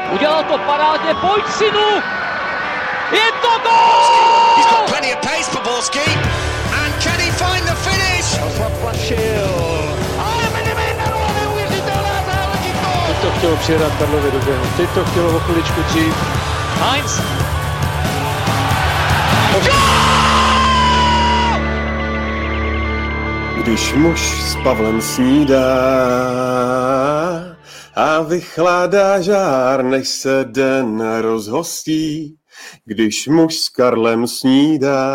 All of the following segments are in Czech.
Udělal to parádně, pojď synu! Je to gól! He's got plenty of pace for Borski. And can he find the finish? Ale Medvedev, neuvěřitelná záležitost! Teď to chtělo přijedat Karlovi do běhu, teď to chtělo o chviličku dřív. Heinz! Když muž s Pavlem snídá a vychládá žár, než se den rozhostí, když muž s Karlem snídá,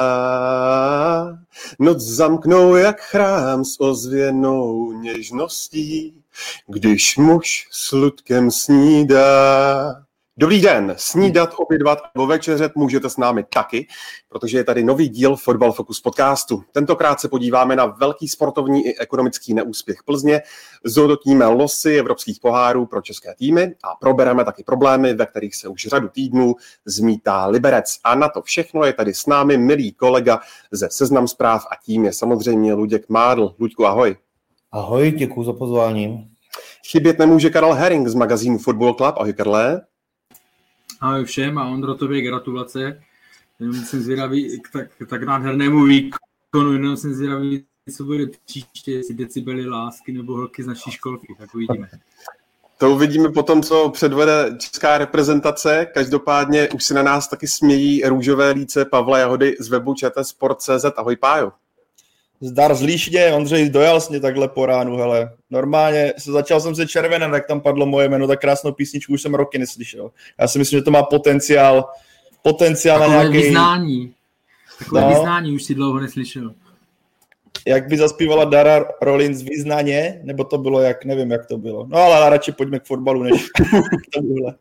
noc zamknou jak chrám s ozvěnou něžností, když muž s Ludkem snídá. Dobrý den, snídat, obědvat nebo večeřet můžete s námi taky, protože je tady nový díl Fotbal Focus podcastu. Tentokrát se podíváme na velký sportovní i ekonomický neúspěch Plzně, zhodnotíme losy evropských pohárů pro české týmy a probereme taky problémy, ve kterých se už řadu týdnů zmítá Liberec. A na to všechno je tady s námi milý kolega ze Seznam Zpráv a tím je samozřejmě Luděk Mádl. Luďku, ahoj. Ahoj, děkuji za pozvání. Chybět nemůže Karel Herring z magazínu Football Club. Ahoj, Karle. Ahoj všem a Ondro, tobě gratulace. Jsem zvědavý tak nádhernému výkonu, jenom jsem zvědavý, co bude příště, jestli decibely lásky nebo holky z naší školky, tak uvidíme. To uvidíme potom, co předvede česká reprezentace. Každopádně už si na nás taky smějí růžové líce Pavla Jahody z webu čtsport.cz. Ahoj, Pájo. Zdar z Líšně, Ondřej dojal sně takhle po ránu, hele. Normálně začal jsem se červenem, jak tam padlo moje jméno, tak krásnou písničku už jsem roky neslyšel. Já si myslím, že to má potenciál na nějaký... Takové vyznání už si dlouho neslyšel. Jak by zaspívala Dara Rollins Vyznaně, nebo to bylo jak, nevím, jak to bylo. No ale radši pojďme k fotbalu, než k tomuhle.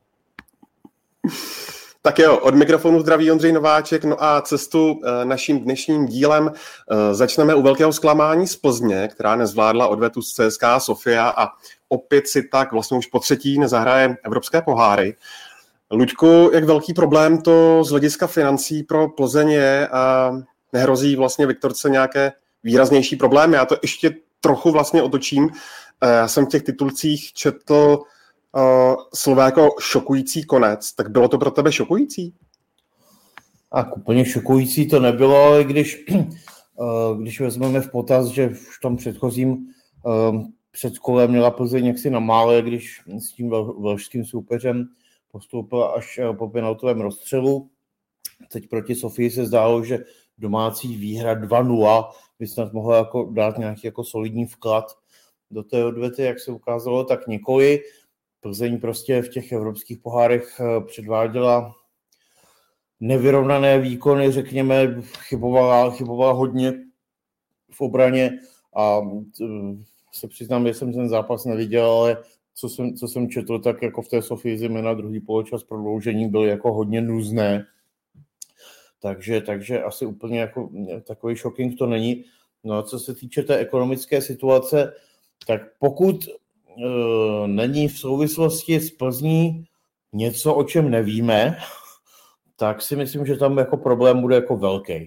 Tak jo, od mikrofonu zdraví Ondřej Nováček, no a cestu naším dnešním dílem začneme u velkého zklamání z Plzně, která nezvládla odvetu z CSKA Sofia a opět si tak vlastně už po třetí nezahraje evropské poháry. Luďku, jak velký problém to z hlediska financí pro Plzeň je a nehrozí vlastně Viktorce nějaké výraznější problémy? Já to ještě trochu vlastně otočím. Já jsem v těch titulcích četl slovo jako šokující konec, tak bylo to pro tebe šokující? Tak úplně šokující to nebylo, ale když vezmeme v potaz, že v tom předchozím předkole měla Plzeň jaksi na mále, když s tím velšským soupeřem postoupila až po penaltovém rozstřelu. Teď proti Sofii se zdálo, že domácí výhra 2-0 by snad mohla jako dát nějaký jako solidní vklad do té odvety, jak se ukázalo, tak nikoli. Plzeň prostě v těch evropských pohárech předváděla nevyrovnané výkony, řekněme, chybovala hodně v obraně a se přiznám, že jsem ten zápas neviděl, ale co jsem četl, tak jako v té Sofii zejména druhý poločas prodloužení byl jako hodně nuzné. Takže asi úplně jako takový shocking to není. No a co se týče té ekonomické situace, tak pokud není v souvislosti s Plzní něco, o čem nevíme, tak si myslím, že tam jako problém bude jako velký.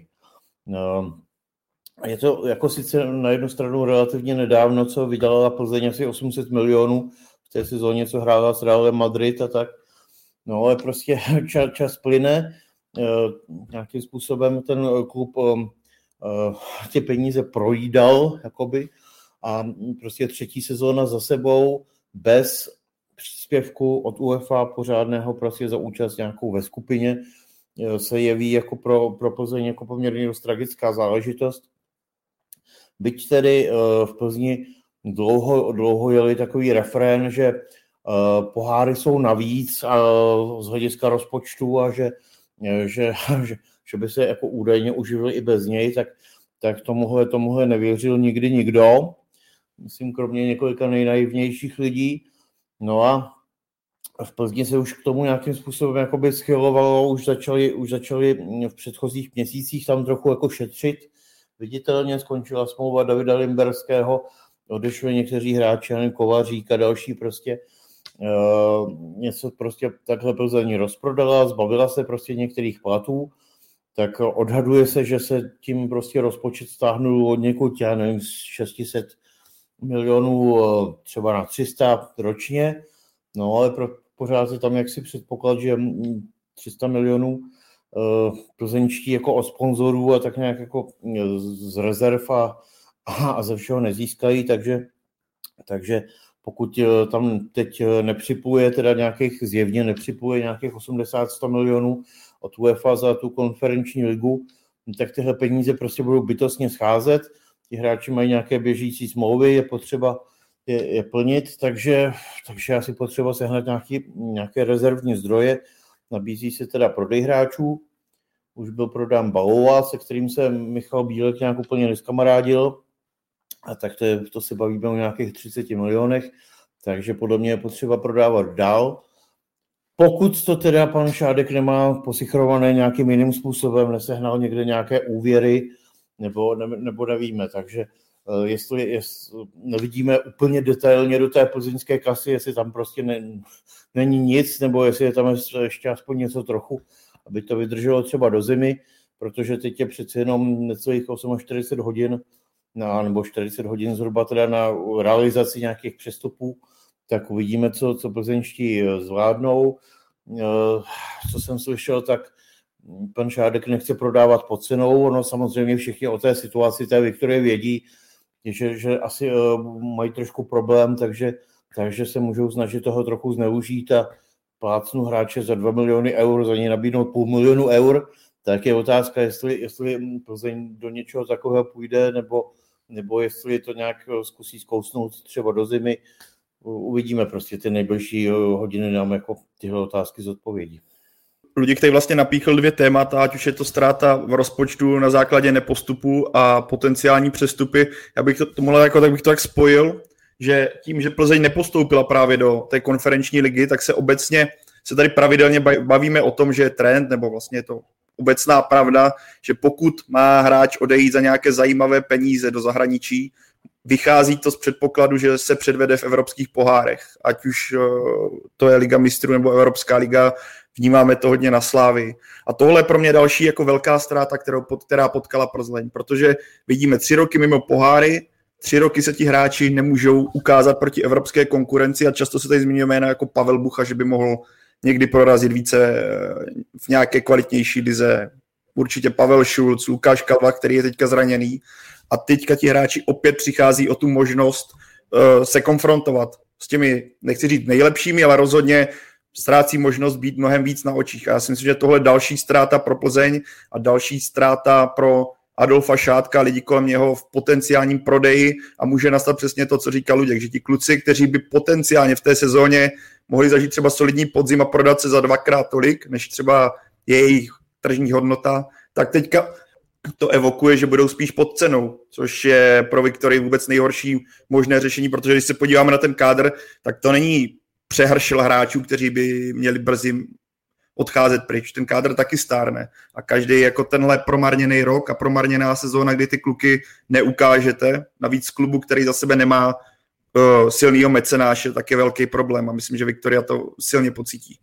Je to jako sice na jednu stranu relativně nedávno, co vydělala Plzeň asi 800 milionů v té sezóně, co hrála s Realem Madrid a tak. No ale prostě čas plyne, nějakým způsobem ten klub ty peníze projídal, jakoby, a prostě třetí sezóna za sebou bez příspěvku od UEFA pořádného prostě za účast nějakou ve skupině se jeví jako pro Plzeň jako poměrně dost tragická záležitost. Byť tedy v Plzni dlouho jeli takový refrén, že poháry jsou navíc z hlediska rozpočtu a že by se jako údajně uživili i bez něj, tak tomuhle nevěřil nikdy nikdo. Myslím, kromě několika nejnaivnějších lidí. No a v Plzni se už k tomu nějakým způsobem jakoby schylovalo, už začali v předchozích měsících tam trochu jako šetřit. Viditelně skončila smlouva Davida Limberského, odešli někteří hráči, Jan Kovařík a další prostě. Něco prostě takhle Plzeň rozprodala, zbavila se prostě některých platů, tak odhaduje se, že se tím prostě rozpočet stáhnul od někud, já nevím, z 600 milionů třeba na 300 ročně, no ale pořád se tam jaksi předpoklad, že 300 milionů plzeňští jako od sponzorů a tak nějak jako z rezerv a ze všeho nezískají, takže pokud tam teď nepřipuje, teda zjevně nepřipuje nějakých 80-100 milionů od UEFA za tu konferenční ligu, tak tyhle peníze prostě budou bytostně scházet. Ti hráči mají nějaké běžící smlouvy, je potřeba je plnit, takže asi potřeba sehnat nějaké rezervní zdroje. Nabízí se teda prodej hráčů. Už byl prodán Balova, se kterým se Michal Bílek nějak úplně neskamarádil. A tak to se bavíme o nějakých 30 milionech, takže podle mě je potřeba prodávat dál. Pokud to teda pan Šádek nemá posichrované nějakým jiným způsobem, nesehnal někde nějaké úvěry, nebo nevíme, takže jestli nevidíme úplně detailně do té plzeňské kasy, jestli tam prostě není nic, nebo jestli je tam ještě aspoň něco trochu, aby to vydrželo třeba do zimy, protože teď je přece jenom necelých 48 hodin, nebo 40 hodin zhruba teda na realizaci nějakých přestupů, tak uvidíme, co plzeňští zvládnou. Co jsem slyšel, tak pan Šádek nechce prodávat pod cenou, ono samozřejmě všichni o té situaci té Viktorie vědí, že asi mají trošku problém, takže se můžou snažit toho trochu zneužít a plácnu hráče za 2 miliony eur, za ně nabídnout 500 000 eur, tak je otázka, jestli Plzeň do něčeho takového půjde, nebo jestli to nějak zkusí zkousnout třeba do zimy. Uvidíme prostě ty nejbližší hodiny nám jako tyhle otázky zodpovědí. Luděk tady vlastně napíchl 2 témata, ať už je to ztráta v rozpočtu na základě nepostupu a potenciální přestupy. Já bych to tak spojil, že tím, že Plzeň nepostoupila právě do té konferenční ligy, tak se tady pravidelně bavíme o tom, že je trend, nebo vlastně je to obecná pravda, že pokud má hráč odejít za nějaké zajímavé peníze do zahraničí, vychází to z předpokladu, že se předvede v evropských pohárech. Ať už to je Liga mistrů nebo Evropská liga, vnímáme to hodně na Slávii. A tohle je pro mě další jako velká ztráta, která potkala Plzeň, protože vidíme 3 roky mimo poháry, 3 roky se ti hráči nemůžou ukázat proti evropské konkurenci a často se tady zmiňuje jména jako Pavel Bucha, že by mohl někdy prorazit více v nějaké kvalitnější lize. Určitě Pavel Šulc, Lukáš Kalva, který je teďka zraněný. A teďka ti hráči opět přichází o tu možnost se konfrontovat s těmi, nechci říct nejlepšími, ale rozhodně ztrácí možnost být mnohem víc na očích. A já si myslím, že tohle je další ztráta pro Plzeň a další ztráta pro Adolfa Šádka, lidi kolem něho v potenciálním prodeji a může nastat přesně to, co říkal Luděk, že ti kluci, kteří by potenciálně v té sezóně mohli zažít třeba solidní podzim a prodat se za 2x tolik, než třeba je jejich tržní hodnota, tak teďka to evokuje, že budou spíš pod cenou, což je pro Viktorii vůbec nejhorší možné řešení, protože když se podíváme na ten kádr, tak to není přehršel hráčů, kteří by měli brzy odcházet pryč. Ten kádr taky stárne a každý jako tenhle promarněný rok a promarněná sezóna, kdy ty kluky neukážete, navíc klubu, který za sebe nemá silnýho mecenáše, tak je velký problém a myslím, že Viktoria to silně pocítí.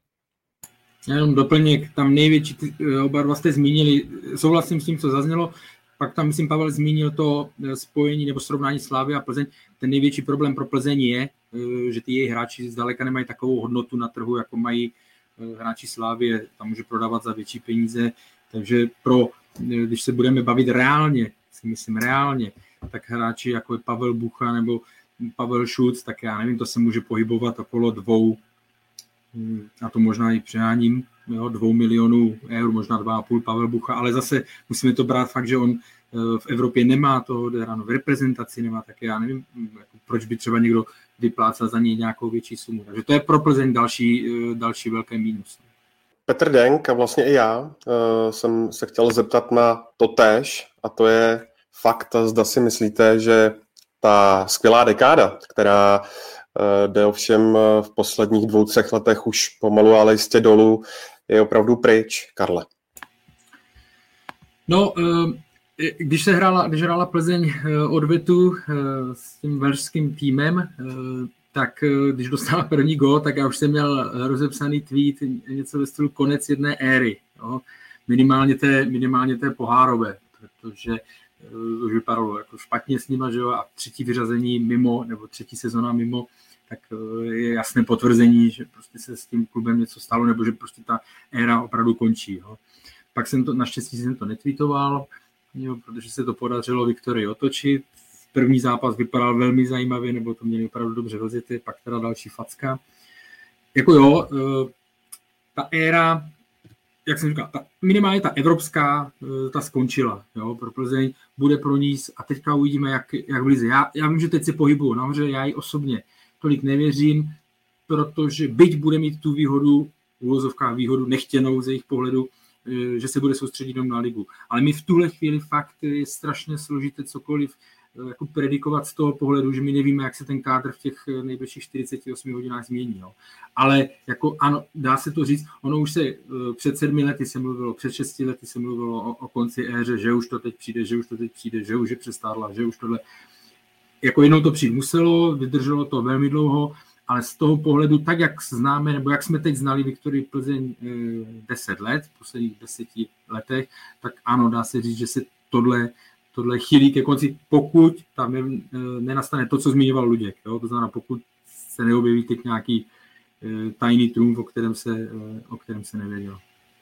Jenom doplněk, tam největší, oba dva jste zmínili, souhlasím s tím, co zaznělo, pak tam, myslím, Pavel zmínil to spojení nebo srovnání Slávy a Plzeň. Ten největší problém pro Plzeň je, že ty jejich hráči zdaleka nemají takovou hodnotu na trhu, jako mají hráči Slávy, tam může prodávat za větší peníze, takže když se budeme bavit reálně, si myslím reálně, tak hráči jako je Pavel Bucha nebo Pavel Šulc, tak já nevím, to se může pohybovat okolo 2, a to možná i přeháním, 2 milionů eur, možná 2,5 Pavel Bucha, ale zase musíme to brát fakt, že on v Evropě nemá toho odehráno, v reprezentaci nemá, tak já nevím, proč by třeba někdo vyplácal za něj nějakou větší sumu. Takže to je pro Plzeň další velké mínus. Petr Denk a vlastně i já jsem se chtěl zeptat na totéž, a to je fakt, zda si myslíte, že ta skvělá dekáda, která jde ovšem v posledních 2-3 letech už pomalu, ale jistě dolů, je opravdu pryč, Karle. No, když hrála Plzeň odvetu s tím velšským týmem, tak když dostala první gól, tak já už jsem měl rozepsaný tweet, něco ve stylu konec jedné éry. Jo? Minimálně té pohárové, protože už vypadalo jako špatně s nima, že jo? A 3. vyřazení mimo, nebo 3. sezona mimo tak je jasné potvrzení, že prostě se s tím klubem něco stalo, nebo že prostě ta éra opravdu končí. Jo. Pak naštěstí jsem to netweetoval, jo, protože se to podařilo Viktorii otočit. První zápas vypadal velmi zajímavě, nebo to měli opravdu dobře rozjeté, pak teda další facka. Jako jo, ta éra, jak jsem říkal, minimálně ta evropská, ta skončila. Jo, pro Plzeň bude pro ní, a teďka uvidíme, jak v lize. Já vím, že teď se pohybuju nahoře, já ji osobně tolik nevěřím, protože byť bude mít tu výhodu, uvozovká výhodu nechtěnou z jejich pohledu, že se bude soustředit na ligu. Ale my v tuhle chvíli fakt je strašně složité cokoliv jako predikovat z toho pohledu, že my nevíme, jak se ten kádr v těch nejbližších 48 hodinách změní. Jo. Ale jako ano, dá se to říct, ono už se před 7 lety se mluvilo, před 6 lety se mluvilo o konci éře, že už to teď přijde, že už je přestárla, že už tohle. Jako jednou to přijít muselo, vydrželo to velmi dlouho, ale z toho pohledu, tak jak známe, nebo jak jsme teď znali Viktorii Plzeň 10 let, v posledních 10 letech, tak ano, dá se říct, že se tohle chýlí ke konci, pokud tam nenastane to, co zmiňoval Luděk. Jo? To znamená, pokud se neobjeví teď nějaký tajný trumf, o kterém se nevědělo.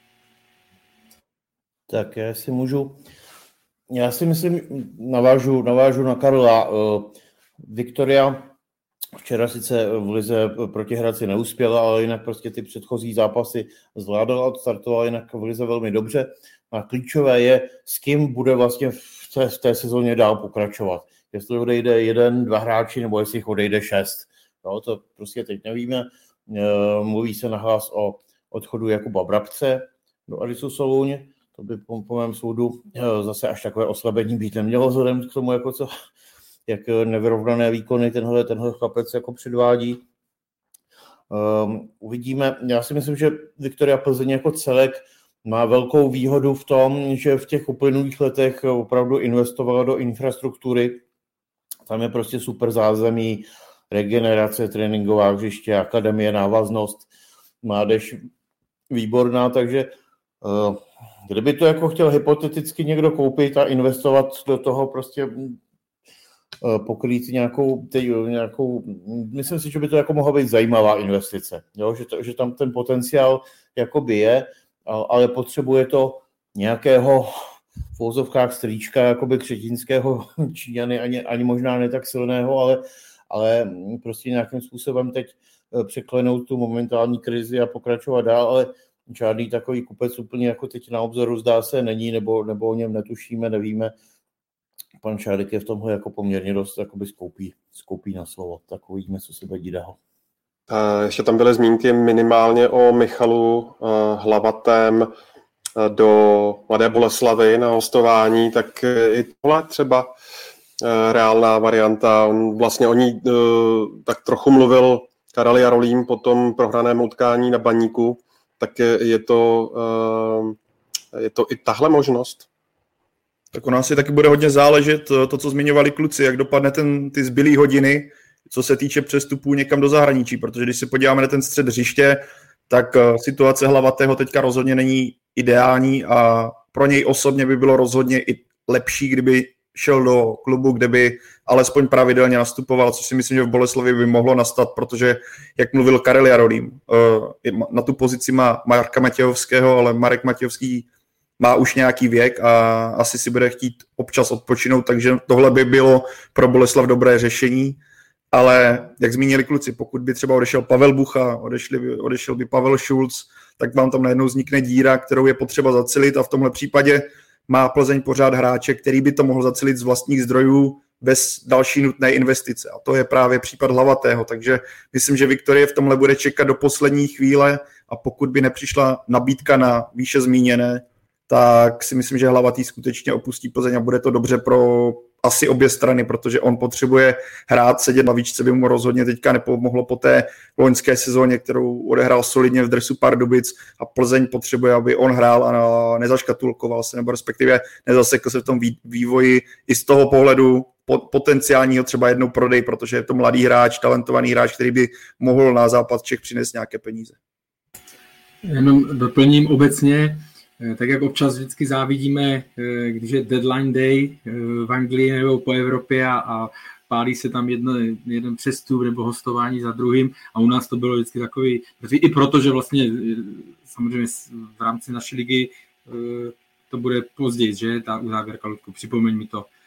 Tak já si myslím, navážu na Karla. Viktoria včera sice v lize proti Hradci neuspěla, ale jinak prostě ty předchozí zápasy zvládala, odstartovala jinak v lize velmi dobře. A klíčové je, s kým bude vlastně v té sezóně dál pokračovat. Jestli odejde 1, 2 hráči, nebo jestli jich odejde 6. No, to prostě teď nevíme. Mluví se nahlas o odchodu Jakuba Brabce do Adisu Soluň. To by po mém soudu zase až takové oslabení být nemělo vzhledem k tomu, jako jak nevyrovnané výkony tenhle chlapec jako předvádí. Uvidíme. Já si myslím, že Viktoria Plzeň jako celek má velkou výhodu v tom, že v těch uplynulých letech opravdu investovala do infrastruktury. Tam je prostě super zázemí, regenerace, tréninková hřiště, akademie, návaznost, mládež výborná, takže kdyby to jako chtěl hypoteticky někdo koupit a investovat do toho prostě pokrýt nějakou, myslím si, že by to jako mohla být zajímavá investice, jo? Že tam ten potenciál jakoby je, ale potřebuje to nějakého v uvozovkách strýčka, jakoby křetínského Číňany, ani možná ne tak silného, ale prostě nějakým způsobem teď překlenout tu momentální krizi a pokračovat dál, ale žádný takový kupec úplně jako teď na obzoru zdá se není, nebo o něm netušíme, nevíme. Pan Šádek je v tomhle jako poměrně dost jakoby skoupí na slovo, tak uvidíme, co se bude dít dál. Ještě tam byly zmínky minimálně o Michalu Hlavatém do Mladé Boleslavi na hostování, tak i tohle třeba reálná varianta. On vlastně o ní tak trochu mluvil Karel Jarolím po tom prohraném utkání na Baníku, tak je to i tahle možnost? Tak u nás si taky bude hodně záležet to, co zmiňovali kluci, jak dopadne ty zbylý hodiny, co se týče přestupů někam do zahraničí, protože když se podíváme na ten střed hřiště, tak situace Hlavatého teďka rozhodně není ideální a pro něj osobně by bylo rozhodně i lepší, kdyby šel do klubu, kde by alespoň pravidelně nastupoval, což si myslím, že v Boleslavi by mohlo nastat, protože, jak mluvil Karel Jarolím, na tu pozici má Marka Matějovského, ale Marek Matějovský má už nějaký věk a asi si bude chtít občas odpočinout, takže tohle by bylo pro Boleslav dobré řešení, ale jak zmínili kluci, pokud by třeba odešel Pavel Bucha, odešel by Pavel Schulz, tak vám tam najednou vznikne díra, kterou je potřeba zacelit a v tomhle případě má Plzeň pořád hráče, který by to mohl zacelit z vlastních zdrojů bez další nutné investice. A to je právě případ Hlavatého, takže myslím, že Viktorie v tomhle bude čekat do poslední chvíle a pokud by nepřišla nabídka na výše zmíněné, tak si myslím, že Hlavatý skutečně opustí Plzeň a bude to dobře pro asi obě strany, protože on potřebuje hrát, sedět na lavičce by mu rozhodně teďka nepomohlo po té loňské sezóně, kterou odehrál solidně v dresu Pardubic a Plzeň potřebuje, aby on hrál a nezaškatulkoval se, nebo respektive nezasekl se v tom vývoji i z toho pohledu potenciálního třeba jednou prodej, protože je to mladý hráč, talentovaný hráč, který by mohl na západ Čech přinést nějaké peníze. Jenom doplním obecně, tak jak občas vždycky závidíme, když je deadline day v Anglii nebo po Evropě a pálí se tam jeden přestup nebo hostování za druhým a u nás to bylo vždycky takový, i proto, že vlastně samozřejmě v rámci naší ligy to bude později, že ta uzávěrka, Ludku, připomeň mi to.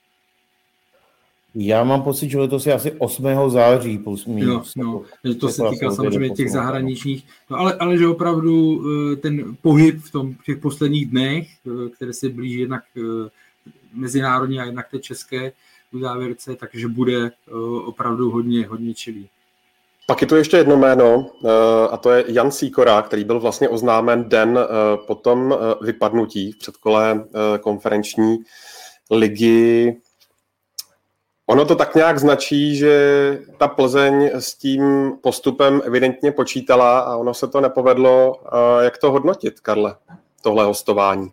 Já mám pocit, že letos je asi 8. září plus minus. Jo, to se týká samozřejmě těch zahraničních, ale že opravdu ten pohyb v těch posledních dnech, které se blíží jednak mezinárodní a jednak té české uzávěrce, takže bude opravdu hodně čilý. Pak je tu ještě jedno jméno, a to je Jan Sýkora, který byl vlastně oznámen den po tom vypadnutí v předkole konferenční ligy. Ono to tak nějak značí, že ta Plzeň s tím postupem evidentně počítala a ono se to nepovedlo. Jak to hodnotit, Karle, tohle hostování?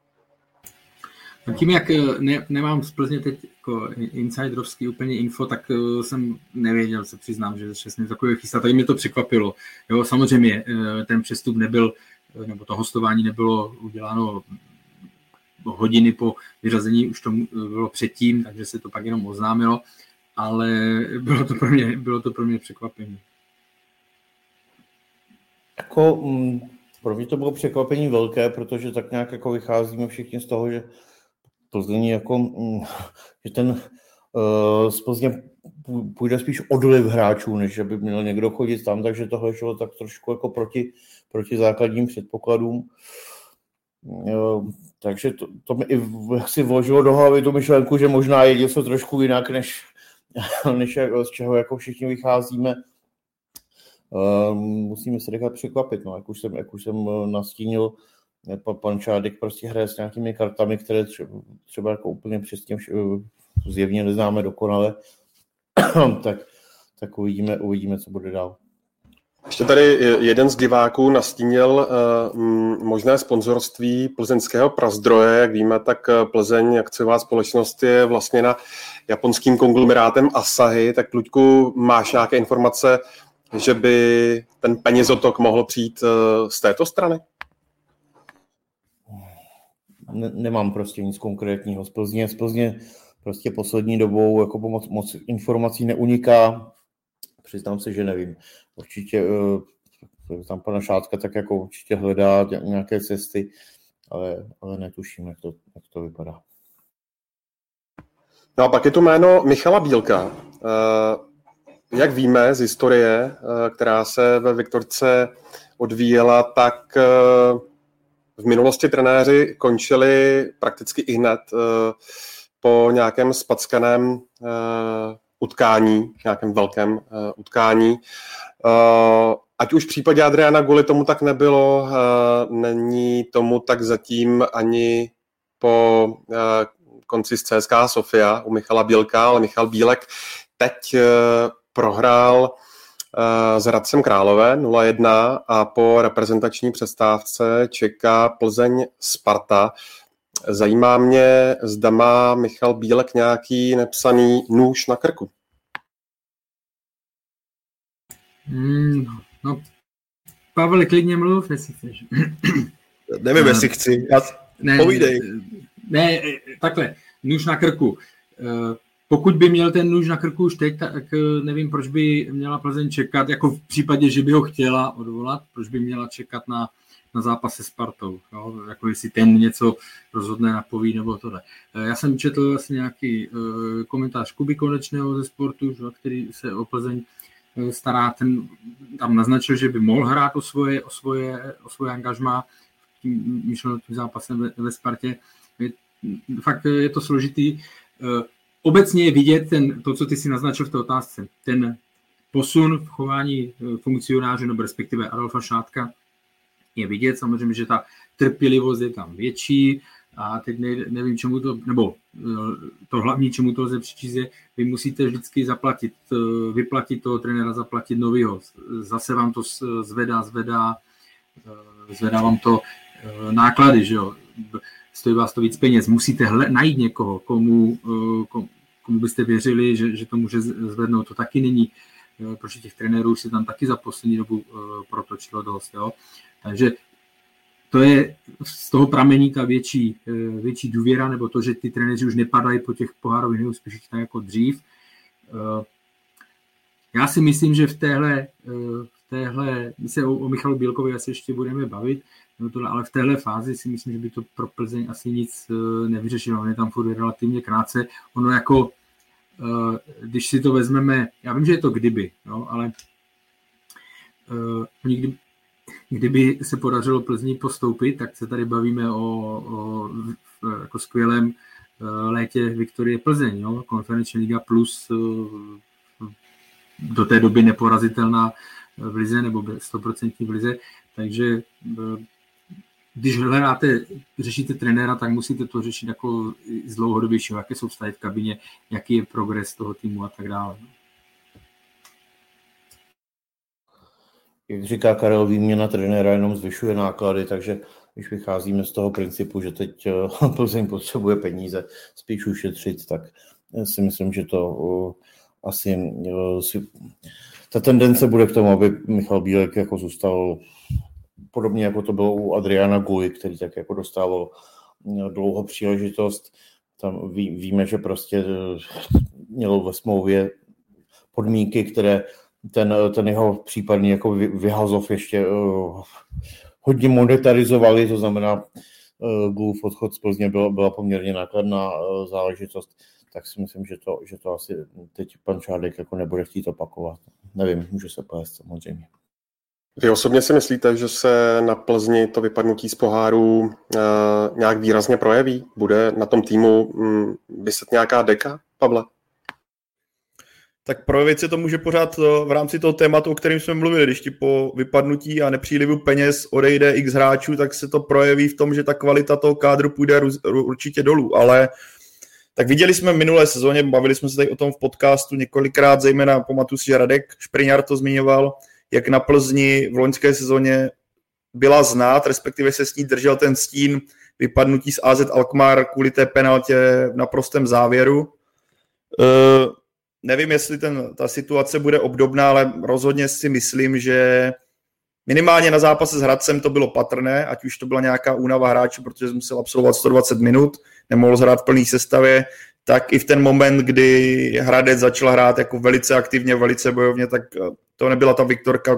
Tím, jak nemám z Plzně teď jako insiderovský úplně info, tak jsem nevěděl, se přiznám, že přesně takové chystá. Tak mě to překvapilo. Jo, samozřejmě ten přestup nebyl, nebo to hostování nebylo uděláno hodiny po vyřazení, už to bylo předtím, takže se to pak jenom oznámilo, ale bylo to pro mě překvapení. Jako, pro mě to bylo překvapení velké, protože tak nějak jako vycházíme všichni z toho, že Plzeň jako, že ten z Plzně půjde spíš odliv hráčů, než aby měl někdo chodit tam, takže tohle šlo tak trošku jako proti základním předpokladům. Takže to mi i si vložilo do hlavy tu myšlenku, že možná je něco trošku jinak, než z čeho jako všichni vycházíme. Musíme se nechat překvapit. No. Jak už jsem nastínil, pan Čádek prostě hraje s nějakými kartami, které třeba jako úplně přesně zjevně neznáme dokonale. tak uvidíme, co bude dál. Ještě tady jeden z diváků nastínil možné sponzorství plzeňského Prazdroje. Jak víme, tak Plzeň akciová společnost je vlastněna japonským konglomerátem Asahi. Tak, Luďku, máš nějaké informace, že by ten penězotok mohl přijít z této strany? Nemám prostě nic konkrétního. Z Plzně prostě poslední dobou jako moc informací neuniká. Přiznám se, že nevím. Určitě tam pana Šátka tak jako určitě hledá nějaké cesty, ale netuším, jak to vypadá. No a pak je tu jméno Michala Bílka. Jak víme z historie, která se ve Viktorce odvíjela, tak v minulosti trenéři končili prakticky ihned po nějakém spackaném utkání, nějakém velkém utkání. Ať už v případě Adriana Guly tomu tak nebylo, není tomu tak zatím ani po konci z CSKA Sofia u Michala Bílka, ale Michal Bílek teď prohrál s Hradcem Králové 0-1 a po reprezentační přestávce čeká Plzeň Sparta. Zajímá mě, zda má Michal Bílek nějaký nepsaný nůž na krku. No, Pavel, klidně mluv, jestli chceš. Nevím, jestli chci. Povídej. Ne, takhle, nůž na krku. Pokud by měl ten nůž na krku už teď, tak nevím, proč by měla Plzeň čekat, jako v případě, že by ho chtěla odvolat, proč by měla čekat na zápas se Spartou, jo? Jako jestli ten něco rozhodne, napoví nebo tohle. Já jsem četl vlastně nějaký komentář Kuby Konečného ze Sportu, že? Který se o Plzeň stará, ten tam naznačil, že by mohl hrát o svoje angažmá tím zápasem ve Spartě. Fakt je to složitý. Obecně je vidět to, co ty si naznačil v té otázce, ten posun v chování funkcionářů nebo respektive Adolfa Šátka je vidět. Samozřejmě, že ta trpělivost je tam větší a teď nevím, čemu to, nebo to hlavní, čemu to lze přičíst, je, vy musíte vždycky vyplatit toho trenéra, zaplatit novýho. Zase vám to zvedá vám to náklady, že jo. Stojí vás to víc peněz. Musíte najít někoho, komu byste věřili, že to může zvednout. To taky není, protože těch trenérů se tam taky za poslední dobu protočilo dost. Jo. Takže to je z toho pramení ta větší důvěra, nebo to, že ty trenéři už nepadají po těch pohárových neúspěších tak jako dřív. Já si myslím, že v téhle my se o Michalu Bílkovi asi ještě budeme bavit, ale v téhle fázi si myslím, že by to pro Plzeň asi nic nevyřešilo. On je tam furt relativně krátce. Ono jako, když si to vezmeme, já vím, že je to kdyby, jo, ale kdyby se podařilo Plzni postoupit, tak se tady bavíme o jako skvělém létě Viktorie Plzeň, jo? Konferenční liga plus do té doby neporazitelná v lize nebo 100% v lize, takže když řešíte trenéra, tak musíte to řešit jako z dlouhodobějšího, jaké jsou vztahy v kabině, jaký je progres toho týmu a tak dále. Jak říká Karel, výměna trenéra jenom zvyšuje náklady, takže když vycházíme z toho principu, že teď Plzeň potřebuje peníze spíš ušetřit, tak si myslím, že to asi ta tendence bude k tomu, aby Michal Bílek jako zůstal podobně, jako to bylo u Adriana Guly, který tak jako dostával dlouho příležitost. Tam víme, že prostě měl ve smlouvě podmínky, které ten jeho případný jako vyhazov ještě hodně monetarizovali, to znamená Gulův odchod z Plzně byla poměrně nákladná záležitost, tak si myslím, že to asi teď pan Čádek jako nebude chtít opakovat. Nevím, může se plést samozřejmě. Vy osobně si myslíte, že se na Plzni to vypadnutí z poháru nějak výrazně projeví? Bude na tom týmu vyset nějaká deka, Pavle? Tak projevit se to může pořád v rámci toho tématu, o kterém jsme mluvili. Když ti po vypadnutí a nepřílivu peněz odejde x hráčů, tak se to projeví v tom, že ta kvalita toho kádru půjde určitě dolů. Ale tak viděli jsme v minulé sezóně, bavili jsme se tady o tom v podcastu několikrát, zejména pamatuju si, že Radek Špriňár to zmiňoval, jak na Plzni v loňské sezóně byla znát, respektive se s ní držel ten stín vypadnutí z AZ Alkmaar kvůli té penaltě v naprostém závěru. Nevím, jestli ta situace bude obdobná, ale rozhodně si myslím, že minimálně na zápase s Hradcem to bylo patrné, ať už to byla nějaká únava hráčů, protože musel absolvovat 120 minut, nemohl hrát v plné sestavě, tak i v ten moment, kdy Hradec začal hrát jako velice aktivně, velice bojovně, tak to nebyla ta Viktorka,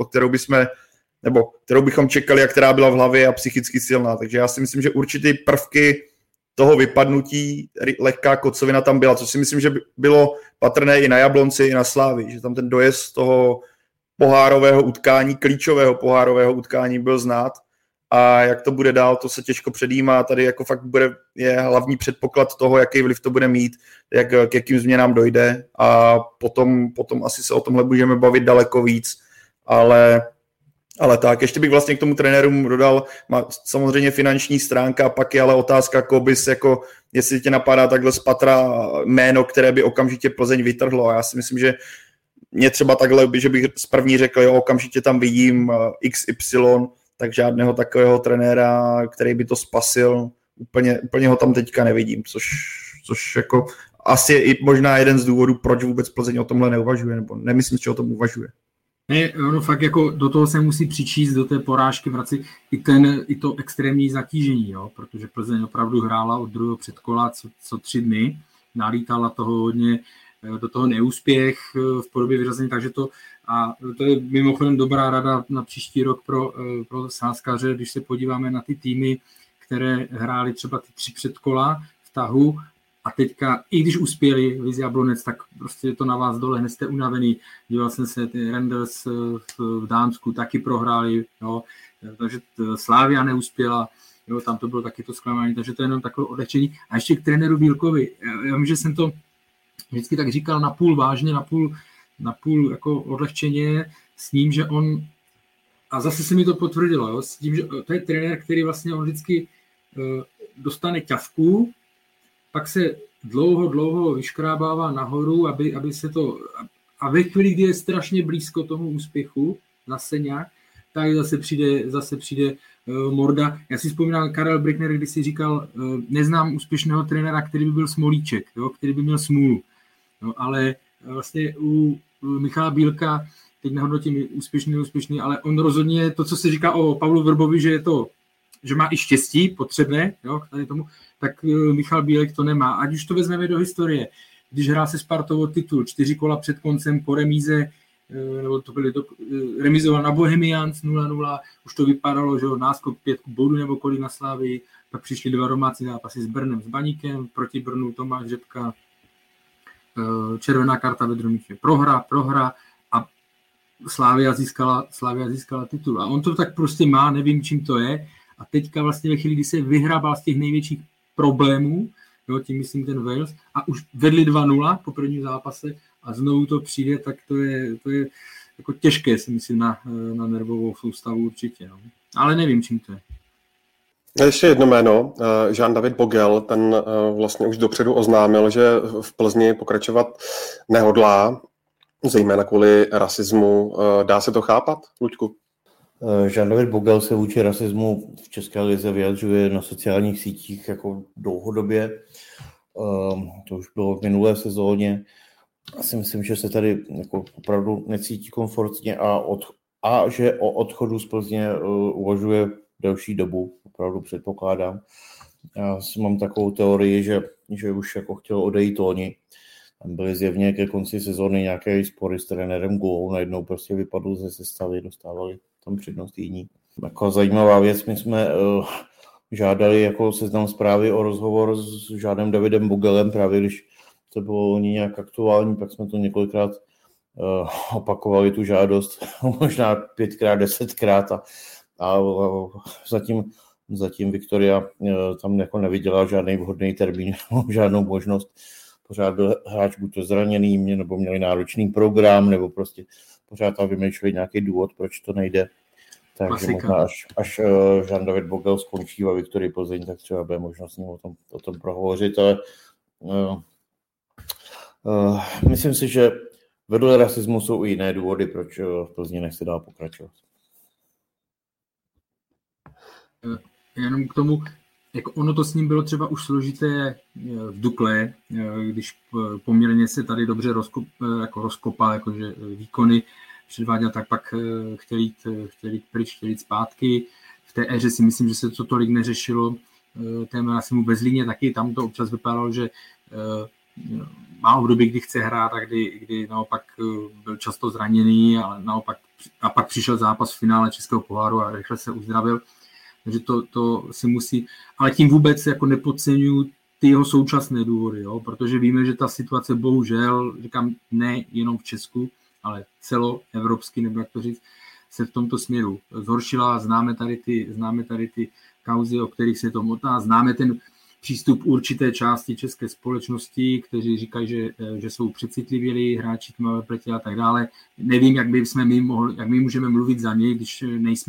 kterou bychom čekali a která byla v hlavě a psychicky silná. Takže já si myslím, že určitý prvky toho vypadnutí, lehká kocovina tam byla, což si myslím, že bylo patrné i na Jablonci, i na Slávii, že tam ten dojezd toho pohárového utkání, klíčového pohárového utkání byl znát a jak to bude dál, to se těžko předjímá. Tady jako fakt je hlavní předpoklad toho, jaký vliv to bude mít, k jakým změnám dojde a potom asi se o tomhle můžeme bavit daleko víc, ale tak, ještě bych vlastně k tomu trenérům dodal, má samozřejmě finanční stránka, a pak je ale otázka, Kobis, jako jestli tě napadá takhle z patra jméno, které by okamžitě Plzeň vytrhlo. A já si myslím, že mě třeba takhle, že bych z první řekl, jo, okamžitě tam vidím XY, tak žádného takového trenéra, který by to spasil, úplně ho tam teďka nevidím, což jako asi je i možná jeden z důvodů, proč vůbec Plzeň o tomhle neuvažuje, nebo nemyslím, že o tom uvažuje. Ne, ono fakt jako do toho se musí přičíst, do té porážky vrací i to extrémní zatížení, jo, protože Plzeň opravdu hrála od druhého předkola co 3 dny, nalítala toho hodně, do toho neúspěch v podobě vyřazení, takže to je mimochodem dobrá rada na příští rok pro sázkaře, když se podíváme na ty týmy, které hrály třeba ty 3 předkola v tahu, a teďka, i když uspěli Lizy Jablonec, tak prostě to na vás dole, jste unavený. Díval jsem se, ty Randers v Dánsku taky prohráli, jo, takže Slavia neuspěla, jo, tam to bylo taky to zklamání, takže to je jenom takové odlehčení. A ještě k trenéru Bílkovi. Já vím, že jsem to vždycky tak říkal napůl vážně, napůl jako odlehčeně s ním, že on, a zase se mi to potvrdilo, jo, s tím, že to je trenér, který vlastně on vždycky dostane ťavku, pak se dlouho vyškrábává nahoru, aby se to... A ve chvíli, kdy je strašně blízko tomu úspěchu, zase nějak, tak zase přijde morda. Já si vzpomínám, Karel Brickner, když si říkal, neznám úspěšného trenéra, který by byl smolíček, jo, který by měl smůlu. No, ale vlastně u Michala Bílka, teď nehodnotím úspěšný, ale on rozhodně to, co se říká o Pavlu Vrbovi, že má i štěstí potřebné, jo, tady tomu, tak Michal Bílek to nemá. Ať už to vezmeme do historie. když hrál se Spartou o titul 4 kola před koncem po remíze, nebo to byly remizoval na Bohemians 0-0, už to vypadalo, že náskok 5 bodů nebo kolik na Slavii, pak přišly 2 domácí zápasy s Brnem, s Baníkem, proti Brnu Tomáš Řepka, červená karta ve druhém míče, prohra a Slavia získala titul. A on to tak prostě má, nevím, čím to je. A teďka vlastně ve chvíli, kdy se vyhrabal z těch největších problémů, jo, tím myslím ten Wales, a už vedli 2-0 po prvním zápase a znovu to přijde, tak to je jako těžké, si myslím, na nervovou soustavu určitě. No. Ale nevím, čím to je. Ještě jedno jméno, Jean-David Bogel, ten vlastně už dopředu oznámil, že v Plzni pokračovat nehodlá, zejména kvůli rasismu. Dá se to chápat, Luďku? Jean-David Bogel se vůči rasismu v České lize vyjadřuje na sociálních sítích jako dlouhodobě. To už bylo v minulé sezóně. Já si myslím, že se tady jako opravdu necítí komfortně a že o odchodu z Plzně uvažuje delší dobu, opravdu předpokládám. Já mám takovou teorii, že už jako chtěl odejít oni. Tam byly zjevně ke konci sezóny nějaké spory s trenérem Gulou, najednou prostě vypadl ze sestavy, dostávali tam přednost jiní. Jako zajímavá věc, my jsme žádali jako Seznam Zprávy o rozhovor s Žánem Davidem Bogelem, právě když to bylo nějak aktuální, pak jsme to několikrát opakovali tu žádost, možná 5x, 10x a zatím Viktoria tam jako neviděla žádný vhodný termín, žádnou možnost. Pořád byl hráč buď to zraněný, nebo měli náročný program, nebo prostě pořád tam vymýšleli nějaký důvod, proč to nejde. Takže možná až Jean-David Bogel skončí a Viktorii Plzeň, tak třeba bude možnost s ním o tom prohovořit, ale myslím si, že vedle rasismu jsou i jiné důvody, proč v Plzni nechce dál pokračovat. Jenom k tomu, jako ono to s ním bylo třeba už složité v Dukle, když poměrně se tady dobře rozkopal, jakože výkony předváděl, tak pak chtěl jít pryč, chtěl jít zpátky. V té éře si myslím, že se to tolik neřešilo. Téma asi mu ve Zlíně taky, tam to občas vypadalo, že má období, kdy chce hrát a kdy naopak byl často zraněný, ale naopak a pak přišel zápas v finále Českého poháru a rychle se uzdravil. Takže to si musí, ale tím vůbec jako nepodceňuju ty jeho současné důvody, jo? Protože víme, že ta situace bohužel, říkám, ne jenom v Česku, ale celoevropsky, nebo jak to říct, se v tomto směru zhoršila. Známe tady ty kauzy, o kterých se to motá, známe ten přístup určité části české společnosti, kteří říkají, že jsou přecitlivělí, hráči tmavé pleti a tak dále. Nevím, jak my můžeme mluvit za ně, když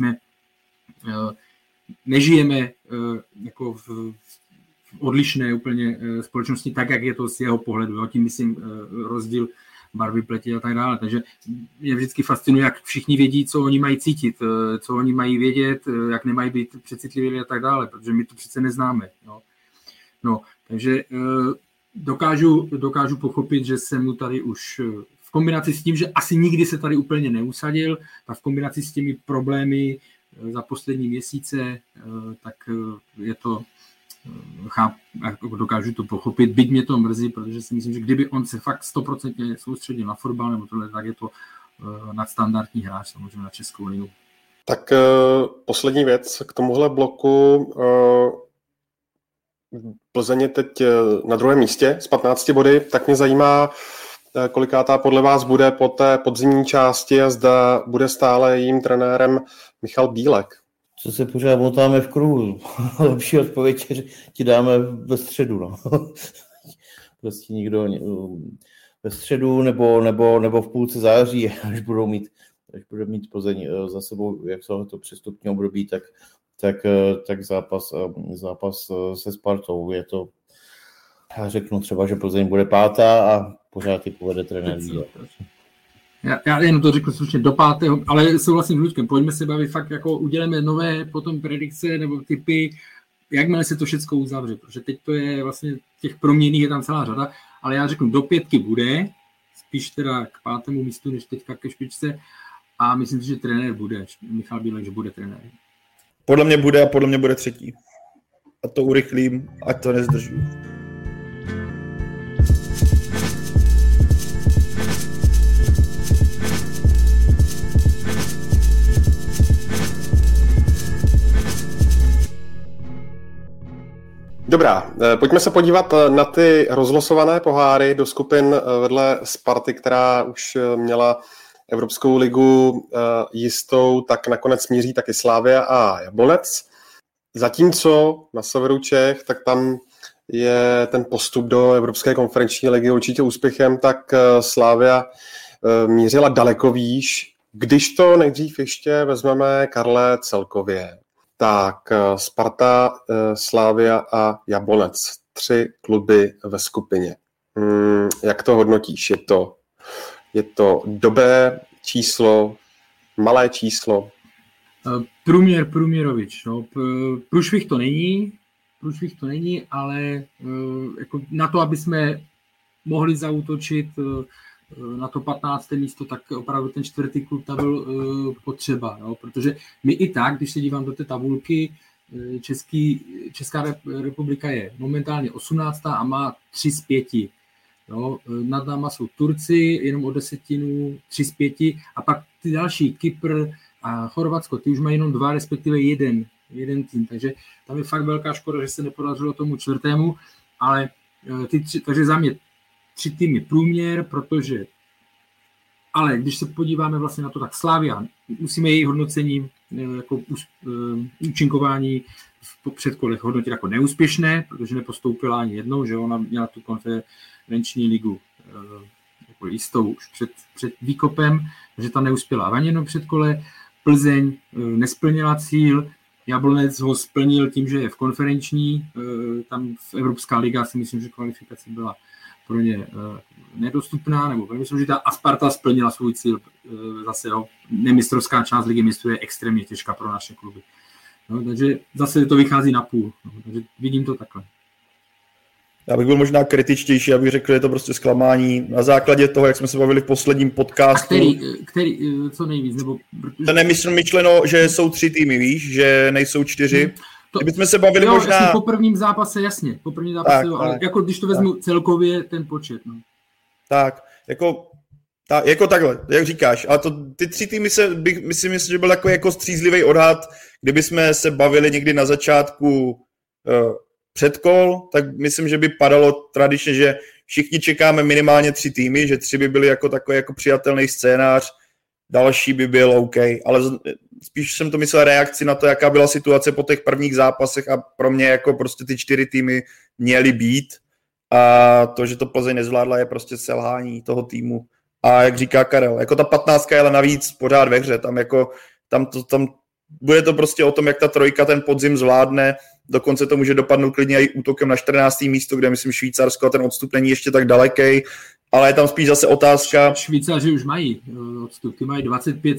nežijeme jako v odlišné úplně společnosti, tak, jak je to z jeho pohledu. Jo? Tím myslím rozdíl barvy pleti a tak dále. Takže mě vždycky fascinuje, jak všichni vědí, co oni mají cítit, co oni mají vědět, jak nemají být přecitlivěli a tak dále, protože my to přece neznáme. Jo? No, takže dokážu pochopit, že se mu tady už v kombinaci s tím, že asi nikdy se tady úplně neusadil, tak v kombinaci s těmi problémy za poslední měsíce, tak je to, dokážu to pochopit, byť mě to mrzí, protože si myslím, že kdyby on se fakt 100% soustředil na fotbal nebo tohle, tak je to nadstandardní hráč samozřejmě na Českou ligu. Tak poslední věc k tomuhle bloku. Plzeň je teď na druhém místě s 15 body, tak mě zajímá, kolikátá podle vás bude po té podzimní části a zda bude stále jejím trenérem Michal Bílek. Co se pořád motáme v kruhu. Lepší odpověď ti dáme ve středu. No. Prostě nikdo ve středu nebo v půlce září, až bude mít Plzeň za sebou, jak se to přestupní období, tak zápas se Spartou. Je to, já řeknu třeba, že Plzeň bude pátá a pořád ji povede trenér Bílek. Já jenom to řeknu slušně do 5. ale souhlasím s Luďkem, pojďme se bavit fakt, jako uděláme nové potom predikce nebo typy, jakmile se to všechno uzavře, protože teď to je vlastně těch proměnných je tam celá řada, ale já řeknu, do 5 bude, spíš teda k 5. místu, než teďka ke špičce a myslím si, že trenér bude, Michal Bílek, že bude trenér. Podle mě bude 3. A to urychlím, ať to nezdržuju. Dobrá, pojďme se podívat na ty rozlosované poháry do skupin vedle Sparty, která už měla Evropskou ligu jistou, tak nakonec míří taky Slavia a Jablonec. Zatímco na severu Čech, tak tam je ten postup do Evropské konferenční ligy určitě úspěchem, tak Slavia mířila daleko výš. Když to nejdřív ještě vezmeme, Karle, celkově, tak Sparta, Slavia a Jablonec, 3 kluby ve skupině. Jak to hodnotíš? Je to dobré číslo, malé číslo? Průměrovič. No. Průšvih to není, ale jako na to, aby jsme mohli zaútočit na to 15. místo, tak opravdu ten 4. klub tam byl potřeba. No. Protože my i tak, když se dívám do té tabulky, Česká republika je momentálně 18. a má 3 z 5. No, nad náma jsou Turci, jenom o 10, 3 z 5, a pak ty další, Kypr a Chorvatsko, ty už mají jenom 2, respektive jeden tým, takže tam je fakt velká škoda, že se nepodařilo tomu 4., ale takže za mě 3 týmy průměr, ale když se podíváme vlastně na to, tak Slavia, musíme její hodnocení jako účinkování v předkolech hodnotit jako neúspěšné, protože nepostoupila ani jednou, že ona měla tu konferenční ligu jako jistou už před výkopem, že ta neuspěla v ani jednom předkole. Plzeň nesplnila cíl, Jablonec ho splnil tím, že je v konferenční, tam v Evropská liga si myslím, že kvalifikace byla pro ně nedostupná, nebo velmi složitá, a Sparta splnila svůj cíl. Zase nemistrovská část ligy mistrů je extrémně těžká pro naše kluby. No, takže zase to vychází na půl. No, takže vidím to takhle. Já bych byl možná kritičtější, abych řekl, že je to prostě zklamání na základě toho, jak jsme se bavili v posledním podcastu. A který co nejvíc? Nebo to nemyslím myšleno, že jsou 3 týmy, víš, že nejsou 4. Kdybychom se bavili jo, možná... Po prvním zápase, jasně. Ale jako když to vezmu celkově ten počet. No. Tak, jako takhle, jak říkáš, ale ty 3 týmy myslím, že byl takový jako střízlivý odhad, kdyby jsme se bavili někdy na začátku předkol, tak myslím, že by padalo tradičně, že všichni čekáme minimálně 3 týmy, že 3 by byly jako takový jako přijatelný scénář, další by byl OK, ale spíš jsem to myslel reakci na to, jaká byla situace po těch prvních zápasech, a pro mě jako prostě ty 4 týmy měly být, a to, že to Plzeň nezvládla, je prostě selhání toho týmu. A jak říká Karel, jako ta 15 je ale navíc pořád ve hře, tam bude to prostě o tom, jak ta 3 ten podzim zvládne, dokonce to může dopadnout klidně i útokem na 14. místo, kde myslím Švýcarsko, a ten odstup není ještě tak daleký, ale je tam spíš zase otázka. Švýcaři už mají odstup, ty mají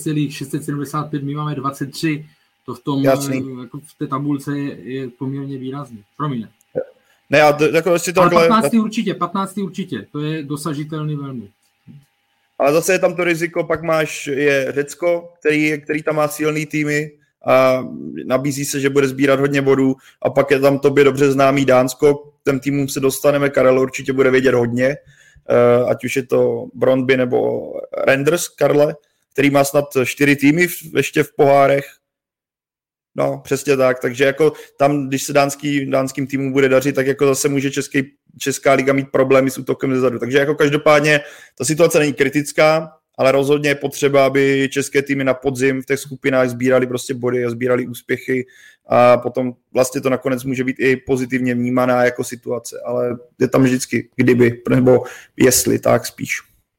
25,675, my máme 23, to v tom, jako v té tabulce je poměrně výrazný. Promiň. Ne, jako si to ale 15. určitě, to je dosažitelný velmi. Ale zase je tam to riziko, pak je Řecko, který tam má silný týmy a nabízí se, že bude sbírat hodně bodů, a pak je tam tobě dobře známý Dánsko, ten týmům se dostaneme, Karel určitě bude vědět hodně, ať už je to Brøndby nebo Randers, Karle, který má snad 4 týmy ještě v pohárech. No, přesně tak, takže jako tam, když se dánským týmům bude dařit, tak jako zase může Česká liga mít problémy s útokem zezadu. Takže jako každopádně ta situace není kritická, ale rozhodně je potřeba, aby české týmy na podzim v těch skupinách sbírali prostě body a sbírali úspěchy, a potom vlastně to nakonec může být i pozitivně vnímaná jako situace, ale je tam vždycky kdyby, nebo jestli, tak spíš.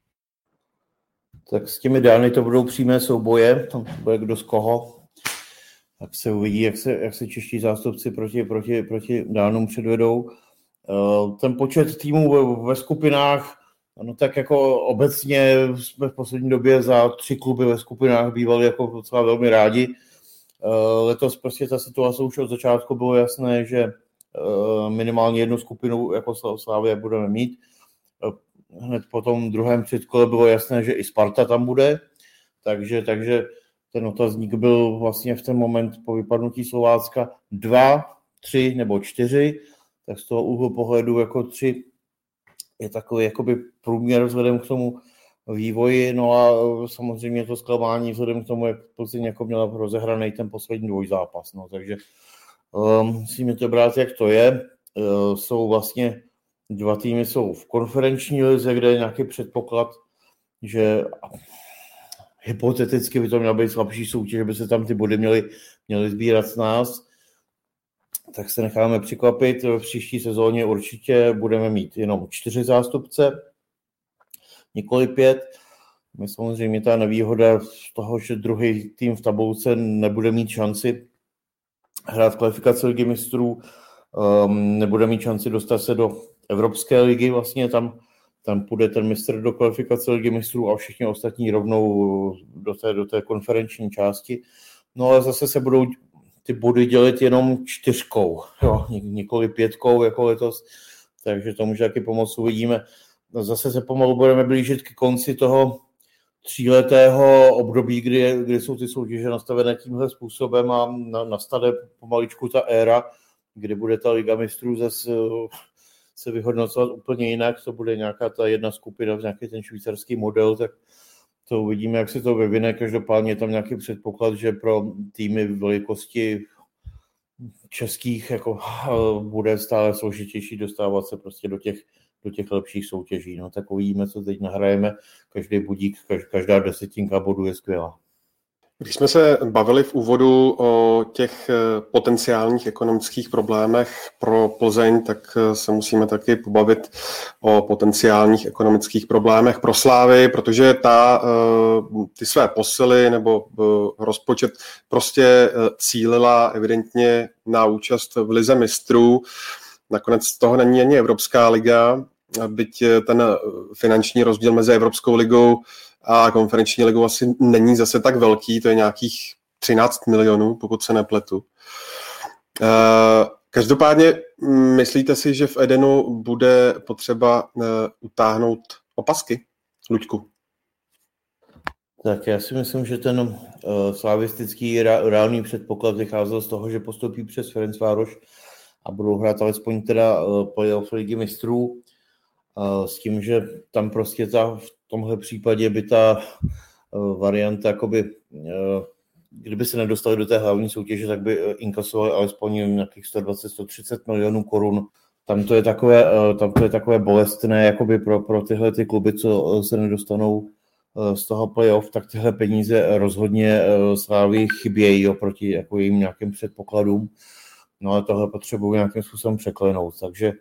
Tak s těmi Dány to budou přímé souboje, tam bude kdo z koho. Tak se uvidí, jak se čeští zástupci proti Dánům předvedou. Ten počet týmů ve skupinách, no tak jako obecně jsme v poslední době za 3 kluby ve skupinách bývali jako docela velmi rádi. Letos prostě ta situace už od začátku bylo jasné, že minimálně jednu skupinu jako Slavia budeme mít. Hned po tom druhém předkole bylo jasné, že i Sparta tam bude, takže ten otazník byl vlastně v ten moment po vypadnutí Slovácka 2, 3 nebo 4, tak z toho úhlu pohledu jako 3 je takový jakoby průměr vzhledem k tomu vývoji, no a samozřejmě to zklamání vzhledem k tomu, jak Plzeň jako měla rozehraný ten poslední dvojzápas, no takže musíme to brát, jak to je. jsou vlastně 2 týmy jsou v konferenční lize, kde je nějaký předpoklad, že hypoteticky by to měla být slabší soutěž, že by se tam ty body měly sbírat s nás. Tak se necháme překvapit. V příští sezóně určitě budeme mít jenom 4 zástupce, nikoli 5. My samozřejmě ta nevýhoda z toho, že druhý tým v tabulce nebude mít šanci hrát kvalifikaci Ligy mistrů, nebude mít šanci dostat se do Evropské ligy, vlastně tam půjde ten mistr do kvalifikace Ligy mistrů a všichni ostatní rovnou do té konferenční části. No ale zase se budou ty body dělit jenom 4, jo, nikoli 5 jako letos, takže to může taky pomoct, uvidíme. Zase se pomalu budeme blížit k konci toho 3letého období, kdy jsou ty soutěže nastavené tímhle způsobem a nastane pomaličku ta éra, kdy bude ta Liga mistrů zase se vyhodnocovat úplně jinak, to bude nějaká ta jedna skupina, nějaký ten švýcarský model, tak to uvidíme, jak se to vyvine. Každopádně je tam nějaký předpoklad, že pro týmy velikosti českých jako bude stále složitější dostávat se prostě do těch lepších soutěží. No tak uvidíme, co teď nahrajeme. Každý budík, každá 10 bodů je skvělá. Když jsme se bavili v úvodu o těch potenciálních ekonomických problémech pro Plzeň, tak se musíme taky pobavit o potenciálních ekonomických problémech pro Slávy, protože ty své posily nebo rozpočet prostě cílila evidentně na účast v Lize mistrů. Nakonec z toho není ani Evropská liga, byť ten finanční rozdíl mezi Evropskou ligou a konferenční ligou asi není zase tak velký, to je nějakých 13 milionů, pokud se nepletu. Každopádně myslíte si, že v Edenu bude potřeba utáhnout opasky, Luďku? Tak já si myslím, že ten slavistický reálný předpoklad vycházel z toho, že postoupí přes Ferencvároš a budou hrát alespoň teda playoff Ligy mistrů, s tím, že tam prostě v tomhle případě by ta varianta, jakoby, kdyby se nedostali do té hlavní soutěže, tak by inkasovali alespoň nějakých 120-130 milionů korun. Tam to je takové bolestné jakoby pro tyhle ty kluby, co se nedostanou z toho playoff, tak tyhle peníze rozhodně Slávy chybějí oproti jako jejím nějakým předpokladům. No ale tohle potřebují nějakým způsobem překlenout, takže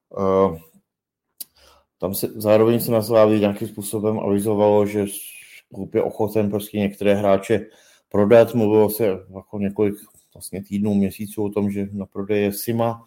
tam zároveň se na Slávii nějakým způsobem avizovalo, že klub je ochoten prostě některé hráče prodat. Mluvilo se jako několik vlastně týdnů, měsíců o tom, že na prodej je Sima.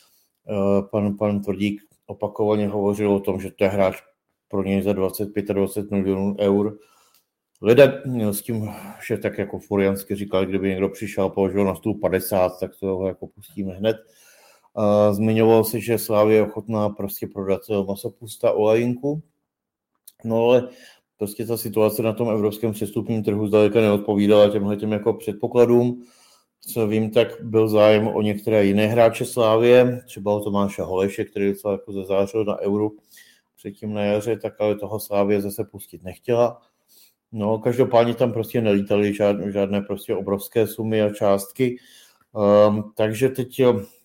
Pan Tvrdík opakovaně hovořil o tom, že to je hráč pro něj za 25-20 milionů eur. Lidé s tím, že tak jako furiansky říkali, kdyby někdo přišel a položil na stůl 50, tak to jako pustíme hned. Zmiňoval se, že Slavia je ochotná prostě prodat Masopusta Olajinku, no ale prostě ta situace na tom evropském přestupním trhu zdaleka neodpovídala těm jako předpokladům. Co vím, tak byl zájem o některé jiné hráče Slávie, třeba o Tomáše Holeše, který docela jako zazářil na Euro předtím na jaře, tak ale toho Slávie zase pustit nechtěla. No, každopádně tam prostě nelítaly žádné prostě obrovské sumy a částky, takže teď,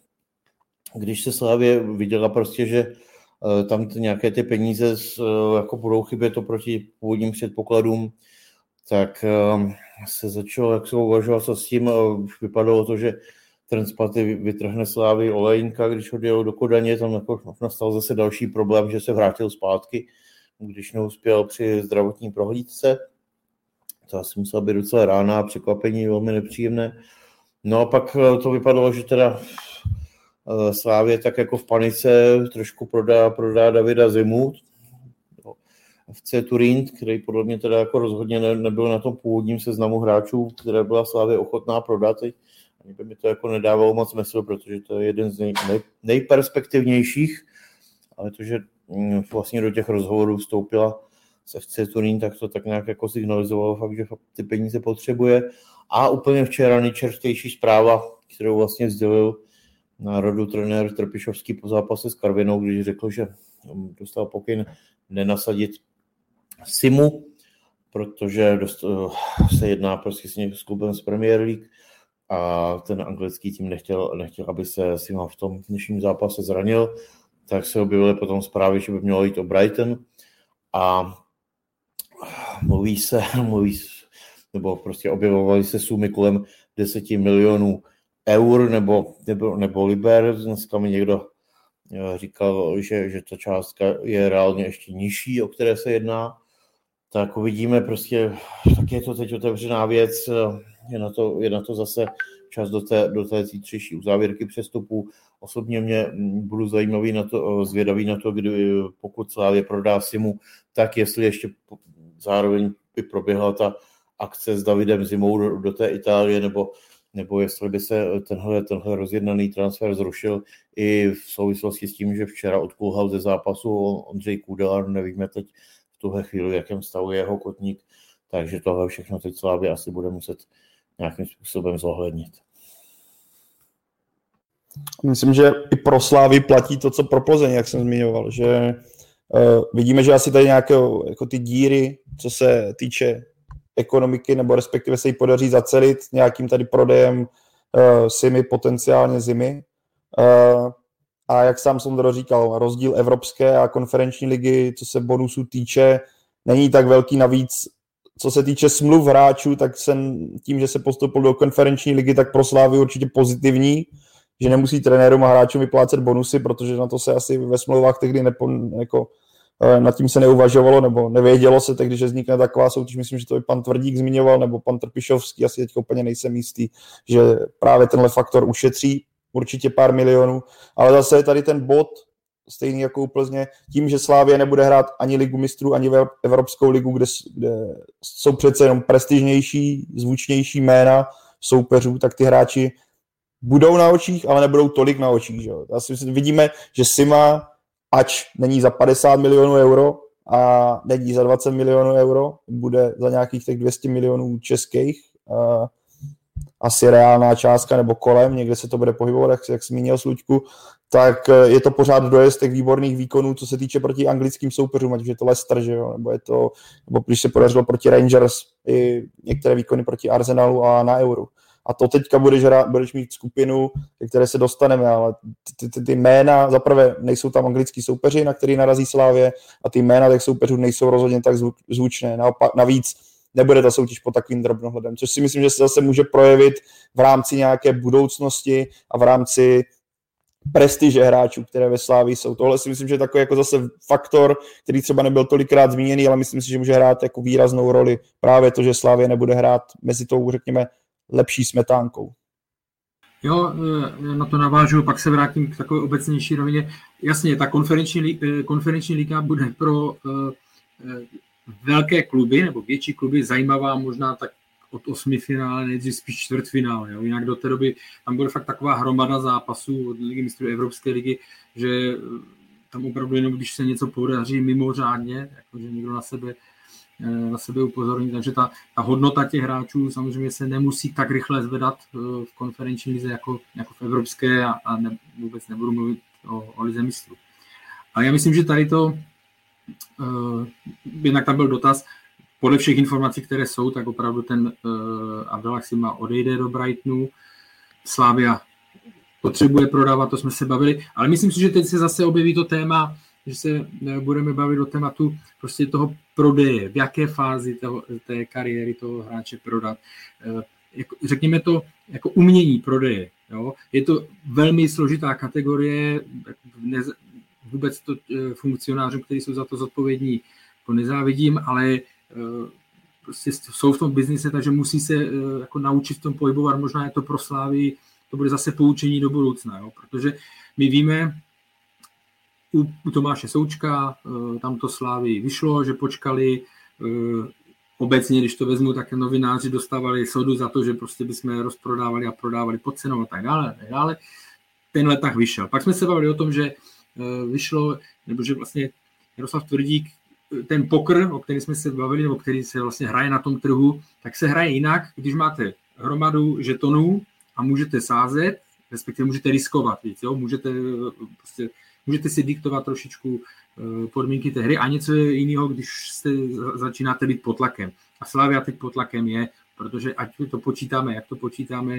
když se Slavie viděla prostě, že tam nějaké ty peníze jako budou chybět oproti původním předpokladům, tak se začalo jak se uvažovat, co s tím. Už vypadalo to, že Transpaty vytrhne Slávy Olejnka, když odjel do Kodaně, tam jako nastal zase další problém, že se vrátil zpátky, když neuspěl při zdravotní prohlídce. To asi musela být docela rána a překvapení velmi nepříjemné. No a pak to vypadalo, že teda Slávě tak jako v panice trošku prodá Davida Zimu, FC Turín, který podle mě teda jako rozhodně nebyl na tom původním seznamu hráčů, které byla Slávě ochotná prodat. Ani by mi to jako nedávalo moc smysl, protože to je jeden z nejperspektivnějších, ale to, že vlastně do těch rozhovorů vstoupila se FC Turín, tak to tak nějak jako signalizovalo fakt, že ty peníze potřebuje. A úplně včera nejčerstvější zpráva, kterou vlastně sdělil národu trenér Trpišovský po zápase s Karvinou, když řekl, že dostal pokyn nenasadit Simu, protože se jedná prostě s klubem z Premier League a ten anglický tým nechtěl, aby se Sima v tom dnešním zápase zranil, tak se objevily potom zprávy, že by mělo jít o Brighton a mluví se, nebo prostě objevovaly se sumy kolem 10 milionů eur nebo liber. Dneska mi někdo říkal, že ta částka je reálně ještě nižší, o které se jedná. Tak uvidíme, prostě tak je to teď otevřená věc, je na to zase čas do té zítřejší uzávěrky přestupů. Osobně mě budu zvědavý na to, kdy, pokud Slavia prodá Simu, tak jestli ještě zároveň by proběhla ta akce s Davidem Zimou do té Itálie, nebo jestli by se tenhle rozjednaný transfer zrušil i v souvislosti s tím, že včera odkulhal ze zápasu Ondřej Kůdela, nevíme teď v tuhle chvíli, v jakém stavu je jeho kotník, takže tohle všechno teď Slavia asi bude muset nějakým způsobem zohlednit. Myslím, že i pro Slávy platí to, co pro Plzeň, jak jsem zmiňoval, že vidíme, že asi tady nějaké jako ty díry, co se týče ekonomiky, nebo respektive se jí podaří zacelit nějakým tady prodejem Simy, potenciálně Zimy. A jak sám Sondro říkal, rozdíl evropské a konferenční ligy, co se bonusů týče, není tak velký. Navíc, co se týče smluv hráčů, tak tím, že se postoupil do konferenční ligy, tak pro Slávy určitě pozitivní, že nemusí trenérům a hráčům vyplácet bonusy, protože na to se asi ve smlouvách tehdy nad tím se neuvažovalo, nebo nevědělo se tehdy, že vznikne taková soutěž. Myslím, že to i pan Tvrdík zmiňoval, nebo pan Trpišovský, asi teď úplně nejsem jistý, že právě tenhle faktor ušetří určitě pár milionů, ale zase je tady ten bod, stejný jako u Plzně, tím, že Slavia nebude hrát ani Ligu mistrů, ani Evropskou ligu, kde jsou přece jenom prestižnější, zvučnější jména soupeřů, tak ty hráči budou na očích, ale nebudou tolik na očích. Že? Asi vidíme, že Sima, ač není za 50 milionů euro a není za 20 milionů euro, bude za nějakých těch 200 milionů českých, asi reálná částka nebo kolem, někde se to bude pohybovat, jak zmínil Sluďku, tak je to pořád dojezd těch výborných výkonů, co se týče proti anglickým soupeřům, ať už je to Leicester, že jo, nebo když se podařilo proti Rangers i některé výkony proti Arsenalu a na Euro. A to teďka budeš mít skupinu, které se dostaneme, ale ty jména, zaprvé nejsou tam anglický soupeři, na který narazí Slavie, a ty jména těch soupeřů nejsou rozhodně tak zvučné. Navíc nebude ta soutěž pod takovým drobnohledem, což si myslím, že se zase může projevit v rámci nějaké budoucnosti a v rámci prestiže hráčů, které ve Slavii jsou. Tohle si myslím, že je takový jako zase faktor, který třeba nebyl tolikrát zmíněný, ale myslím si, že může hrát jako výraznou roli právě to, že Slavia nebude hrát mezi tou, řekněme, lepší smetánkou. Jo, na to navážu, pak se vrátím k takové obecnější rovině. Jasně, ta konferenční liga bude pro velké kluby nebo větší kluby zajímavá možná tak od 8 finále, nejdřív spíš čtvrtfinále. Jo. Jinak do té doby tam bude fakt taková hromada zápasů od Ligy mistrů Evropské ligy, že tam opravdu jenom, když se něco podaří mimořádně, jakože někdo na sebe upozorní, takže ta hodnota těch hráčů samozřejmě se nemusí tak rychle zvedat v konferenční lize jako v evropské a vůbec nebudu mluvit o lize mistrů. Ale já myslím, že tady to, jednak tam byl dotaz, podle všech informací, které jsou, tak opravdu ten Abdallah Sima odejde do Brightonu, Slavia potřebuje prodávat, to jsme se bavili, ale myslím si, že teď se zase objeví to téma, že se budeme bavit o tématu prostě toho prodeje, v jaké fázi té kariéry toho hráče prodat. Řekněme to jako umění prodeje. Jo? Je to velmi složitá kategorie, vůbec to funkcionářům, kteří jsou za to zodpovědní, to nezávidím, ale prostě jsou v tom biznise, takže musí se jako naučit v tom pohybovat. Možná je to pro Slávy, to bude zase poučení do budoucna, jo? Protože my víme, u Tomáše Součka, tam to Slávy vyšlo, že počkali, obecně, když to vezmu, tak novináři dostávali sodu za to, že prostě bychom rozprodávali a prodávali pod cenou a tak dále. Tenhle tak vyšel. Pak jsme se bavili o tom, že vyšlo, nebo že vlastně Jaroslav Tvrdík, ten poker, o který jsme se bavili, nebo který se vlastně hraje na tom trhu, tak se hraje jinak, když máte hromadu žetonů a můžete sázet, respektive můžete riskovat víc, jo? Můžete si diktovat trošičku podmínky té hry a něco je jiného, když začínáte být pod tlakem. A Slavia teď pod tlakem je, protože ať to počítáme, jak to počítáme,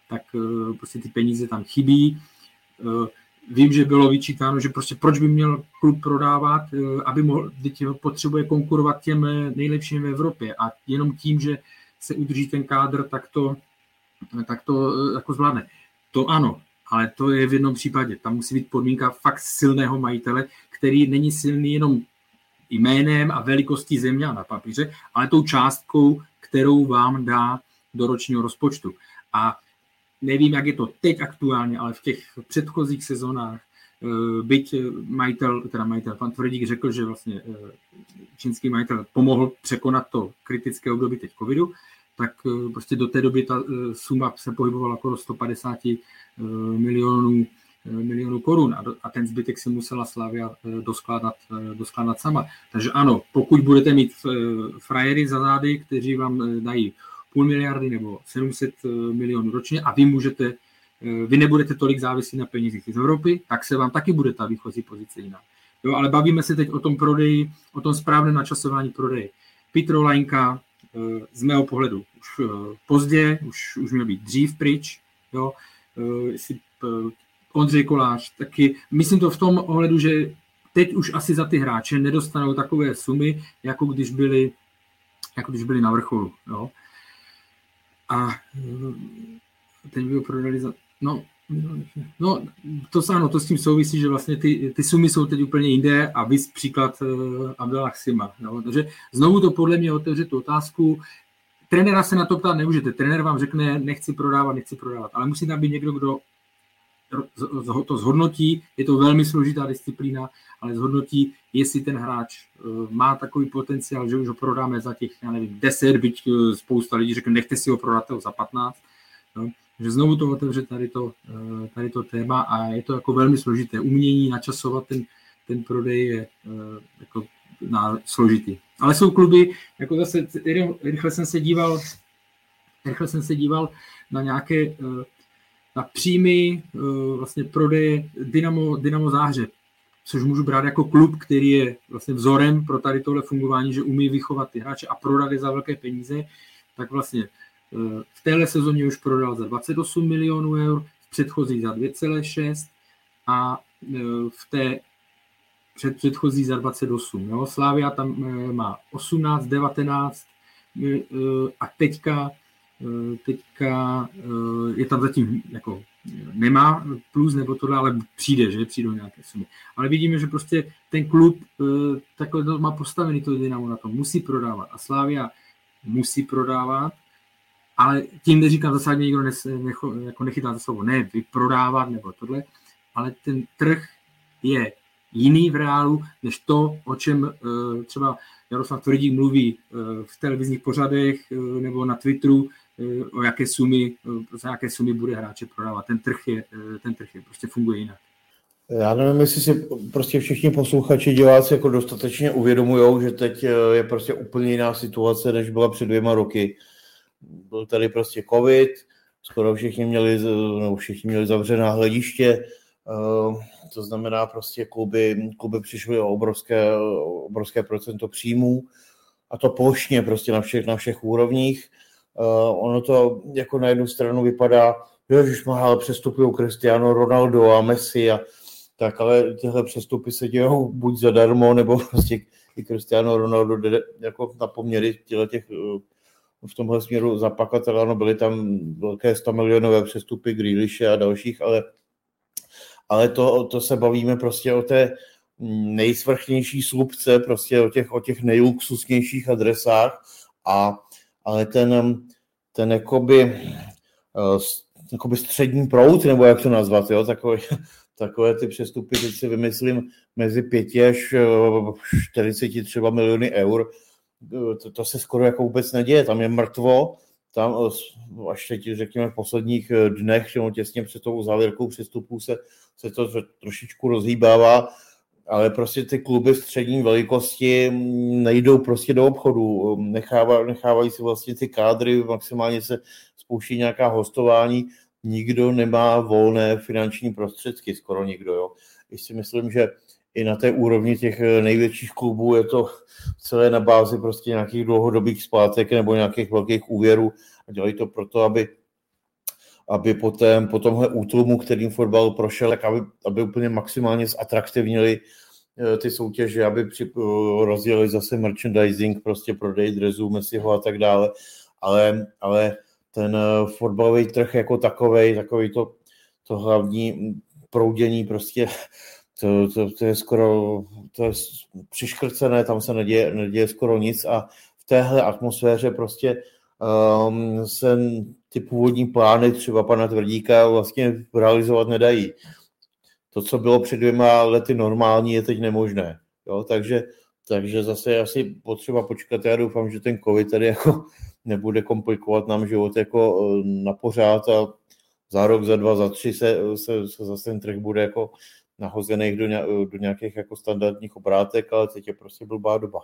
tak prostě ty peníze tam chybí. Vím, že bylo vyčítáno, že prostě proč by měl klub prodávat, aby mohl, potřebuje konkurovat těm nejlepším v Evropě a jenom tím, že se udrží ten kádr, tak to jako zvládne. To ano, ale to je v jednom případě. Tam musí být podmínka fakt silného majitele, který není silný jenom jménem a velikostí země na papíře, ale tou částkou, kterou vám dá do ročního rozpočtu. A nevím, jak je to teď aktuálně, ale v těch předchozích sezónách, byť majitel, pan Tvrdík řekl, že vlastně čínský majitel pomohl překonat to kritické období teď covidu, tak prostě do té doby ta suma se pohybovala okolo 150 milionů korun a ten zbytek si musela Slavia doskládat sama. Takže ano, pokud budete mít frajery za zády, kteří vám dají 0,5 miliardy nebo 700 milionů ročně a vy nebudete tolik závislí na penězích z Evropy, tak se vám taky bude ta výchozí pozice jiná. Jo, ale bavíme se teď o tom prodeji, o tom správném načasování prodeje. Petr Laňka z mého pohledu už pozdě, už měl být dřív pryč, jo, Ondřej Kolář taky, myslím to v tom ohledu, že teď už asi za ty hráče nedostanou takové sumy, jako když byli na vrcholu, jo. A teď by ho prodali za... No, to s tím souvisí, že vlastně ty sumy jsou teď úplně jinde a vys příklad Abdallah Sima. No, takže znovu to podle mě otevře tu otázku. Trenéra se na to ptát nemůžete. Trenér vám řekne, nechci prodávat, ale musí tam být někdo, kdo to zhodnotí. Je to velmi složitá disciplína, ale zhodnotí, jestli ten hráč má takový potenciál, že už ho prodáme za těch, 10, byť spousta lidí řekne, nechte si ho prodat za 15. No. Že znovu to otevře tady to téma a je to jako velmi složité. Umění načasovat ten prodej je jako složitý. Ale jsou kluby, jako zase rychle jsem se díval na nějaké na příjmy vlastně prodeje Dynamo Záhřeb, což můžu brát jako klub, který je vlastně vzorem pro tady tohle fungování, že umí vychovat ty hráče a prodat je za velké peníze, tak vlastně v téhle sezóně už prodal za 28 milionů eur, v předchozí za 2,6 a v té předchozí za 28. Jo? Slavia tam má 18, 19 a teďka je tam zatím jako nemá plus nebo tohle, ale přijdou nějaké sumy. Ale vidíme, že prostě ten klub takhle to má postavený to Dynamo na tom, musí prodávat a Slavia musí prodávat, ale tím neříkám zase, někdo jako nechytá za slovo, ne vyprodávat nebo tohle, ale ten trh je jiný v reálu, než to, o čem třeba Jaroslav Tvrdík mluví v televizních pořadech nebo na Twitteru, za jaké sumy bude hráče prodávat. Ten trh je prostě funguje jinak. Já nevím, jestli si prostě všichni posluchači, diváci jako dostatečně uvědomujou, že teď je prostě úplně jiná situace, než byla před 2 roky. Byl tady prostě covid, skoro všichni měli zavřená hlediště, to znamená prostě kluby přišly o obrovské procento příjmů a to plošně prostě na všech úrovních. Ono to jako na jednu stranu vypadá, že ježišmarja, přestupují Cristiano Ronaldo a Messi a tak, ale tyhle přestupy se dějou buď zadarmo, nebo prostě i Cristiano Ronaldo jde jako na poměry těch v tomhle směru zapakateláno, byly tam velké 100 milionové přestupy Grealishe a dalších, ale to se bavíme prostě o té nejsvrchnější slupce, prostě o těch nejluxusnějších adresách, ale ten jakoby střední proud, nebo jak to nazvat, jo, takové ty přestupy, teď si vymyslím, mezi 5 až 40 třeba miliony eur, to se skoro jako vůbec neděje, tam je mrtvo, tam až teď řekněme v posledních dnech, těsně před tou závěrkou přestupů se to trošičku rozhýbává, ale prostě ty kluby střední velikosti nejdou prostě do obchodu, nechávají si vlastně ty kádry, maximálně se spouští nějaká hostování, nikdo nemá volné finanční prostředky, skoro nikdo, jo. I si myslím, že i na té úrovni těch největších klubů je to celé na bázi prostě nějakých dlouhodobých splátek nebo nějakých velkých úvěrů a dělají to proto, aby po tomhle útlumu, kterým fotbal prošel, tak aby úplně maximálně zatraktivnili ty soutěže, aby rozdělili zase merchandising, prostě prodej dresů, Messiho a tak dále, ale ten fotbalový trh jako takový to hlavní proudění prostě to je skoro přiškrcené, tam se neděje skoro nic a v téhle atmosféře prostě se ty původní plány třeba pana Tvrdíka vlastně realizovat nedají. To, co bylo před 2 lety normální, je teď nemožné. Jo? Takže zase je asi potřeba počkat. Já doufám, že ten covid tady jako nebude komplikovat nám život jako na pořád a za rok, za 2, za 3 se zase ten trh bude jako nahozený do nějakých jako standardních obrátek, ale teď je prostě blbá doba.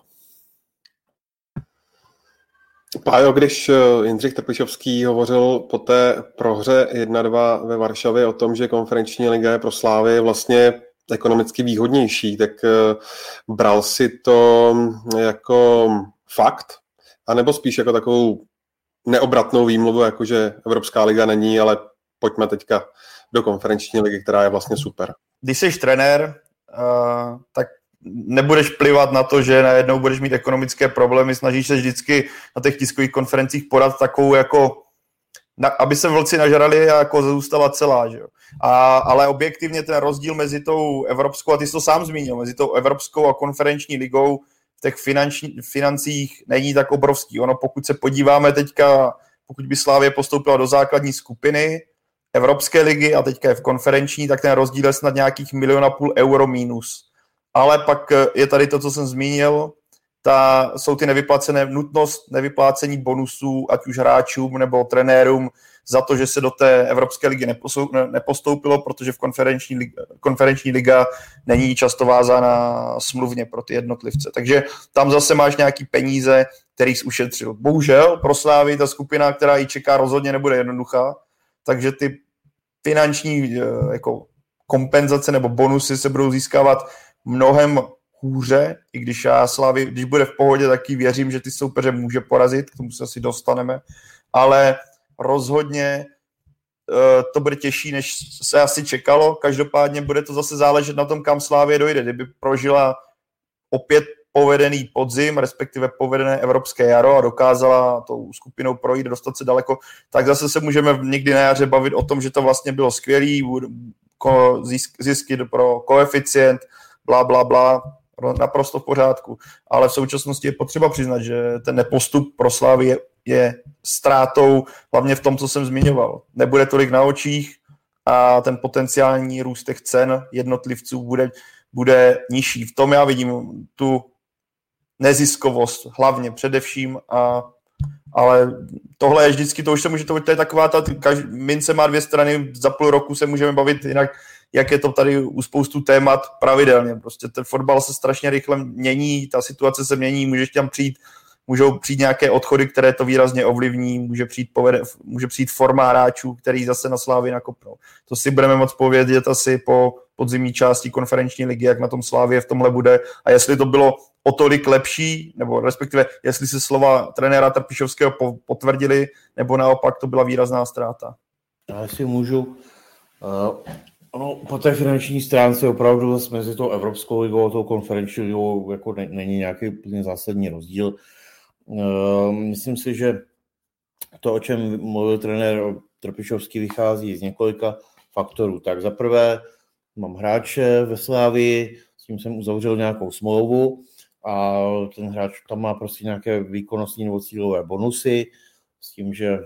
Pájo, když Jindřich Trpišovský hovořil po té prohře 1-2 ve Varšavě o tom, že konferenční liga je pro Slávy vlastně ekonomicky výhodnější, tak bral si to jako fakt, anebo spíš jako takovou neobratnou výmluvu, jako že Evropská liga není, ale pojďme teďka do konferenční ligy, která je vlastně super. Když jsi trenér, tak nebudeš plivat na to, že najednou budeš mít ekonomické problémy, snažíš se vždycky na těch tiskových konferencích podat takovou jako, aby se vlci nažrali a jako zůstala celá, že jo. Ale objektivně ten rozdíl mezi tou evropskou, a ty jsi to sám zmínil, mezi tou evropskou a konferenční ligou v těch financích není tak obrovský. Ono, pokud se podíváme teďka, pokud by Slavia postoupila do základní skupiny Evropské ligy a teďka je v konferenční, tak ten rozdíl je snad nějakých 1,5 milionu euro mínus. Ale pak je tady to, co jsem zmínil, jsou ty nutnost nevyplácení bonusů, ať už hráčům nebo trenérům, za to, že se do té Evropské ligy nepostoupilo, protože v konferenční liga není často vázána smluvně pro ty jednotlivce. Takže tam zase máš nějaký peníze, který jsi ušetřil. Bohužel pro Slávy ta skupina, která ji čeká, rozhodně nebude jednoduchá, takže ty finanční jako kompenzace nebo bonusy se budou získávat mnohem hůře, i když Slávy, když bude v pohodě, tak věřím, že ty soupeře může porazit, k tomu se asi dostaneme, ale rozhodně to bude těžší, než se asi čekalo. Každopádně bude to zase záležet na tom, kam Slavie dojde. Kdyby prožila opět povedený podzim, respektive povedené evropské jaro a dokázala tou skupinou projít, dostat se daleko, tak zase se můžeme někdy na jaře bavit o tom, že to vlastně bylo skvělý, zisky pro koeficient, blá, naprosto v pořádku. Ale v současnosti je potřeba přiznat, že ten nepostup pro Slávy je ztrátou, hlavně v tom, co jsem zmiňoval. Nebude tolik na očích a ten potenciální růst těch cen jednotlivců bude nižší. V tom já vidím tu neziskovost hlavně především, ale tohle je vždycky, to je taková mince má 2 strany, za půl roku se můžeme bavit jinak, jak je to tady u spoustu témat pravidelně. Prostě ten fotbal se strašně rychle mění, ta situace se mění, můžou přijít nějaké odchody, které to výrazně ovlivní, může přijít forma hráčů, který zase na Slávii nakopnou. To si budeme moct povědět asi po podzimní části konferenční ligy, jak na tom Slávie v tomhle bude a jestli to bylo o tolik lepší, nebo respektive jestli se slova trenéra Trpišovského potvrdili, nebo naopak to byla výrazná ztráta. Já si můžu... po té finanční stránce opravdu mezi tou Evropskou ligou a tou konferenční ligou jako není nějaký úplně zásadní rozdíl. Myslím si, že to, o čem mluvil trenér Trpišovský, vychází z několika faktorů. Tak za prvé mám hráče ve Slávii, s tím jsem uzavřel nějakou smlouvu a ten hráč tam má prostě nějaké výkonnostní nebo cílové bonusy s tím, že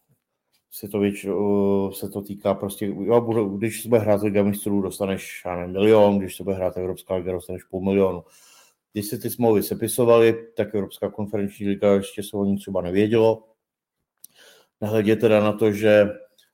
se to týká prostě, když se bude hrát Liga mistrů, dostaneš 1 milion, když se bude hrát Evropská liga, dostaneš 500 000. Když se ty smlouvy sepisovaly, tak Evropská konferenční liga ještě se o ní třeba nevědělo. Nehledě teda na to, že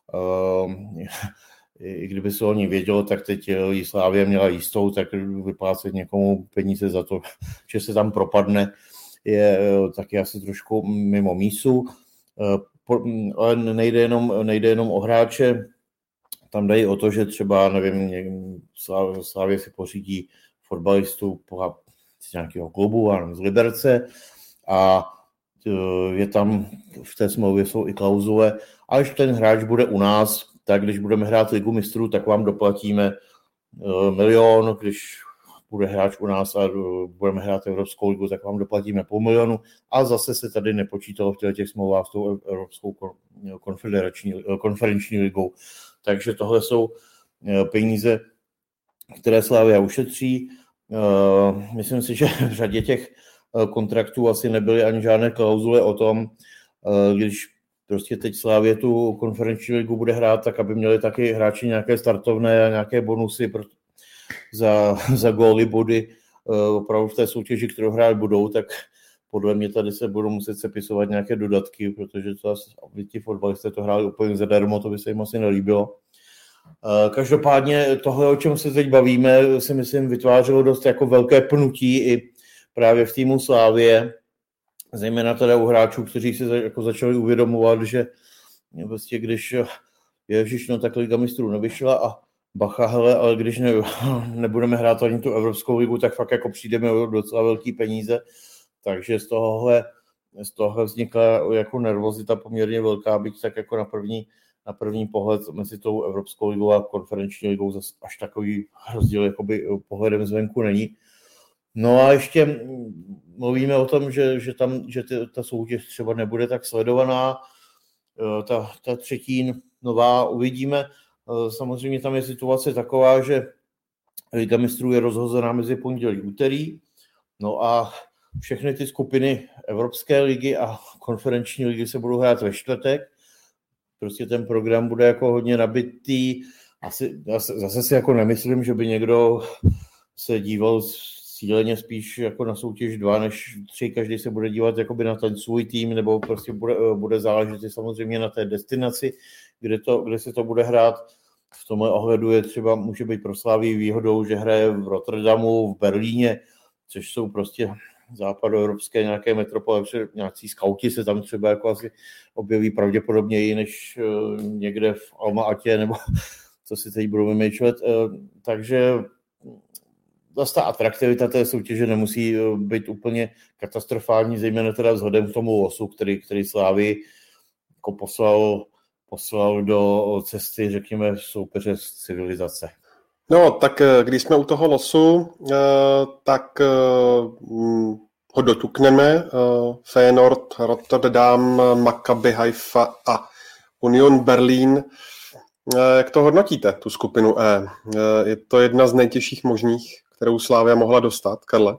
i kdyby se o ní vědělo, tak teď Slavia měla jistou, tak vyplácet někomu peníze za to, že se tam propadne, je taky asi trošku mimo mísu. Ale nejde jenom o hráče, tam dají o to, že třeba, nevím, Slavie si pořídí fotbalistu z nějakého klubu, z Liberce a je tam, v té smlouvě jsou i klauzule, a když ten hráč bude u nás, tak když budeme hrát Ligu mistrů, tak vám doplatíme 1 milion, když bude hráč u nás a budeme hrát Evropskou ligu, tak vám doplatíme 500 000 a zase se tady nepočítalo v těch smlouvách s tou Evropskou konferenční ligou. Takže tohle jsou peníze, které Slavia ušetří. Myslím si, že v řadě těch kontraktů asi nebyly ani žádné klauzule o tom, když prostě teď Slavia tu konferenční ligu bude hrát, tak aby měli taky hráči nějaké startovné a nějaké bonusy za góly, body opravdu v té soutěži, kterou hrát budou, tak podle mě tady se budou muset sepisovat nějaké dodatky, protože to ti fotbalisté to hráli úplně zadarmo, to by se jim asi nelíbilo. Každopádně tohle, o čem se teď bavíme, si myslím, vytvářelo dost jako velké pnutí i právě v týmu Slavie, zejména teda u hráčů, kteří si jako začali uvědomovat, že vlastně když tak Liga mistrů nevyšla a bacha, hele, ale když nebudeme hrát ani tu Evropskou ligu, tak fakt jako přijdeme o docela velký peníze, takže z tohohle vznikla jako nervozita poměrně velká, byť tak jako na první pohled mezi tou Evropskou ligou a konferenční ligou až takový rozdíl jakoby pohledem zvenku není. No a ještě mluvíme o tom, že ta soutěž třeba nebude tak sledovaná, ta třetín nová, uvidíme. Samozřejmě tam je situace taková, že Liga mistrů je rozhozená mezi pondělí a úterý, no a všechny ty skupiny Evropské ligy a konferenční ligy se budou hrát ve čtvrtek. Prostě ten program bude jako hodně nabitý. Zase si jako nemyslím, že by někdo se díval cíleně spíš jako na soutěž 2 než 3, každý se bude dívat jakoby na ten svůj tým, nebo prostě bude záležet samozřejmě na té destinaci, kde se to bude hrát. V tomhle ohledu může být pro Slavii výhodou, že hraje v Rotterdamu, v Berlíně, což jsou prostě západoevropské nějaké metropole, nějací skauti se tam třeba jako asi objeví pravděpodobněji než někde v Alma-Atě, nebo co si teď budou vymýšlet. Takže zase ta atraktivita té soutěže nemusí být úplně katastrofální, zejména teda vzhledem k tomu losu, který Slavii jako poslal do cesty, řekněme, soupeře z civilizace. No, tak když jsme u toho losu, tak ho dotukneme. Feyenoord, Rotterdam, Maccabi Haifa a Union Berlin. Jak to hodnotíte, tu skupinu E? Je to jedna z nejtěžších možných, kterou Slavia mohla dostat, Karle?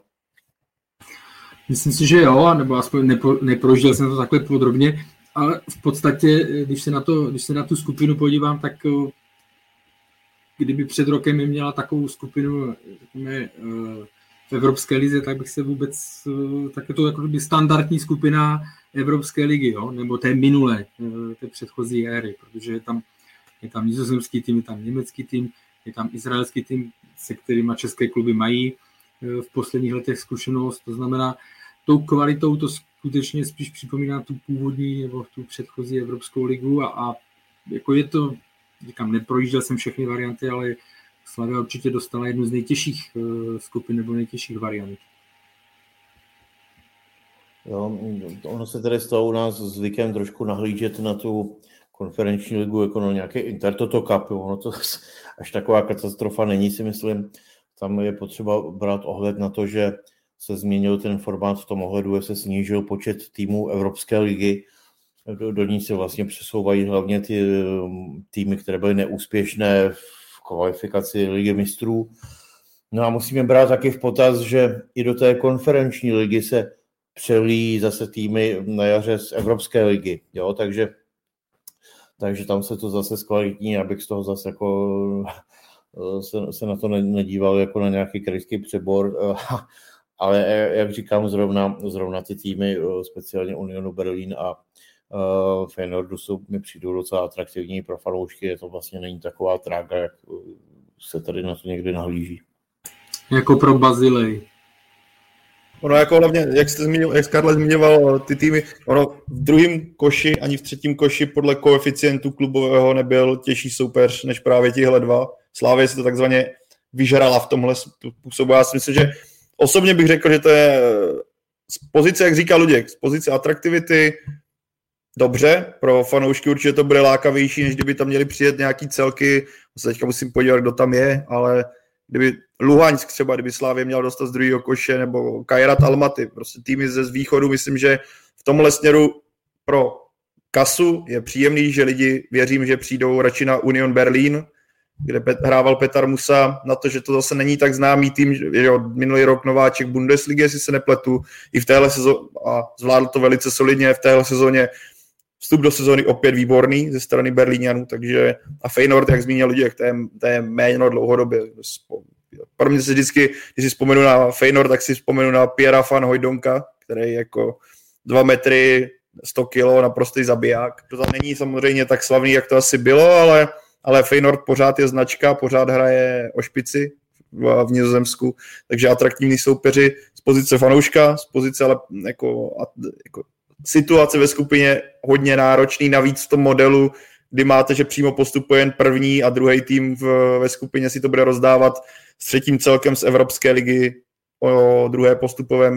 Myslím si, že jo, nebo aspoň neprožil jsem to takhle podrobně, ale v podstatě, když se na tu skupinu podívám, tak kdyby před rokem měla takovou skupinu v Evropské lize, tak bych se vůbec, tak je to jako standardní skupina Evropské ligy, jo? Nebo té minulé, té předchozí éry, protože je tam nizozemský tým, je tam německý tým, je tam izraelský tým, se kterýma české kluby mají v posledních letech zkušenost, to znamená, tou kvalitou to skutečně spíš připomíná tu původní nebo tu předchozí Evropskou ligu a jako je to, říkám, neprojížděl jsem všechny varianty, ale Slavia určitě dostala jednu z nejtěžších skupin nebo nejtěžších variant. Jo, ono se tady stalo u nás zvykem trošku nahlížet na tu konferenční ligu jako na nějaký Intertoto Cup. Ono to až taková katastrofa není, si myslím. Tam je potřeba brát ohled na to, že se změnil ten formát v tom ohledu, že se snížil počet týmů Evropské ligy. Do ní se vlastně přesouvají hlavně ty týmy, které byly neúspěšné v kvalifikaci Ligy mistrů. No a musíme brát taky v potaz, že i do té konferenční ligy se přelíjí zase týmy na jaře z Evropské ligy. Jo? Takže tam se to zase zkvalitní, abych z toho zase jako se na to nedíval jako na nějaký krajský přebor. Ale jak říkám, zrovna ty týmy, speciálně Unionu Berlín a Feyenoordu mi přijdou docela atraktivní pro fanoušky, to vlastně není taková trága, jak se tady na to někdy nahlíží. Jako pro Bazilej. Ono jako hlavně, jak Karle zmiňoval ty týmy, ono v druhém koši ani v třetím koši podle koeficientu klubového nebyl těžší soupeř než právě tihle dva. Slavia se to takzvaně vyžrala v tomhle způsobu. Já si myslím, že osobně bych řekl, že to je z pozice, jak říká Luděk, z pozice atraktivity dobře, pro fanoušky určitě to bude lákavější, než kdyby tam měli přijet nějaký celky, teďka musím podívat, kdo tam je, ale kdyby Luhansk třeba, kdyby Slavia měl dostat z druhého koše, nebo Kairat Almaty, prostě týmy z východu, myslím, že v tomhle směru pro kasu je příjemný, že lidi, věřím, že přijdou radši na Union Berlin, kde hrával Petar Musa, na to, že to zase není tak známý tým, že minulý rok nováček Bundesligy, jestli se nepletu, i v téhle sezóně, a zvládl to velice solidně v téhle sezóně, vstup do sezóny opět výborný ze strany Berlíňanů, takže a Feyenoord, jak zmínil Luděk, to je jméno dlouhodobě. Pro mě se vždycky, když si vzpomenu na Feyenoord, tak si vzpomenu na Piera van Hooijdonka, který je jako 2 metry, 100 kilo, naprostý zabiják. To tam není samozřejmě tak slavný, jak to asi bylo, ale Feyenoord pořád je značka, pořád hraje o špici v Nizozemsku, takže atraktivní soupeři z pozice fanouška, z pozice ale jako situace ve skupině hodně náročný, navíc v tom modelu, kdy máte, že přímo postupuje jen první a druhý tým ve skupině si to bude rozdávat s třetím celkem z Evropské ligy o druhé postupové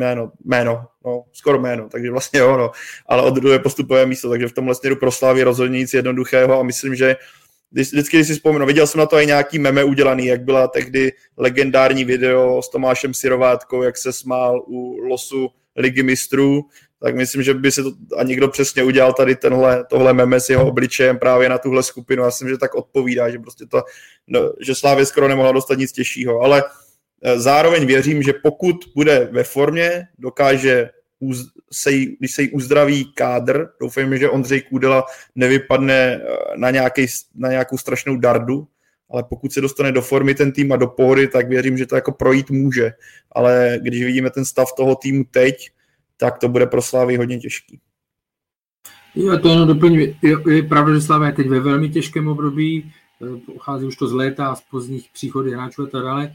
skoro jméno, takže vlastně ale o druhé postupové místo, takže v tomhle směru pro Slavii rozhodně nic jednoduchého a myslím, že vždycky, když si vzpomenu, viděl jsem na to i nějaký meme udělaný, jak byla tehdy legendární video s Tomášem Syrovátkou, jak se smál u losu Ligy mistrů, tak myslím, že by se to a někdo přesně udělal tady tohle meme s jeho obličejem právě na tuhle skupinu. Já myslím, že tak odpovídá, že prostě že Slavia skoro nemohla dostat nic těžšího, ale zároveň věřím, že pokud bude ve formě, dokáže, když se jí uzdraví kádr, doufejme, že Ondřej Kůdela nevypadne na nějakou strašnou dardu, ale pokud se dostane do formy ten tým a do pohody, tak věřím, že to jako projít může. Ale když vidíme ten stav toho týmu teď, tak to bude pro Slavii hodně těžký. Jo, to jenom doplním. Je pravda, že Slavia je teď ve velmi těžkém období, pochází už to z léta a z pozdních příchody hráčů a tak dále.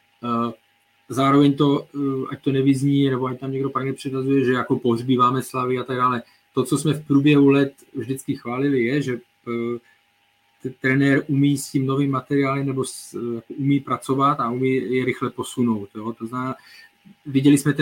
Zároveň to, ať to nevyzní, nebo ať tam někdo pak nepředazuje, že jako pohřbíváme Slavii a tak dále. To, co jsme v průběhu let vždycky chválili, je, že trenér umí s tím novým materiálem nebo umí pracovat a umí je rychle posunout. Jo? To znamená, viděli jsme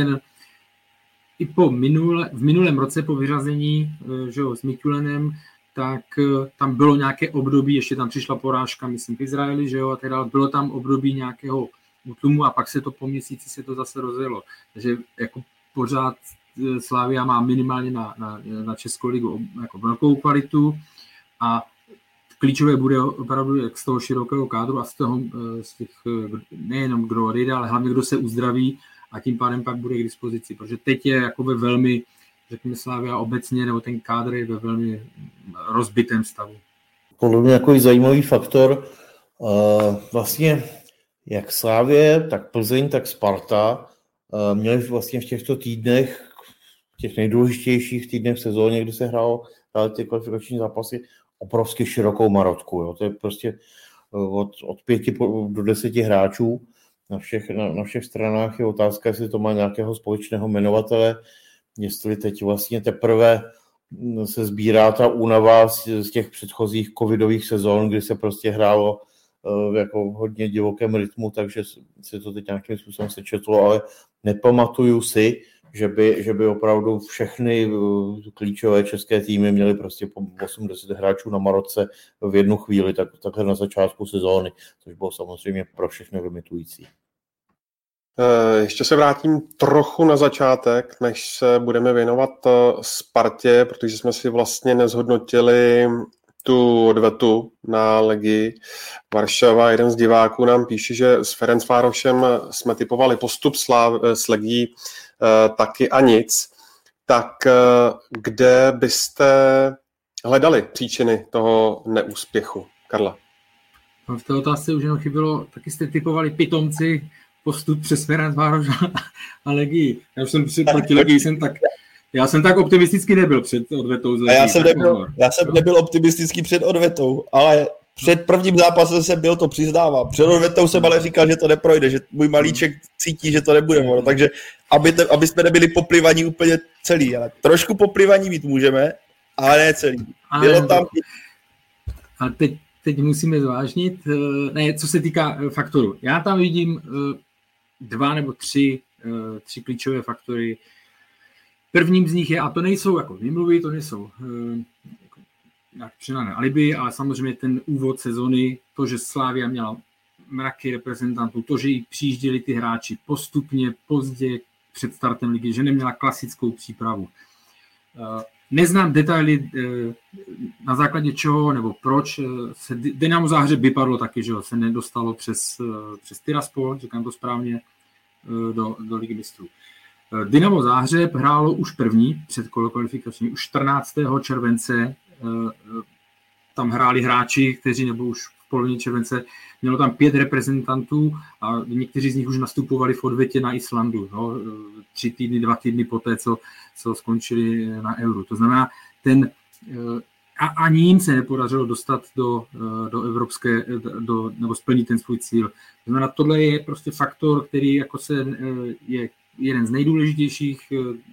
i v minulém roce po vyřazení, že jo, s Mikulenem, tak tam bylo nějaké období, ještě tam přišla porážka, myslím, v Izraeli, že jo, a teda bylo tam období nějakého útlumu a pak se to po měsíci se to zase rozjelo. Takže jako pořád Slavia má minimálně na Českou ligu jako velkou kvalitu a klíčové bude opravdu z toho širokého kádru a z těch nejenom kdo odejde, ale hlavně kdo se uzdraví a tím pádem pak bude k dispozici, protože teď je jako ve velmi, řekněme Slavia obecně, nebo ten kádr je ve velmi rozbitém stavu. Podle mě jako zajímavý faktor, vlastně jak Slavie, tak Plzeň, tak Sparta měli vlastně v těchto týdnech, v těch nejdůležitějších týdnech v sezóně, kdy se hrály ty kvalifikační zápasy, obrovsky širokou marotku. Jo. To je prostě od 5 do 10 hráčů na všech stranách. Je otázka, jestli to má nějakého společného jmenovatele, jestli teď vlastně teprve se sbírá ta únava z těch předchozích covidových sezón, kdy se prostě hrálo v jako hodně divokém rytmu, takže se to teď nějakým způsobem sečetlo, ale nepamatuju si, že by opravdu všechny klíčové české týmy měly prostě po 80 hráčů na Marotce v jednu chvíli, takhle na začátku sezóny, což bylo samozřejmě pro všechny limitující. Ještě se vrátím trochu na začátek, než se budeme věnovat Spartě, protože jsme si vlastně nezhodnotili tu odvetu na Legii Varšava. Jeden z diváků nám píše, že s Ferencvárošem jsme typovali postup s Legií taky a nic. Tak kde byste hledali příčiny toho neúspěchu? Karla. V té otázce už jenom chybilo, taky jste typovali pitomci postup přes Ferencvároš a Legii. Já už jsem proti Legii já jsem tak optimisticky nebyl před odvetou z Legii. Já jsem nebyl optimistický před odvetou, ale před prvním zápasem jsem byl, to přiznávám. Před odvetou jsem ale říkal, že to neprojde, že můj malíček cítí, že to nebude. Takže aby jsme nebyli poplivaní úplně celý. Ale trošku poplivaní být můžeme, ale ne celý. Bylo tam... A teď musíme zvážnit, co se týká faktorů. Já tam vidím 2 nebo 3 klíčové faktory. Prvním z nich je, a to nejsou jako výmluvy, to nejsou přenané alibi, ale samozřejmě ten úvod sezony, to, že Slavia měla mraky reprezentantů, to, že jí přijížděli ty hráči postupně, pozdě před startem ligy, že neměla klasickou přípravu. Neznám detaily, na základě čeho nebo proč se Dynamo Záhřeb vypadlo taky, že se nedostalo přes Tiraspol, říkám to správně, do Ligy mistrů. Dynamo Záhřeb hrálo už první předkolo kvalifikační, už 14. července tam hráli hráči, kteří nebo už v polovině července mělo tam 5 reprezentantů a někteří z nich už nastupovali v odvětě na Islandu, 2 týdny poté, co skončili na Euru. To znamená, ani jim se nepodařilo dostat do evropské, nebo splnit ten svůj cíl. To znamená, tohle je prostě faktor, který jako je jeden z nejdůležitějších.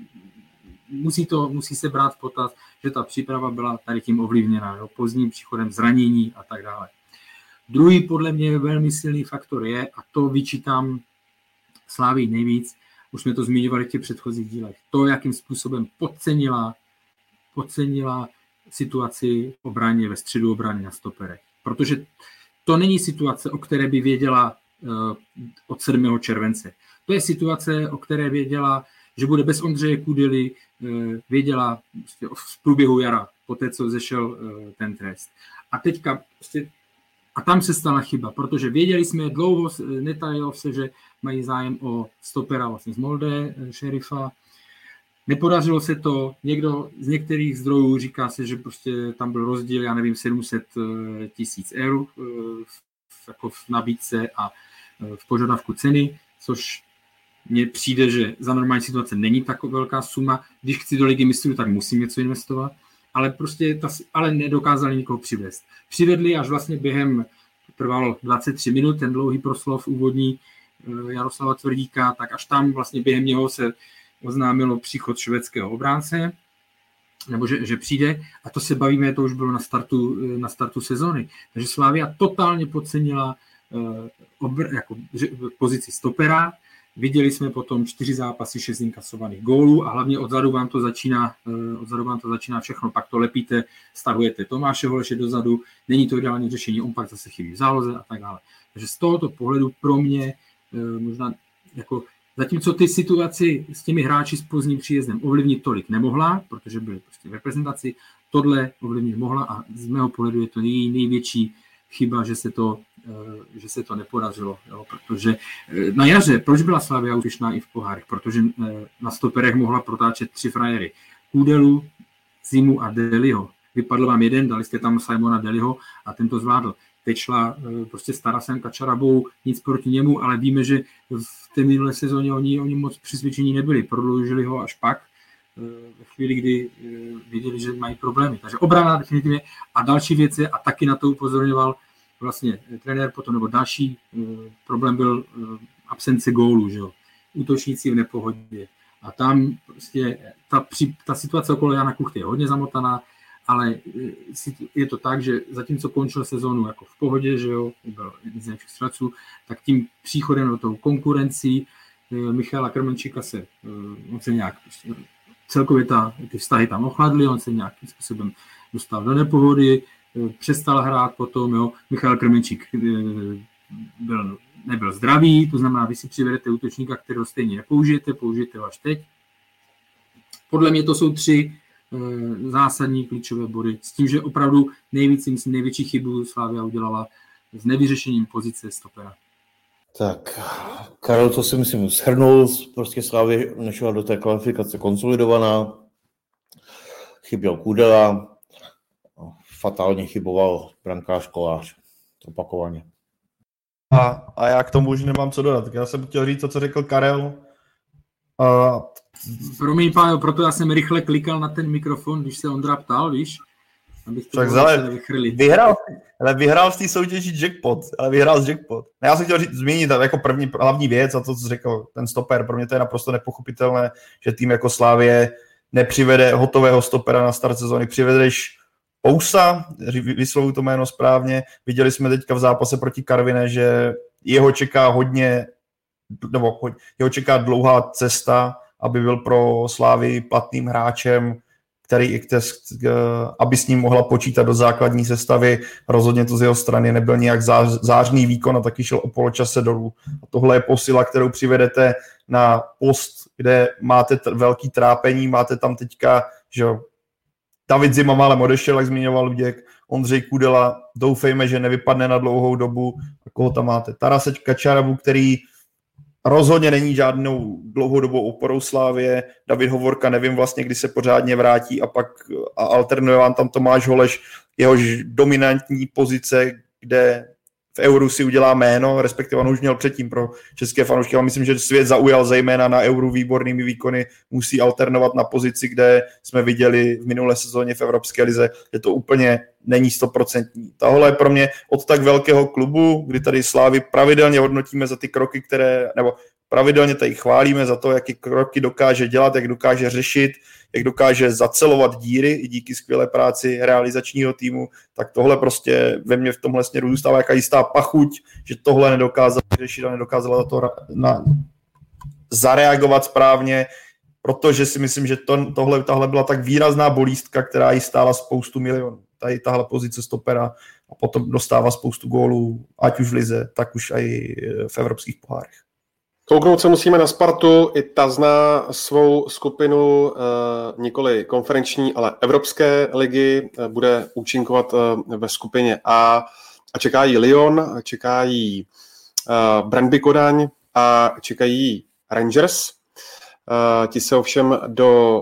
Musí se brát v potaz, že ta příprava byla tady tím ovlivněna, pozdním příchodem zranění a tak dále. Druhý podle mě velmi silný faktor je, a to vyčítám Slavii nejvíc, už jsme to zmiňovali v těch předchozích dílech, to, jakým způsobem podcenila situaci v obraně, ve středu obrany na stoperech. Protože to není situace, o které by věděla od 7. července. To je situace, o které věděla, že bude bez Ondřeje Kudely, věděla v průběhu jara, poté, co zešel ten trest. A teďka a tam se stala chyba, protože věděli jsme dlouho, netajilo se, že mají zájem o stopera vlastně z Molde, Šerifa. Nepodařilo se to, někdo z některých zdrojů říká se, že prostě tam byl rozdíl, já nevím, 700 000 eur jako v nabídce a v požadavku ceny, což mně přijde, že za normální situace není tak velká suma. Když chci do Ligy mistrů, tak musím něco investovat, ale prostě ale nedokázali nikoho přivést. Přivedli až vlastně během, trvalo 23 minut, ten dlouhý proslov úvodní Jaroslava Tvrdíka, tak až tam vlastně během něho se oznámilo příchod švédského obránce, nebo že přijde, a to se bavíme, to už bylo na startu sezony. Takže Slavia totálně podcenila pozici stopera. Viděli jsme potom 4 zápasy, 6 inkasovaných gólů a hlavně odzadu vám to začíná všechno. Pak to lepíte, stahujete Tomáše Holeše dozadu, není to ideální řešení, on pak zase chybí v záloze a tak dále. Takže z tohoto pohledu pro mě možná jako zatímco ty situaci s těmi hráči s pozdním příjezdem ovlivnit tolik nemohla, protože byly prostě v reprezentaci, tohle ovlivnit mohla a z mého pohledu je to největší chyba, že se to nepodařilo. Jo? Protože na jaře, proč byla Slavia úspěšná i v pohárech? Protože na stoperech mohla protáčet 3 frajery. Kudelu, Zimu a Deliho. Vypadl vám jeden, dali jste tam Simona Deliho a ten to zvládl. Teď šla prostě Starasem Kačarabou, nic proti němu, ale víme, že v té minulé sezóně oni moc přesvědčení nebyli. Prodloužili ho až pak, ve chvíli, kdy viděli, že mají problémy. Takže obrana definitivně a další věci, a taky na to upozorňoval vlastně trenér potom, nebo další problém byl absence gólů, že jo. Útočníci v nepohodě. A tam prostě ta situace okolo Jana Kuchty je hodně zamotaná, ale je to tak, že zatímco končil sezónu jako v pohodě, že jo, byl jeden z nejlepších střelců, tak tím příchodem do toho konkurencí Michala Krmenčíka on se nějak celkově ty vztahy tam ochladly, on se nějakým způsobem dostal do nepohody, přestal hrát potom, jo. Michal Krmenčík nebyl zdravý, to znamená, vy si přivedete útočníka, kterého stejně nepoužijete, použijete ho až teď. Podle mě to jsou 3 zásadní klíčové body, s tím, že opravdu největší chybu Slavia udělala s nevyřešením pozice stopera. Tak, Karel, to si myslím shrnul, prostě Slavia nešla do té kvalifikace konsolidovaná, chyběl Kudela, fatálně chyboval brankář Kolář, opakovaně. A já k tomu už nemám co dodat. Já jsem chtěl říct to, co řekl Karel. Promiň, Pájo, proto já jsem rychle klikal na ten mikrofon, když se Ondra ptal, víš? Abych to vyhrál v té soutěži jackpot, Já jsem chtěl zmínit jako první hlavní věc, a to, co řekl ten stoper, pro mě to je naprosto nepochopitelné, že tým jako Slavie nepřivede hotového stopera na start sezóny, přivedeš Ousa, vyslovuji to jméno správně, viděli jsme teďka v zápase proti Karviné, že jeho čeká dlouhá cesta aby byl pro Slávy platným hráčem, aby s ním mohla počítat do základní sestavy. Rozhodně to z jeho strany nebyl nějak zářný výkon a taky šel o poločase dolů. A tohle je posila, kterou přivedete na post, kde máte velký trápení, máte tam teďka, že David Zima málem odešel, jak zmiňoval Luděk, Ondřej Kudela, doufejme, že nevypadne na dlouhou dobu. A koho tam máte? Tarase Kačaravu, který rozhodně není žádnou dlouhodobou oporou Slávie. David Hovorka, nevím vlastně, kdy se pořádně vrátí a pak alternuje vám tam Tomáš Holeš, jehož dominantní pozice, kde v Euru si udělá jméno, respektive on už měl předtím pro české fanoušky, ale myslím, že svět zaujal zejména na Euru výbornými výkony, musí alternovat na pozici, kde jsme viděli v minulé sezóně v Evropské lize, že to úplně není 100%. Tohle je pro mě od tak velkého klubu, kdy tady Slávy pravidelně hodnotíme za ty kroky, nebo pravidelně tady chválíme za to, jaké kroky dokáže dělat, jak dokáže řešit, jak dokáže zacelovat díry i díky skvělé práci realizačního týmu, tak tohle prostě ve mně v tomhle směru zůstává jaká jistá pachuť, že tohle nedokázala řešit a nedokázala to zareagovat správně, protože si myslím, že tahle byla tak výrazná bolístka, která jí stála spoustu milionů. Tady tahle pozice stopera a potom dostává spoustu gólů, ať už v lize, tak už i v evropských pohárech. Kouknout se musíme na Spartu, i ta zná svou skupinu nikoli konferenční, ale evropské ligy, bude účinkovat ve skupině A čekají Lyon, čekají Brøndby Kodaň a čekají Rangers. Ti se ovšem do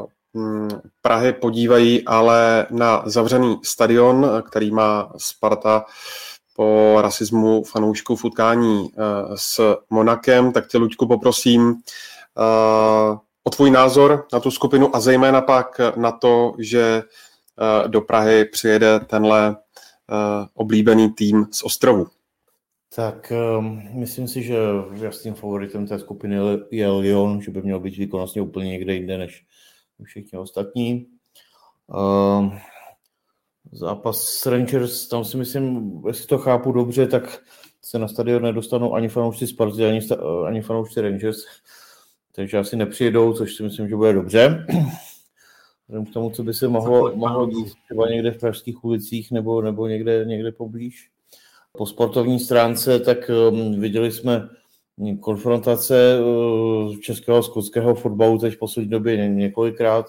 Prahy podívají ale na zavřený stadion, který má Sparta po rasismu fanoušků v utkání s Monakem, tak tě, Luďku, poprosím o tvůj názor na tu skupinu a zejména pak na to, že do Prahy přijede tenhle oblíbený tým z Ostrovu. Tak myslím si, že jasným favoritem té skupiny je Lyon, že by měl být výkonnostně úplně někde jinde než všichni ostatní. Zápas s Rangers, tam si myslím, jestli to chápu dobře, tak se na stadion nedostanou ani fanoušci Sparty, ani fanoušci Rangers, takže asi nepřijedou, což si myslím, že bude dobře. Vzhledem k tomu, co by se mohlo dít třeba někde v pražských ulicích nebo někde poblíž. Po sportovní stránce tak viděli jsme konfrontace českého a skotského fotbalu teď v poslední době několikrát.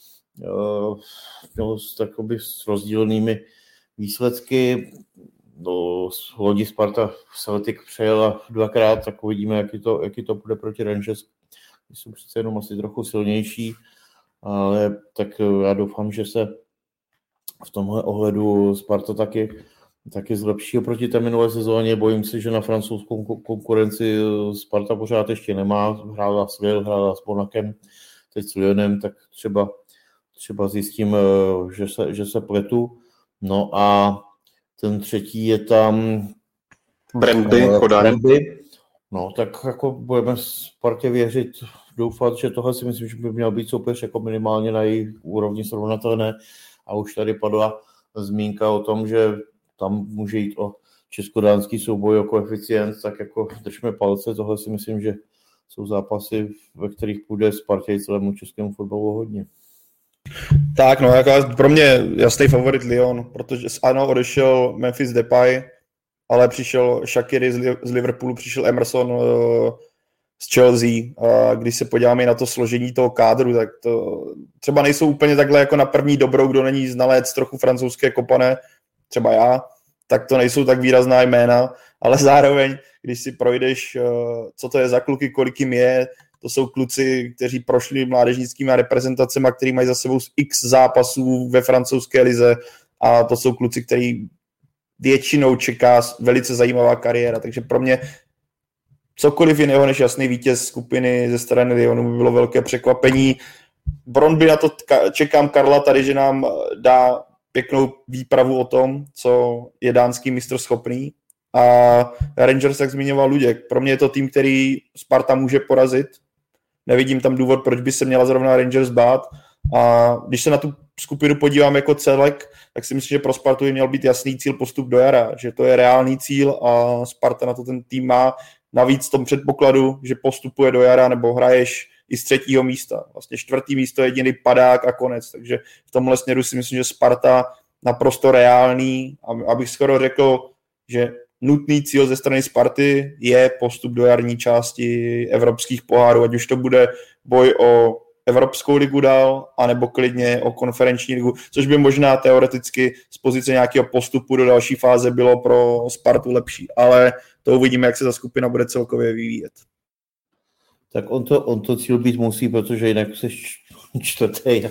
Takoby s rozdílnými výsledky. Do lodi Sparta Celtic přejela dvakrát, tak uvidíme, jaký to bude proti Rangers. Jsou přece jenom asi trochu silnější, ale tak já doufám, že se v tomhle ohledu Sparta taky zlepší oproti té minulé sezóně. Bojím se, že na francouzskou konkurenci Sparta pořád ještě nemá. Hrála s Lille, hrála s Monakem, teď s Lyonem, tak třeba zjistím, že se pletu. No a ten třetí je tam Brøndby Kodaň. No tak jako budeme Spartě věřit, doufat, že tohle si myslím, že by měl být soupeř jako minimálně na jejich úrovni srovnatelné. A už tady padla zmínka o tom, že tam může jít o česko-dánský souboj o koeficient, tak jako držme palce. Tohle si myslím, že jsou zápasy, ve kterých půjde Spartě i celému českému fotbalu hodně. Tak, no, jako pro mě jasný favorit Lyon, protože ano, odešel Memphis Depay, ale přišel Shaqiri z Liverpoolu, přišel Emerson z Chelsea. A když se podíváme na to složení toho kádru, tak to třeba nejsou úplně takhle jako na první dobrou, kdo není znalec trochu francouzské kopané, třeba já, tak to nejsou tak výrazná jména, ale zároveň, když si projdeš, co to je za kluky, kolik jim je, to jsou kluci, kteří prošli mládežnickými reprezentacemi, kteří mají za sebou x zápasů ve francouzské lize a to jsou kluci, který většinou čeká velice zajímavá kariéra, takže pro mě cokoliv jiného než jasný vítěz skupiny ze strany Lyonu by bylo velké překvapení. Brøndby na to čekám Karla tady, že nám dá pěknou výpravu o tom, co je dánský mistr schopný. A Rangers, jak zmiňoval Luděk, pro mě je to tým, který Sparta může porazit. Nevidím tam důvod, proč by se měla zrovna Rangers bát. A když se na tu skupinu podívám jako celek, tak si myslím, že pro Spartu by měl být jasný cíl postup do jara, že to je reálný cíl a Sparta na to ten tým má. Navíc v tom předpokladu, že postupuje do jara nebo hraješ i z 3. místa. Vlastně 4. místo je jediný padák a konec, takže v tomhle směru si myslím, že Sparta naprosto reálný, abych skoro řekl, že nutný cíl ze strany Sparty je postup do jarní části evropských pohárů, ať už to bude boj o Evropskou ligu dál, anebo klidně o konferenční ligu, což by možná teoreticky z pozice nějakého postupu do další fáze bylo pro Spartu lepší, ale to uvidíme, jak se ta skupina bude celkově vyvíjet. Tak on to cíl být musí, protože jinak se čtvrtý.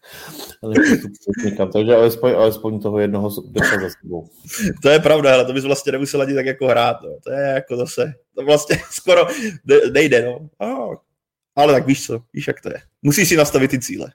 Takže alespoň toho jednoho dostat za sebou. To je pravda, ale to bys vlastně nemusel ani tak jako hrát. No. To je jako zase, to vlastně skoro nejde. No. Ale tak víš co, víš jak to je. Musíš si nastavit ty cíle.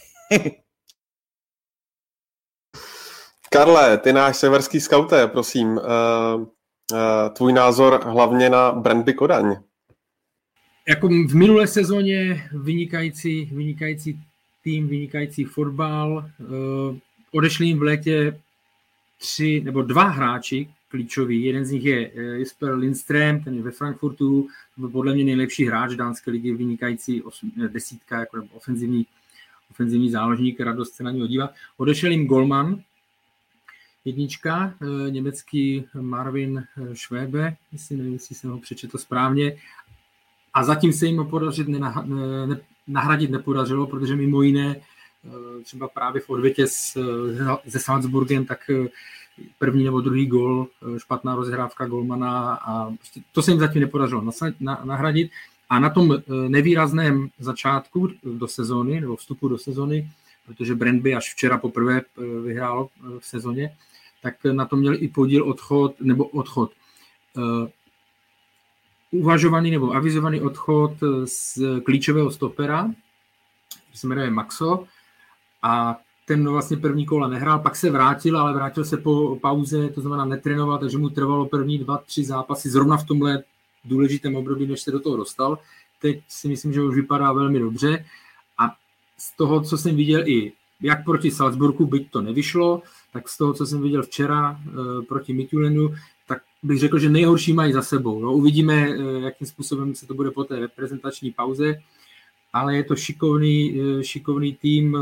Karle, ty náš severský skauté, prosím. Tvůj názor hlavně na Brøndby Kodaň. Jako v minulé sezóně vynikající tým, vynikající fotbal. Odešli jim v létě 3 nebo 2 hráči klíčoví. Jeden z nich je Jesper Lindström, ten je ve Frankfurtu. To byl podle mě nejlepší hráč dánské ligy, vynikající 10, jako ofenzivní záložník, radost se na něho dívat. Odešel jim golman, 1, německý Marvin Schwebe, nevím, jestli jsem ho přečetl správně. A zatím se jim nahradit nepodařilo, protože mimo jiné třeba právě v odvětě se Salzburgem, tak první nebo druhý gól, špatná rozhrávka golmana a prostě to se jim zatím nepodařilo nahradit. A na tom nevýrazném začátku do sezóny, nebo vstupu do sezóny, protože Brøndby až včera poprvé vyhrálo v sezóně, tak na tom měli i podíl odchod. Uvažovaný nebo avizovaný odchod z klíčového stopera, se jmenuje Maxo, a ten vlastně první kola nehrál, pak se vrátil, ale vrátil se po pauze, to znamená netrénoval, takže mu trvalo první 2-3 zápasy zrovna v tomhle důležitém období, než se do toho dostal. Teď si myslím, že už vypadá velmi dobře a z toho, co jsem viděl i jak proti Salzburgu, byť to nevyšlo, tak z toho, co jsem viděl včera proti Midtjyllandu, tak bych řekl, že nejhorší mají za sebou. No, uvidíme, jakým způsobem se to bude po té reprezentační pauze, ale je to šikovný tým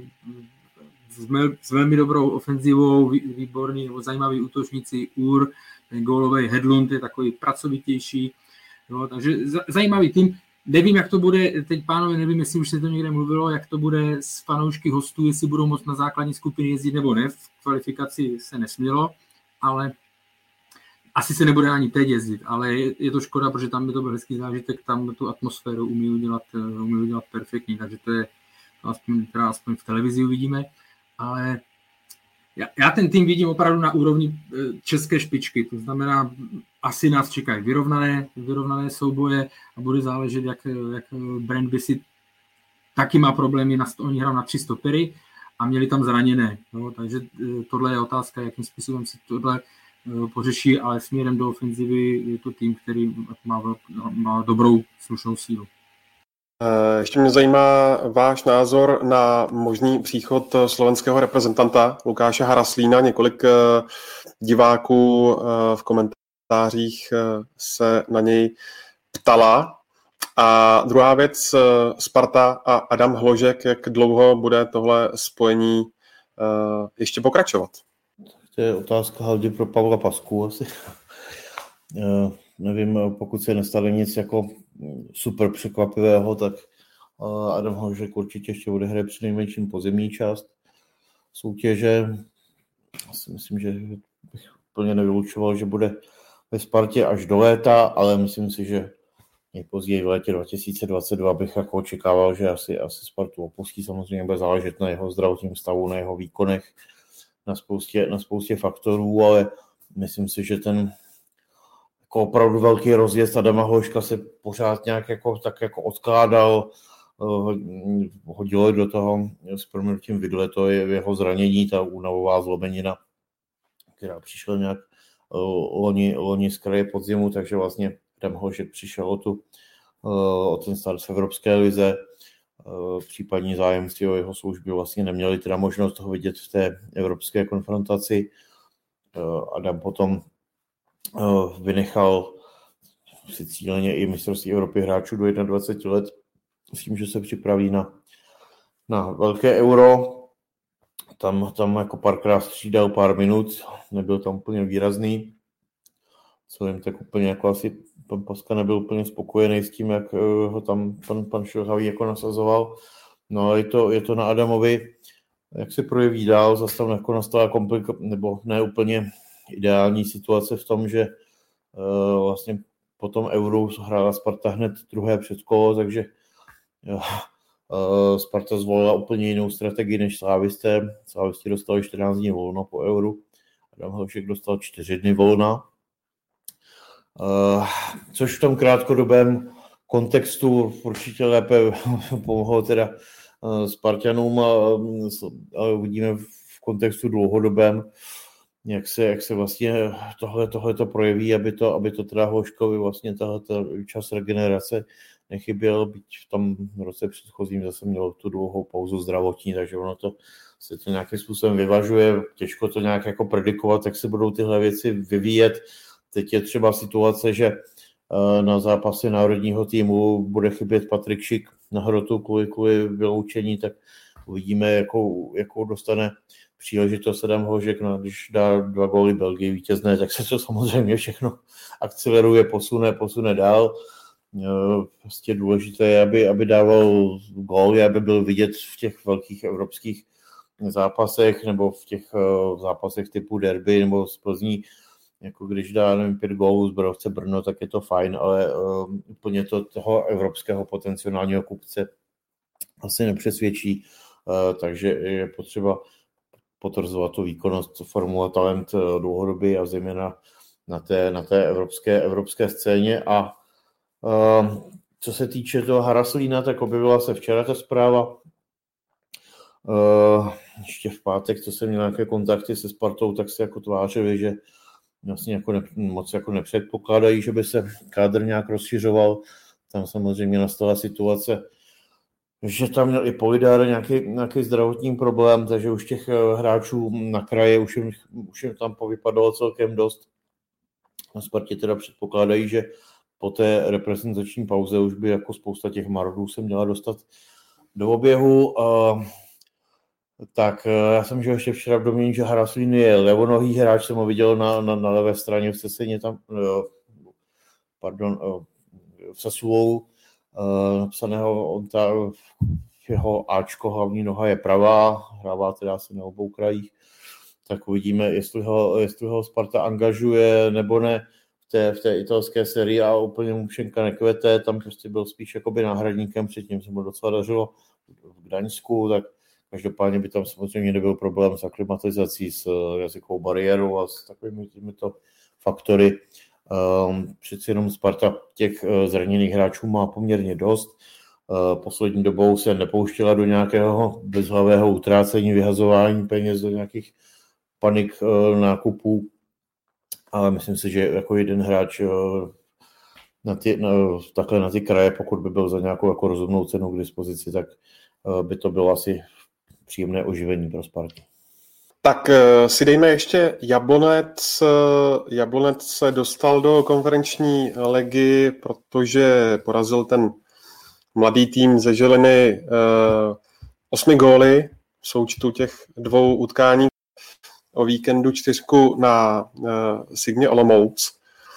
s velmi dobrou ofenzivou, výborný nebo zajímavý útočníci Ur, ten gólový Hedlund je takový pracovitější, no, takže zajímavý tým. Nevím, jak to bude, teď pánové, nevím, jestli už se to někde mluvilo, jak to bude s fanoušky hostů, jestli budou moct na základní skupiny jezdit nebo ne, v kvalifikaci se nesmělo, ale asi se nebude ani teď jezdit, ale je to škoda, protože tam by to byl hezký zážitek, tam tu atmosféru umí udělat perfektní, takže to je aspoň v televizi uvidíme, ale já ten tým vidím opravdu na úrovni české špičky, to znamená, asi nás čekají vyrovnané souboje a bude záležet, jak Brøndby si taky má problémy, oni hrajou na 3 stopery a měli tam zraněné, no, takže tohle je otázka, jakým způsobem si tohle pořeší, ale směrem do ofenzivy je to tým, který má dobrou slušnou sílu. Ještě mě zajímá váš názor na možný příchod slovenského reprezentanta Lukáše Haraslína. Několik diváků v komentářích se na něj ptala. A druhá věc, Sparta a Adam Hložek, jak dlouho bude tohle spojení ještě pokračovat? To je otázka hlavně pro Pavla Pasku asi. Nevím, pokud se nestane nic jako super překvapivého, tak Adam Hložek určitě ještě odehraje přinejmenším pozemní část soutěže. Já si myslím, že bych úplně nevylučoval, že bude ve Spartě až do léta, ale myslím si, že nejpozději v létě 2022 bych jako očekával, že asi Spartu opustí. Samozřejmě bude záležet na jeho zdravotním stavu, na jeho výkonech, na spoustě faktorů, ale myslím si, že ten jako opravdu velký rozjezd Adama Hložka se pořád nějak tak odkládal, hodilo do toho s proměnutím vidle, to je jeho zranění, ta únavová zlomenina, která přišla nějak loni z kraje podzimu, takže vlastně Adam Hložek přišel o ten start v Evropské lize. Případní zájemci o jeho služby vlastně neměli teda možnost toho vidět v té evropské konfrontaci. Adam potom vynechal si cíleně i mistrovství Evropy hráčů do 21 let Myslím, že se připraví na velké Euro. Tam jako párkrát střídal pár minut, nebyl tam úplně výrazný. Co jim tak úplně jako asi pan Paska nebyl úplně spokojený s tím, jak ho tam pan Šilhavý jako nasazoval. No je to na Adamovi, jak se projeví dál, zase tam jako nastala nebo ne úplně ideální situace v tom, že vlastně po tom Euru hrála Sparta hned druhé předkolo, takže Sparta zvolila úplně jinou strategii než Slávisté. Slávisti dostali 14 dní volno po Euru, Adam Hlošek dostal 4 dny volna. Což v tom krátkodobém kontextu určitě lépe pomohlo teda Spartanům, ale uvidíme v kontextu dlouhodobém, jak se vlastně tohleto projeví, aby to teda Hloškovi vlastně tato čas regenerace nechyběl, byť v tom roce předchozím zase mělo tu dlouhou pauzu zdravotní, takže ono se to nějakým způsobem vyvažuje, těžko to nějak jako predikovat, jak se budou tyhle věci vyvíjet. Teď je třeba situace, že na zápasy národního týmu bude chybět Patrik Šik na hrotu kvůli vyloučení, tak uvidíme, jakou dostane příležitost Adam Hložek, když dá 2 góly Belgii vítězné, tak se to samozřejmě všechno akceleruje, posune dál. Prostě důležité je, aby dával góly, aby byl vidět v těch velkých evropských zápasech nebo v těch zápasech typu derby nebo z Plzní. Jako když dá 5 gólů z Borovce Brno, tak je to fajn, ale úplně toho evropského potenciálního kupce asi nepřesvědčí, takže je potřeba potvrzovat tu výkonnost, formu a talent dlouhodobě a zejména na té evropské scéně. A co se týče toho Haraslína, tak objevila se včera ta zpráva. Ještě v pátek, co jsem měl nějaké kontakty se Spartou, tak se jako tvářili, že vlastně moc nepředpokládají, že by se kádr nějak rozšiřoval. Tam samozřejmě nastala situace, že tam měl i Polidar nějaký zdravotní problém, takže už těch hráčů na kraje už jim tam povypadalo celkem dost. Na Spartě teda předpokládají, že po té reprezentační pauze už by jako spousta těch marodů se měla dostat do oběhu. Tak já jsem ještě včera v domění, že Haraslín je levonohý hráč, jsem ho viděl na levé straně v Ceseně tam, v Sassuolu napsaného, jeho Ačko, hlavní noha je pravá, hrává teda se na obou krajích, tak uvidíme, jestli ho Sparta angažuje nebo ne v té italské sérii a úplně mu Šenka nekvete, tam prostě byl spíš jakoby náhradníkem, předtím se mu docela dařilo v Gdaňsku, tak každopádně by tam samozřejmě nebyl problém s aklimatizací, s jazykovou bariérou a s takovými těmito faktory. Přeci jenom Sparta těch zraněných hráčů má poměrně dost. Poslední dobou se nepouštěla do nějakého bezhlavého utrácení, vyhazování peněz, do nějakých panik nákupů, ale myslím si, že jako jeden hráč takhle na ty kraje, pokud by byl za nějakou jako rozumnou cenu k dispozici, tak by to bylo asi příjemné oživení pro Spartu. Tak si dejme ještě Jablonec. Jablonec se dostal do konferenční ligy, protože porazil ten mladý tým ze Žiliny 8 góly v součtu těch 2 utkání. O víkendu 4 na Signě Olomouc.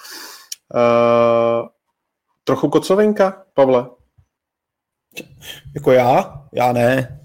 Trochu kocovinka, Pavle? Jako já? Já ne.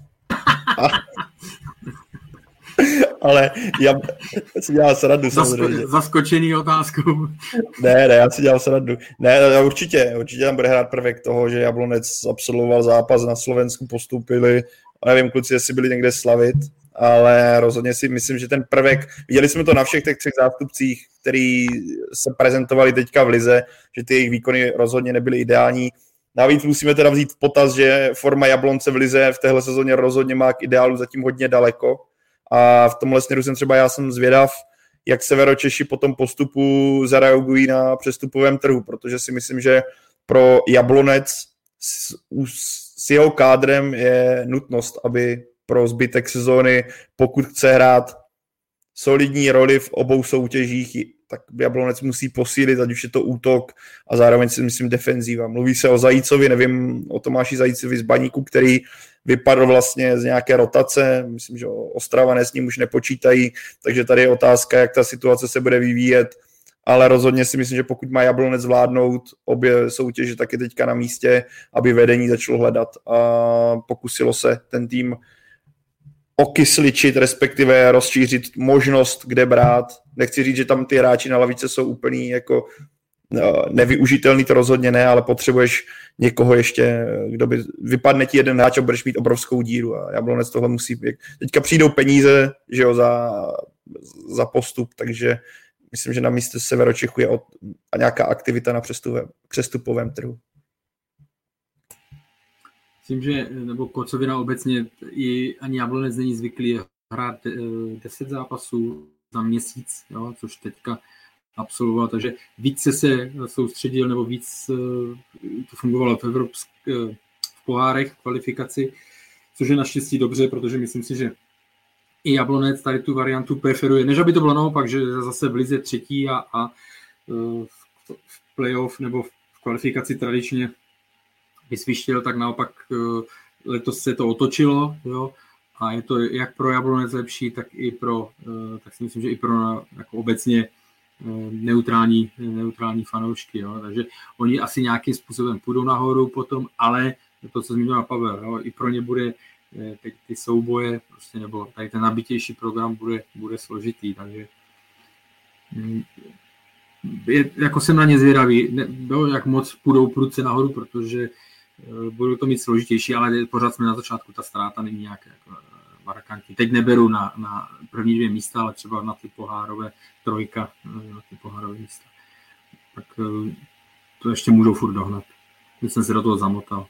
Ale já si dělal srandu. Zaskočený otázkou. Ne, já si dělal srandu. Ne, určitě tam bude hrát prvek toho, že Jablonec absolvoval zápas, na Slovensku postoupili. Nevím, kluci, jestli byli někde slavit, ale rozhodně si myslím, že ten prvek, viděli jsme to na všech těch 3 zástupcích, který se prezentovali teďka v lize, že ty jejich výkony rozhodně nebyly ideální. Navíc musíme teda vzít v potaz, že forma Jablonce v lize v téhle sezóně rozhodně má k ideálu zatím hodně daleko. A v tomhle směru já jsem zvědav, jak Severočeši po tom postupu zareagují na přestupovém trhu, protože si myslím, že pro Jablonec s jeho kádrem je nutnost, aby pro zbytek sezóny, pokud chce hrát solidní roli v obou soutěžích, tak Jablonec musí posílit, ať už je to útok a zároveň si myslím defenzíva. Mluví se o Zajícovi, nevím o Tomáši Zajícovi z Baníku, který vypadl vlastně z nějaké rotace, myslím, že Ostravané s ním už nepočítají, takže tady je otázka, jak ta situace se bude vyvíjet, ale rozhodně si myslím, že pokud má Jablonec zvládnout obě soutěže, tak je teďka na místě, aby vedení začalo hledat a pokusilo se ten tým okysličit, respektive rozšířit možnost, kde brát. Nechci říct, že tam ty hráči na lavice jsou úplný jako nevyužitelný, to rozhodně ne, ale potřebuješ někoho ještě, kdo by vypadne ti jeden hráč a budeš mít obrovskou díru a Jablonec tohle musí. Teďka přijdou peníze, že jo, za postup, takže myslím, že na místě Severočechu je a nějaká aktivita na přestupovém trhu. Myslím, že, nebo Kocovina obecně, ani Jablonec není zvyklý hrát 10 zápasů za měsíc, jo, což teďka absolvoval, takže víc se soustředil, nebo víc to fungovalo v pohárech, v což je naštěstí dobře, protože myslím si, že i Jablonec tady tu variantu preferuje, než aby to bylo naopak, že zase v lize třetí a v playoff nebo v kvalifikaci tradičně vysvištěl, tak naopak letos se to otočilo, jo, a je to jak pro Jablonec lepší, tak si myslím, že i pro jako obecně neutrální fanoušky, jo, takže oni asi nějakým způsobem půjdou nahoru potom, ale to, co zmínil Pavel, jo, i pro ně bude teď ty souboje, prostě, nebo tady ten nabitější program bude složitý, takže jako jsem na ně zvědavý, jak moc půjdou prudce nahoru, protože budou to mít složitější, ale pořád jsme na začátku, ta ztráta není nějaká jako markantní. Teď neberu na první 2 místa, ale třeba na ty pohárové trojka, na ty pohárové místa. Tak to ještě můžou furt dohnat. Když jsem se do toho zamotal.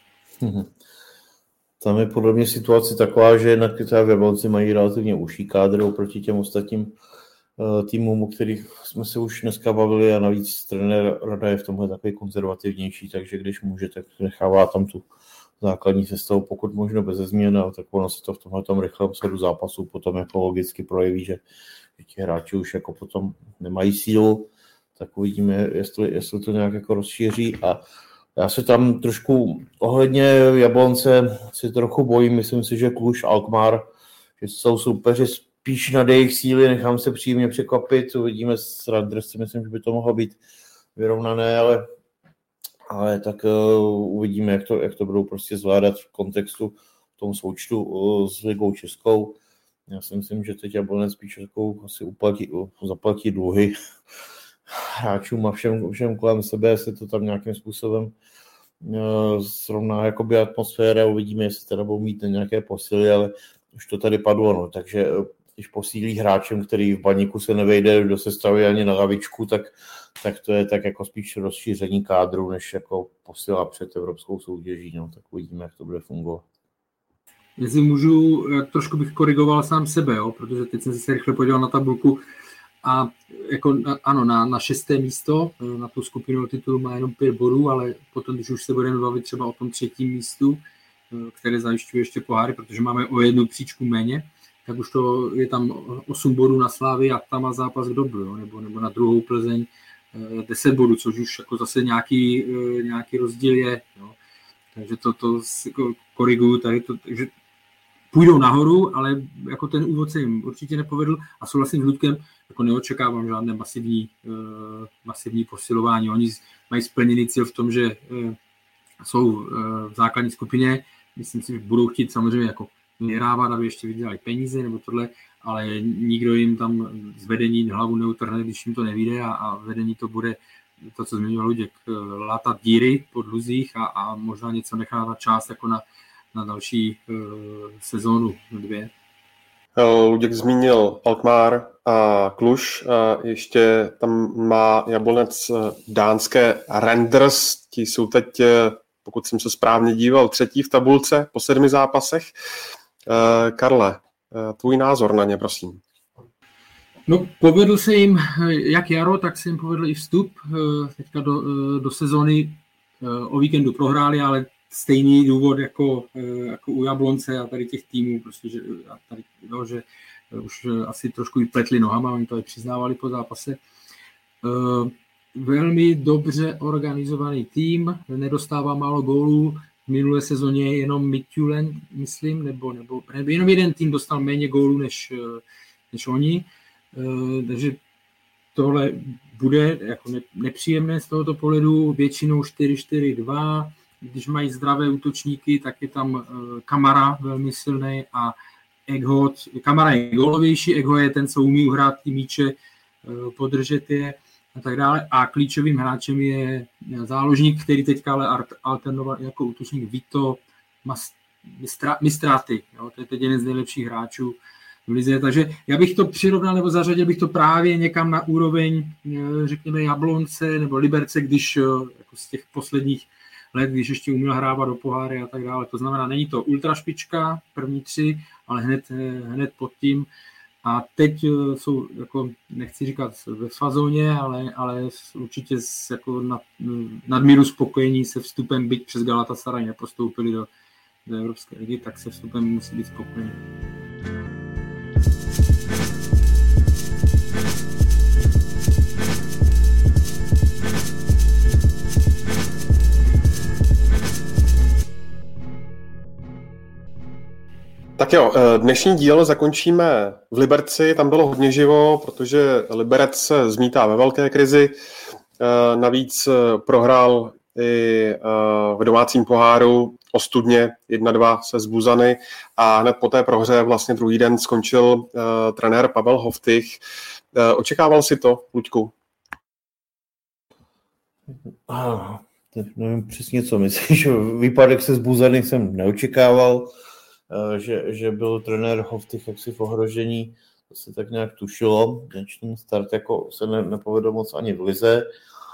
Tam je podle mě situace taková, že jednak ty Jablonci mají relativně užší kádr oproti těm ostatním týmům, o kterých jsme se už dneska bavili a navíc trenér Rada je v tomhle takový konzervativnější, takže když může, tak nechává tam tu základní sestavu, pokud možno bez změn, tak ono se to v tomhle rychlém sledu zápasu potom jako logicky projeví, že ti hráči už jako potom nemají sílu, tak uvidíme, jestli to nějak jako rozšíří a já se tam trošku ohledně Jablonce si trochu bojím, myslím si, že Kluž, Alkmaar, že jsou soupeři spíš nad jejich síly, nechám se příjemně překvapit, uvidíme s Randers, myslím, že by to mohlo být vyrovnané, ale tak uvidíme, jak to budou prostě zvládat v kontextu, v tom součtu s Ligou českou. Já si myslím, že teď Jablonec spíš asi zaplatí dluhy hráčům a všem kolem sebe, jestli to tam nějakým způsobem srovná jakoby atmosféra, uvidíme, jestli teda budou mít nějaké posily, ale už to tady padlo, no, takže když posílí hráčem, který v Baníku se nevejde do sestavy ani na lavičku, tak to je tak jako spíš rozšíření kádru, než jako posila před evropskou soutěží, no, tak uvidíme, jak to bude fungovat. Jestli můžu, trošku bych korigoval sám sebe, jo, protože teď jsem se rychle podíval na tabulku a jako, ano, na 6. místo, na tu skupinu titulu má jenom 5 bodů, ale potom, když už se budeme bavit třeba o tom 3. místu, které zajišťuje ještě poháry, protože máme o 1 příčku méně, tak už to je tam 8 bodů na Slávy a tam má zápas k dobru, jo, nebo na druhou Plzeň 10 bodů, což už jako zase nějaký rozdíl je. Jo. Takže to jako koriguju tady, takže půjdou nahoru, ale jako ten úvod se jim určitě nepovedl a souhlasím s Ludkem, jako neočekávám žádné masivní posilování. Oni mají splněný cíl v tom, že jsou v základní skupině, myslím si, že budou chtít samozřejmě jako vyhrávat, aby ještě vydělali peníze nebo tohle, ale nikdo jim tam z vedení hlavu neutrhne, když jim to nevyjde a vedení to bude to, co zmiňoval Luděk, látat díry po dluzích a možná něco nechá na část jako na další sezónu 2. Luděk zmínil Alkmaar a Kluž, a ještě tam má Jablonec dánské Randers, ti jsou teď, pokud jsem se správně díval, 3. v tabulce po 7 zápasech. Karle, tvůj názor na ně, prosím. No, povedl se jim jak jaro, tak se jim povedl i vstup. Teďka do sezóny o víkendu prohráli, ale stejný důvod jako u Jablonce a tady těch týmů, prostě, že už asi trošku i pletli nohama, oni to i přiznávali po zápase. velmi dobře organizovaný tým, nedostává málo gólů, v minulé sezóně jenom Midtjylland, myslím, nebo jenom jeden tým dostal méně gólů než oni, takže tohle bude jako nepříjemné z tohoto pohledu, většinou 4-4-2, když mají zdravé útočníky, tak je tam Kamara velmi silný a Eghod, Kamara je gólovější, Eghod je ten, co umí uhrát ty míče, podržet je a tak dále. A klíčovým hráčem je záložník, který teďka ale alternoval jako útočník Vito Mistráty. Jo? To je teď jeden z nejlepších hráčů v lize. Takže já bych to přirovnal nebo zařadil bych to právě někam na úroveň, řekněme, Jablonce nebo Liberce, když jako z těch posledních let, když ještě uměl hrávat do poháry a tak dále. To znamená, není to ultrašpička, první 3, ale hned pod tím. A teď jsou, jako, nechci říkat ve fazóně, ale určitě jako nadmíru spokojení se vstupem, byť přes Galatasaray nepostoupili do Evropské ligy, tak se vstupem musí být spokojení. Tak jo, dnešní díl zakončíme v Liberci, tam bylo hodně živo, protože Liberec se zmítá ve velké krizi, navíc prohrál i v domácím poháru ostudně 1-2 se Zbuzany a hned po té prohře vlastně druhý den skončil trenér Pavel Hoftych. Očekával si to, Luďku? Nevím přesně, co myslíš. Výpadek se Zbuzany jsem neočekával. Že byl trenér Hoftych jaksi v ohrožení, to se tak nějak tušilo, ten start jako se nepovedl moc ani v lize.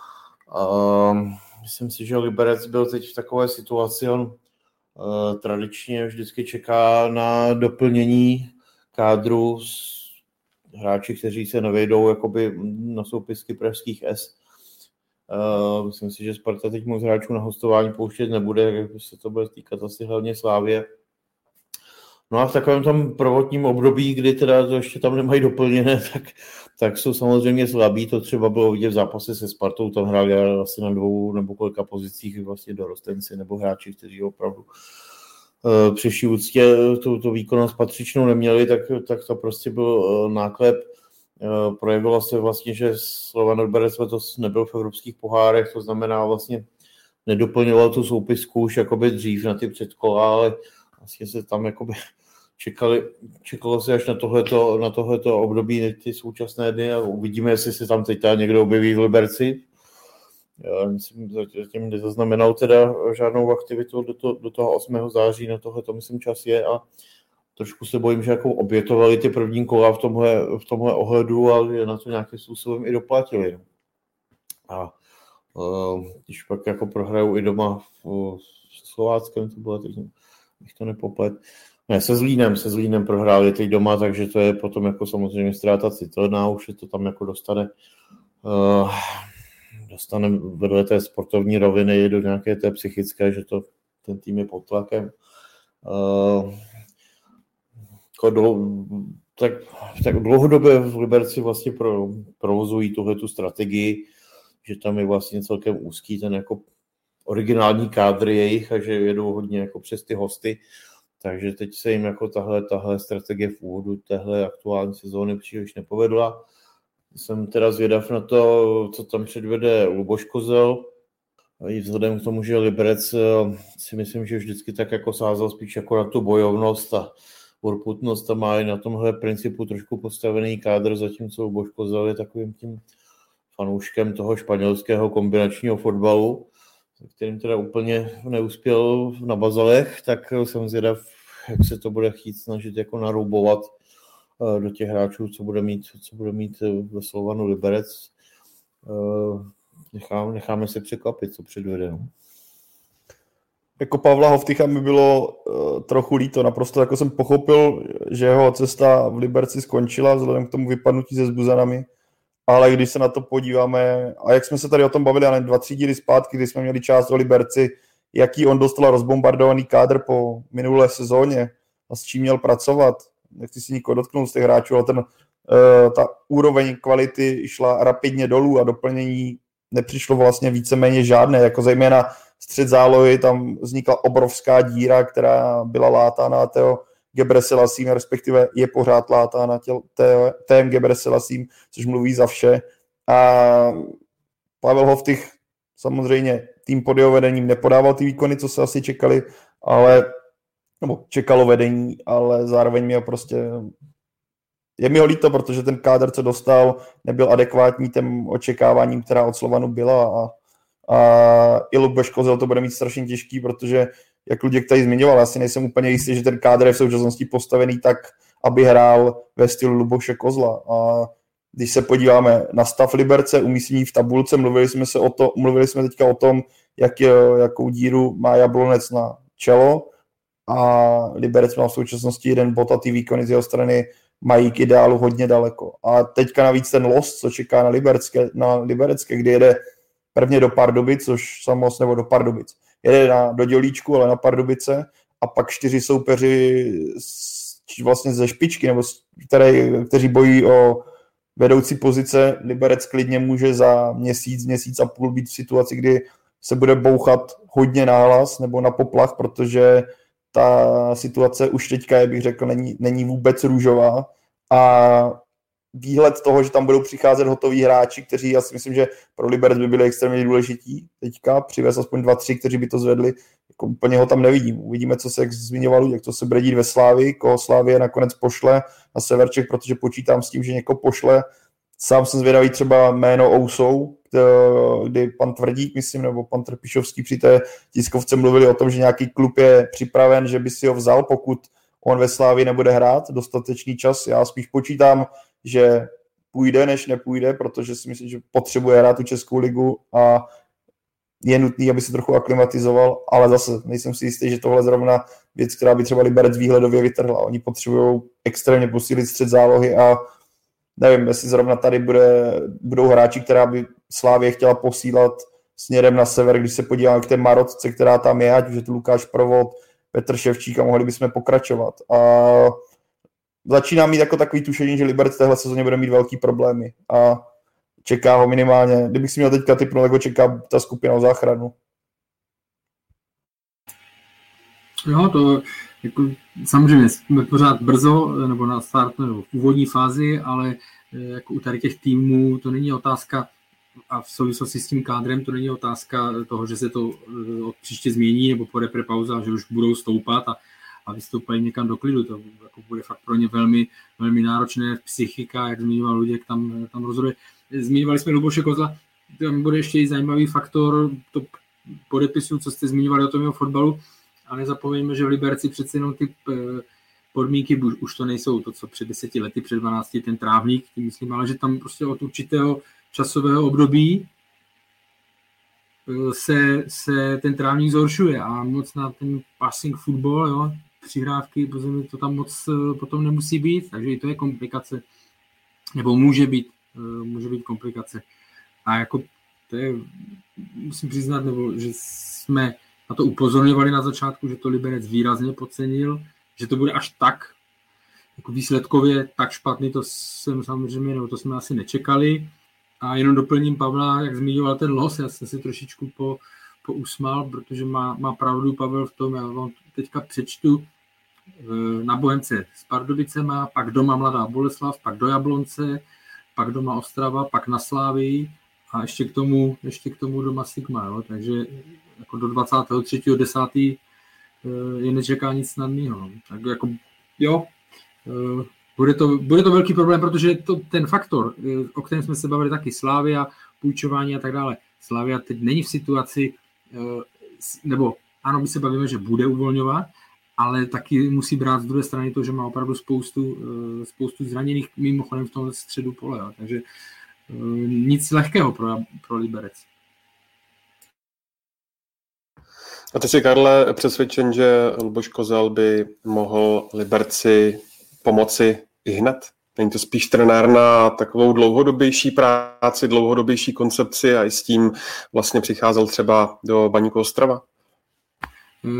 Myslím si, že Liberec byl teď v takové situaci, on tradičně vždycky čeká na doplnění kádru s hráči, kteří se nevejdou jakoby na soupisky pražských S. Myslím si, že Sparta teď moc hráčů na hostování pouštět nebude, se to bude týkat asi hlavně Slávie. No a v takovém tom prvotním období, kdy teda to ještě tam nemají doplněné, tak jsou samozřejmě slabí. To třeba bylo vidět v zápase se Spartou, tam hráli asi na 2 nebo kolika pozicích vlastně dorostenci nebo hráči, kteří opravdu při vší úctě tu výkonnost patřičnou neměli, tak to prostě byl náklep. Projevilo se vlastně, že Slovan Liberec letos nebyl v evropských pohárech, to znamená vlastně nedoplňoval tu soupisku už jakoby dřív na ty předkola, ale vlastně se tam jakoby čekalo se až na tohleto období ty současné dny a uvidíme, jestli se tam teď někdo objeví v Liberci. Já myslím, zatím nezaznamenal teda žádnou aktivitu do toho 8. září, na tohleto myslím čas je a trošku se bojím, že jako obětovali ty první kola v tomhle ohledu a na to nějakým způsobem i doplatili. A když pak jako prohrajou i doma s Slováckem, to bylo teď, bych to nepoplet. Ne, se Zlínem prohráli teď doma, takže to je potom jako samozřejmě ztráta citelná, už je to tam jako dostane vedle té sportovní roviny do nějaké té psychické, že to ten tým je pod tlakem. Tak dlouhodobě v Liberci vlastně provozují tuhletu strategii, že tam je vlastně celkem úzký ten jako originální kádr jejich a že jedou hodně jako přes ty hosty. Takže teď se jim jako tahle strategie v úvodu téhle aktuální sezóny příliš nepovedla. Jsem teda zvědav na to, co tam předvede Luboš Kozel. I vzhledem k tomu, že Liberec si myslím, že vždycky tak jako sázel spíš jako na tu bojovnost a urputnost a má i na tomhle principu trošku postavený kádr, zatímco Luboš Kozel je takovým tím fanouškem toho španělského kombinačního fotbalu, kterým teda úplně neuspěl na Bazalech, tak jsem zvědav, jak se to bude chtít snažit jako naroubovat do těch hráčů, co bude mít ve Slovanu Liberec. Necháme se překvapit, co předvede. Jako Pavla Hoftycha mi bylo trochu líto, naprosto jako jsem pochopil, že jeho cesta v Liberci skončila vzhledem k tomu vypadnutí se Zbuzanami, ale když se na to podíváme, a jak jsme se tady o tom bavili, ale 2-3 díly zpátky, kdy jsme měli část o Liberci, jaký on dostal rozbombardovaný kádr po minulé sezóně a s čím měl pracovat. Nechci si nikoho dotknout z těch hráčů, ale ten ta úroveň kvality šla rapidně dolů a doplnění nepřišlo vlastně víceméně žádné, jako zejména střed zálohy, tam vznikla obrovská díra, která byla látána Theo Gebrselassim, respektive je pořád látána Théem Gebrselassim, což mluví za vše. A Pavel Hovtych samozřejmě tým pod jeho vedením nepodával ty výkony, co se asi čekali, nebo čekalo vedení, ale zároveň měl prostě... Je mi ho líto, protože ten kádr, co dostal, nebyl adekvátní těm očekáváním, která od Slovanu byla a i Luboš Kozel to bude mít strašně těžký, protože jak Luděk tady zmiňoval, já si nejsem úplně jistý, že ten kádr je v současnosti postavený tak, aby hrál ve stylu Luboše Kozla. A když se podíváme na stav Liberce, umístění v tabulce, mluvili jsme teďka o tom, jakou díru má Jablonec na čelo a Liberec má v současnosti 1 bod a ty výkony z jeho strany mají k ideálu hodně daleko. A teďka navíc ten los, co čeká na Liberecké, kdy jede prvně do Pardubic, což samozřejmě nebo do Pardubic. Jede do Dělíčku, ale na Pardubice a pak 4 soupeři vlastně ze špičky, nebo kteří bojují o vedoucí pozice. Liberec klidně může za měsíc a půl být v situaci, kdy se bude bouchat hodně nahlas nebo na poplach, protože ta situace už teďka, jak bych řekl, není vůbec růžová a výhled toho, že tam budou přicházet hotoví hráči, kteří já si myslím, že pro Liberec by byli extrémně důležití teďka, přivez aspoň 2-3, kteří by to zvedli, jako úplně ho tam nevidím. Uvidíme, co se jak zmiňoval, jak to se bude dít ve Slávii, koho Slávie nakonec pošle na severček, protože počítám s tím, že někoho pošle. Sám jsem zvědavý třeba jméno Ousou, kdy pan Tvrdík, myslím, nebo pan Trpišovský při té tiskovce mluvili o tom, že nějaký klub je připraven, že by si ho vzal, pokud on ve Slávii nebude hrát dostatečný čas. Já spíš počítám, že půjde, než nepůjde, protože si myslím, že potřebuje hrát tu Českou ligu a je nutný, aby se trochu aklimatizoval, ale zase nejsem si jistý, že tohle zrovna věc, která by třeba Liberec výhledově vytrhla. Oni potřebují extrémně posílit střed zálohy a nevím, jestli zrovna tady budou hráči, která by Slávě chtěla posílat směrem na sever, když se podíváme k té Marotce, která tam je, ať už je to Lukáš Provod, Petr Ševčík a mohli bychom pokračovat. A začíná mít jako takový tušení, že Liberec téhle sezóně bude mít velký problémy a čeká ho minimálně, kdybych si měl teďka tipnout, jako čeká ta skupina o záchranu. Jo, to jako, samozřejmě jsme pořád brzo, nebo na start, nebo v úvodní fázi, ale jako u tady těch týmů to není otázka, a v souvislosti s tím kádrem to není otázka toho, že se to od příště změní, nebo po repre pauza, že už budou stoupat a vystoupají někam do klidu. To jako bude fakt pro ně velmi, velmi náročné psychika, jak zmiňoval Luděk, tam rozhoduje. Zmiňovali jsme Luboše Kozla, tam bude ještě i zajímavý faktor to podepisu, co jste zmiňovali o tom jeho fotbalu, a nezapomeňme, že v Liberci přece jenom ty podmínky už to nejsou to, co před 10 lety, před 12 ten trávník, tím myslím, ale že tam prostě od určitého časového období se ten trávník zhoršuje a moc na ten passing football, jo, přihrávky, to tam moc potom nemusí být, takže i to je komplikace, nebo může být komplikace. A jako to je, musím přiznat, nebo že jsme na to upozorňovali na začátku, že to Liberec výrazně podcenil, že to bude až tak jako výsledkově tak špatný, to jsem samozřejmě, nebo to jsme asi nečekali. A jenom doplním Pavla, jak zmiňoval ten los, já jsem si trošičku pousmál, protože má pravdu Pavel v tom, já vám teďka přečtu, na Bohemce s Pardubicema, pak doma Mladá Boleslav, pak do Jablonce, pak doma Ostrava, pak na Slávii a ještě k tomu doma Sigma, jo? Takže jako do 23.10. je nečeká nic snadného. No. Tak jako, jo, bude to velký problém, protože ten faktor, o kterém jsme se bavili taky, Slavia, půjčování a tak dále. Slavia teď není v situaci, nebo ano, my se bavíme, že bude uvolňovat, ale taky musí brát z druhé strany to, že má opravdu spoustu zraněných mimochodem v tomhle středu pole. Jo. Takže nic lehkého pro Liberec. A ty jsi, Karle, přesvědčen, že Luboš Kozel by mohl Liberci pomoci i hned? Není to spíš trenér na takovou dlouhodobější práci, dlouhodobější koncepci a i s tím vlastně přicházel třeba do Baníku Ostrava?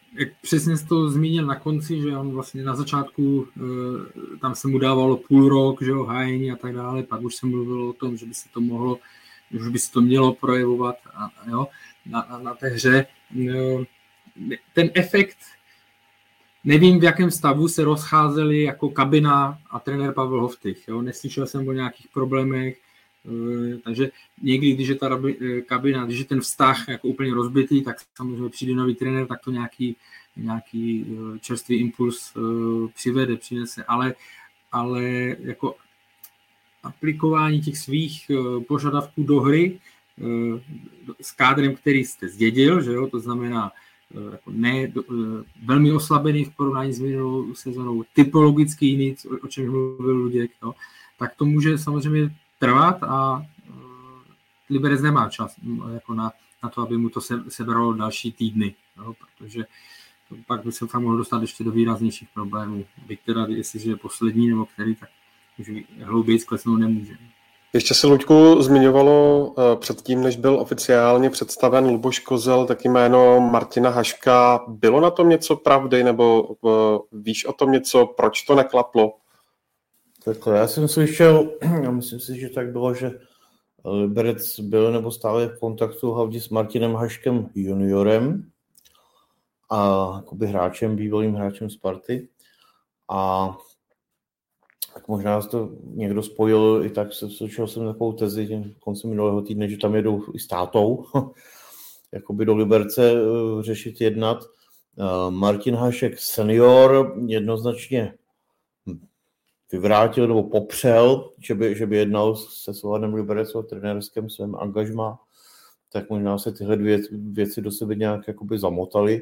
jak přesně jsi to zmínil na konci, že on vlastně na začátku tam se mu dávalo půl rok, že jo, hájení a tak dále, pak už se mluvilo o tom, že by se to mohlo, že by se to mělo projevovat na té hře. Ten efekt, nevím, v jakém stavu se rozcházeli jako kabina a trenér Pavel Hoftych. Jo? Neslyšel jsem o nějakých problémech, takže někdy, když je ta kabina, když je ten vztah jako úplně rozbitý, tak samozřejmě přijde nový trenér, tak to nějaký čerstvý impuls přinese, ale jako aplikování těch svých požadavků do hry s kádrem, který jste zdědil, že jo? To znamená jako velmi oslabený v porovnání s minulou sezónou, typologicky jiný, o čem mluvil Luděk, no, tak to může samozřejmě trvat a Liberec nemá čas jako na to, aby mu to sebralo další týdny, no, protože pak by se fakt mohl dostat ještě do výraznějších problémů. Byť teda, jestliže je poslední nebo který, tak už hlouběji sklesnout nemůže. Ještě se, Luďku, zmiňovalo předtím, než byl oficiálně představen Luboš Kozel, tak jméno Martina Haška. Bylo na tom něco pravdy, nebo víš o tom něco, proč to neklaplo? Takhle, já jsem slyšel, a myslím si, že tak bylo, že Liberec byl nebo stále v kontaktu hlavně s Martinem Haškem juniorem a jakoby bývalým hráčem Sparty. A tak možná to někdo spojil, i tak slyšel jsem takovou tezi koncem minulého týdne, že tam jedou i s tátou, jakoby do Liberce řešit, jednat. Martin Hašek senior jednoznačně vyvrátil nebo popřel, že by jednal se Slovanem Liberec o trenérském svém angažmá, tak možná se tyhle dvě věci do sebe nějak jakoby zamotaly.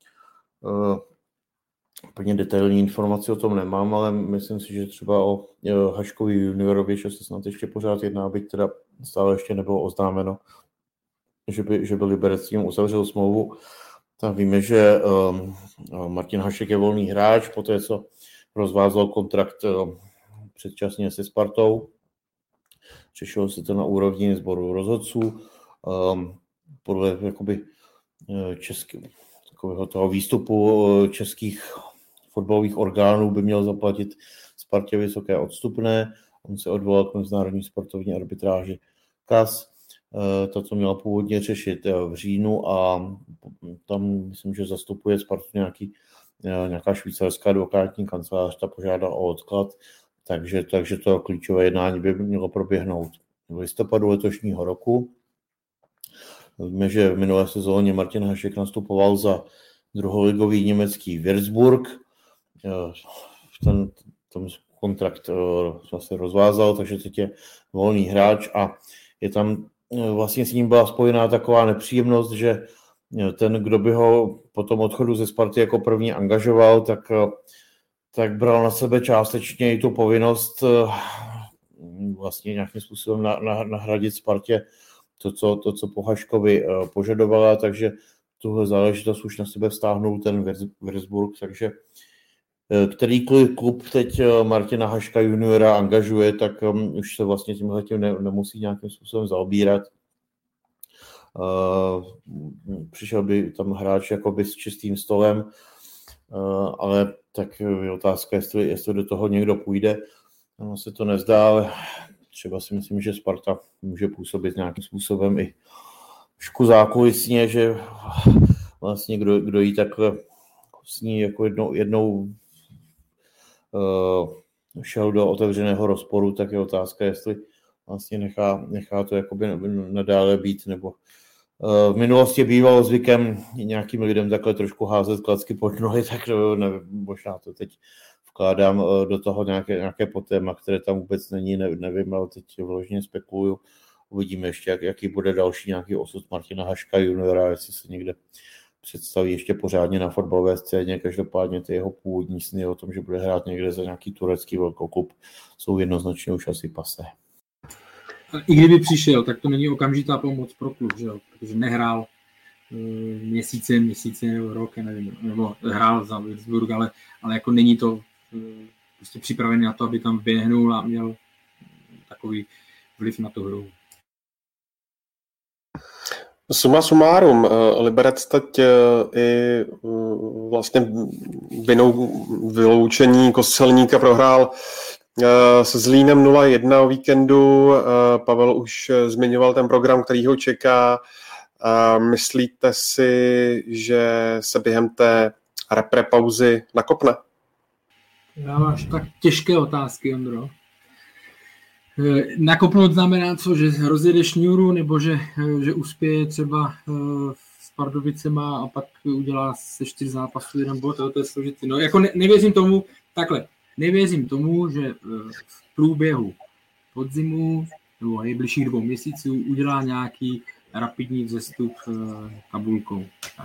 Úplně detailní informace o tom nemám, ale myslím si, že třeba o Haškovi juniorovi, že se snad ještě pořád jedná, byť teda stále ještě nebylo oznámeno, že by Liberec s tím uzavřel smlouvu. Tak víme, že Martin Hašek je volný hráč, poté co rozvázal kontrakt předčasně se Spartou. Řešilo se to na úrovni sboru rozhodců. Podle jakoby takového toho výstupu českých fotbalových orgánů by měl zaplatit Spartě vysoké odstupné. On se odvolal k mezinárodní sportovní arbitráži KAS. To, co měla původně řešit v říjnu, a tam myslím, že zastupuje Spartu nějaká švýcarská advokátní kancelář, ta požádá o odklad, takže to klíčové jednání by mělo proběhnout v listopadu letošního roku. Víme, že v minulé sezóně Martin Hašek nastupoval za druholigový německý Würzburg. Ten kontrakt se rozvázal, takže teď je volný hráč a je tam vlastně s ním byla spojená taková nepříjemnost, že ten, kdo by ho po tom odchodu ze Sparty jako první angažoval, tak bral na sebe částečně i tu povinnost vlastně nějakým způsobem nahradit Spartě to, co po Haškovi požadovala, takže tuhle záležitost už na sebe vztáhnul ten Würzburg, takže kterýkoliv klub teď Martina Haška juniora angažuje, tak už se vlastně tímhletím nemusí nějakým způsobem zaobírat. Přišel by tam hráč jakoby s čistým stolem, ale tak je otázka, jestli do toho někdo půjde. No, se to nezdá, ale třeba si myslím, že Sparta může působit nějakým způsobem i trošku zákulisně, že vlastně kdo jí takhle s ní jako jednou šel do otevřeného rozporu, tak je otázka, jestli vlastně nechá to jakoby nadále být, nebo v minulosti bývalo zvykem nějakým lidem takhle trošku házet klacky pod nohy, tak možná to teď vkládám do toho nějaké potéma, které tam vůbec není, nevím, ale teď vložně spekuluju. Uvidíme ještě, jaký bude další nějaký osud Martina Haška juniora, jestli se někde představí ještě pořádně na fotbalové scéně. Každopádně ty jeho původní sny o tom, že bude hrát někde za nějaký turecký velkoklub, jsou jednoznačně už asi pasé. I kdyby přišel, tak to není okamžitá pomoc pro klub, že jo? Protože nehrál měsíce nebo rok, nevím, nebo hrál za Würzburg, ale jako není to prostě připravený na to, aby tam běhnul a měl takový vliv na tu hru. Suma sumárum, Liberec teď i vlastně vinou vyloučení Kostelníka prohrál se Zlínem 0-1 o víkendu. Pavel už zmiňoval ten program, který ho čeká. Myslíte si, že se během té repre pauzy nakopne? Já máš tak těžké otázky, Ondro. Nakopnout znamená co, že rozjede šňůru, nebo že uspěje třeba s Pardubicema a pak udělá se 4 zápasů 1 bod, to je složitý. No, jako nevěřím tomu, takhle, nevěřím tomu, že v průběhu podzimu nebo nejbližších 2 měsíců udělá nějaký rapidní vzestup tabulkou. Tak.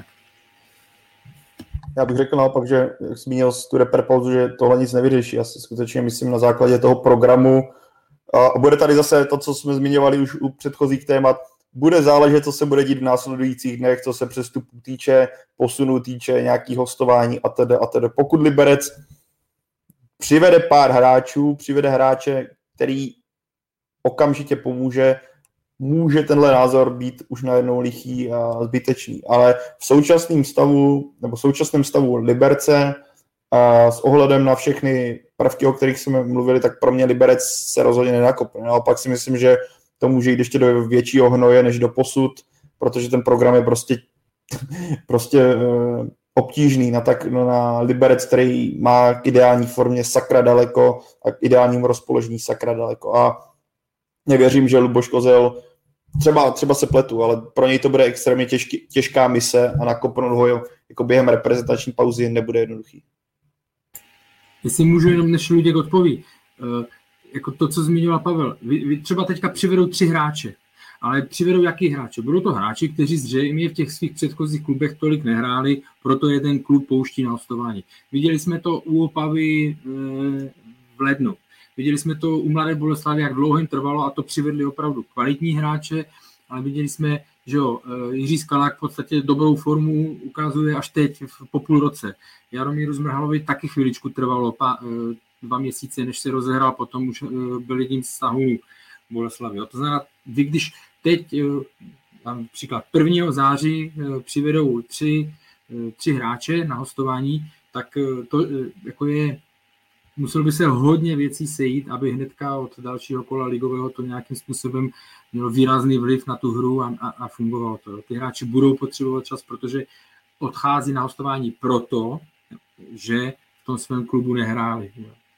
Já bych řekl naopak, že jak zmínil tu reperpauzu, že tohle nic nevyřeší. Já si skutečně myslím na základě toho programu. A bude tady zase to, co jsme zmiňovali už u předchozích témat. Bude záležet, co se bude dít v následujících dnech, co se přestupů týče, posunu týče, nějaký hostování atd. Pokud Liberec přivede pár hráčů, přivede hráče, který okamžitě pomůže, může tenhle názor být už najednou lichý a zbytečný. Ale v současném stavu Liberce a s ohledem na všechny prvky, o kterých jsme mluvili, tak pro mě Liberec se rozhodně nenakopne. Naopak si myslím, že to může jít ještě do většího hnoje než do posud, protože ten program je prostě obtížný na Liberec, který má k ideální formě sakra daleko a k ideálnímu rozpoložení sakra daleko. A nevěřím, že Luboš Kozel, třeba se pletu, ale pro něj to bude extrémně těžká mise a nakopnout ho jako během reprezentační pauzy nebude jednoduchý. Jestli můžu jenom, než Luděk odpoví, jako to, co zmiňoval Pavel, vy třeba teďka přivedou 3 hráče, ale přivedou jaký hráče? Budou to hráči, kteří zřejmě v těch svých předchozích klubech tolik nehráli, proto je ten klub pouští na hostování. Viděli jsme to u Opavy v lednu. Viděli jsme to u Mladé Boleslavi, jak dlouho jim trvalo a to přivedli opravdu kvalitní hráče, ale viděli jsme, že Jiří Skalák v podstatě dobrou formu ukazuje až teď po půl roce. Jaromíru Zmrhalovi taky chviličku trvalo 2 měsíce, než se rozehrál, potom už byl jedním z tahů Boleslavy. To znamená, vy když teď, například 1. září přivedou 3 hráče na hostování, tak to jako muselo by se hodně věcí sejít, aby hnedka od dalšího kola ligového to nějakým způsobem mělo výrazný vliv na tu hru a fungovalo to. Ty hráči budou potřebovat čas, protože odchází na hostování proto, že v tom svém klubu nehráli.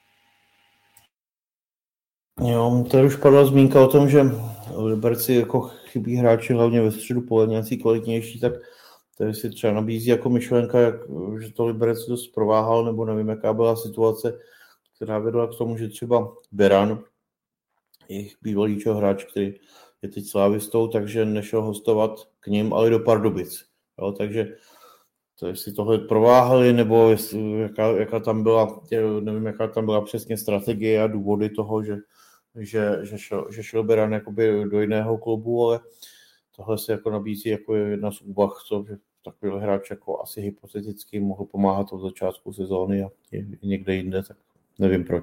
Jo, tady už padla zmínka o tom, že v Liberci jako chybí hráči hlavně ve středu pole, nějací kvalitnější, tak tady si třeba nabízí jako myšlenka, že to Liberec dost prováhal, nebo nevím, jaká byla situace, která vedla k tomu, že třeba Beran, jejich bývalý hráč, který je teď slávistou, takže nešel hostovat k ním, ale do Pardubic. Jo, takže to jestli tohle prováhali, nebo jaká tam byla, nevím, jaká tam byla přesně strategie a důvody toho, že šel Beran jakoby do jiného klubu, ale tohle se jako nabízí jako jedna z úvah, že takový hráč jako asi hypoteticky mohl pomáhat od začátku sezóny a někde jinde, tak nevím proč.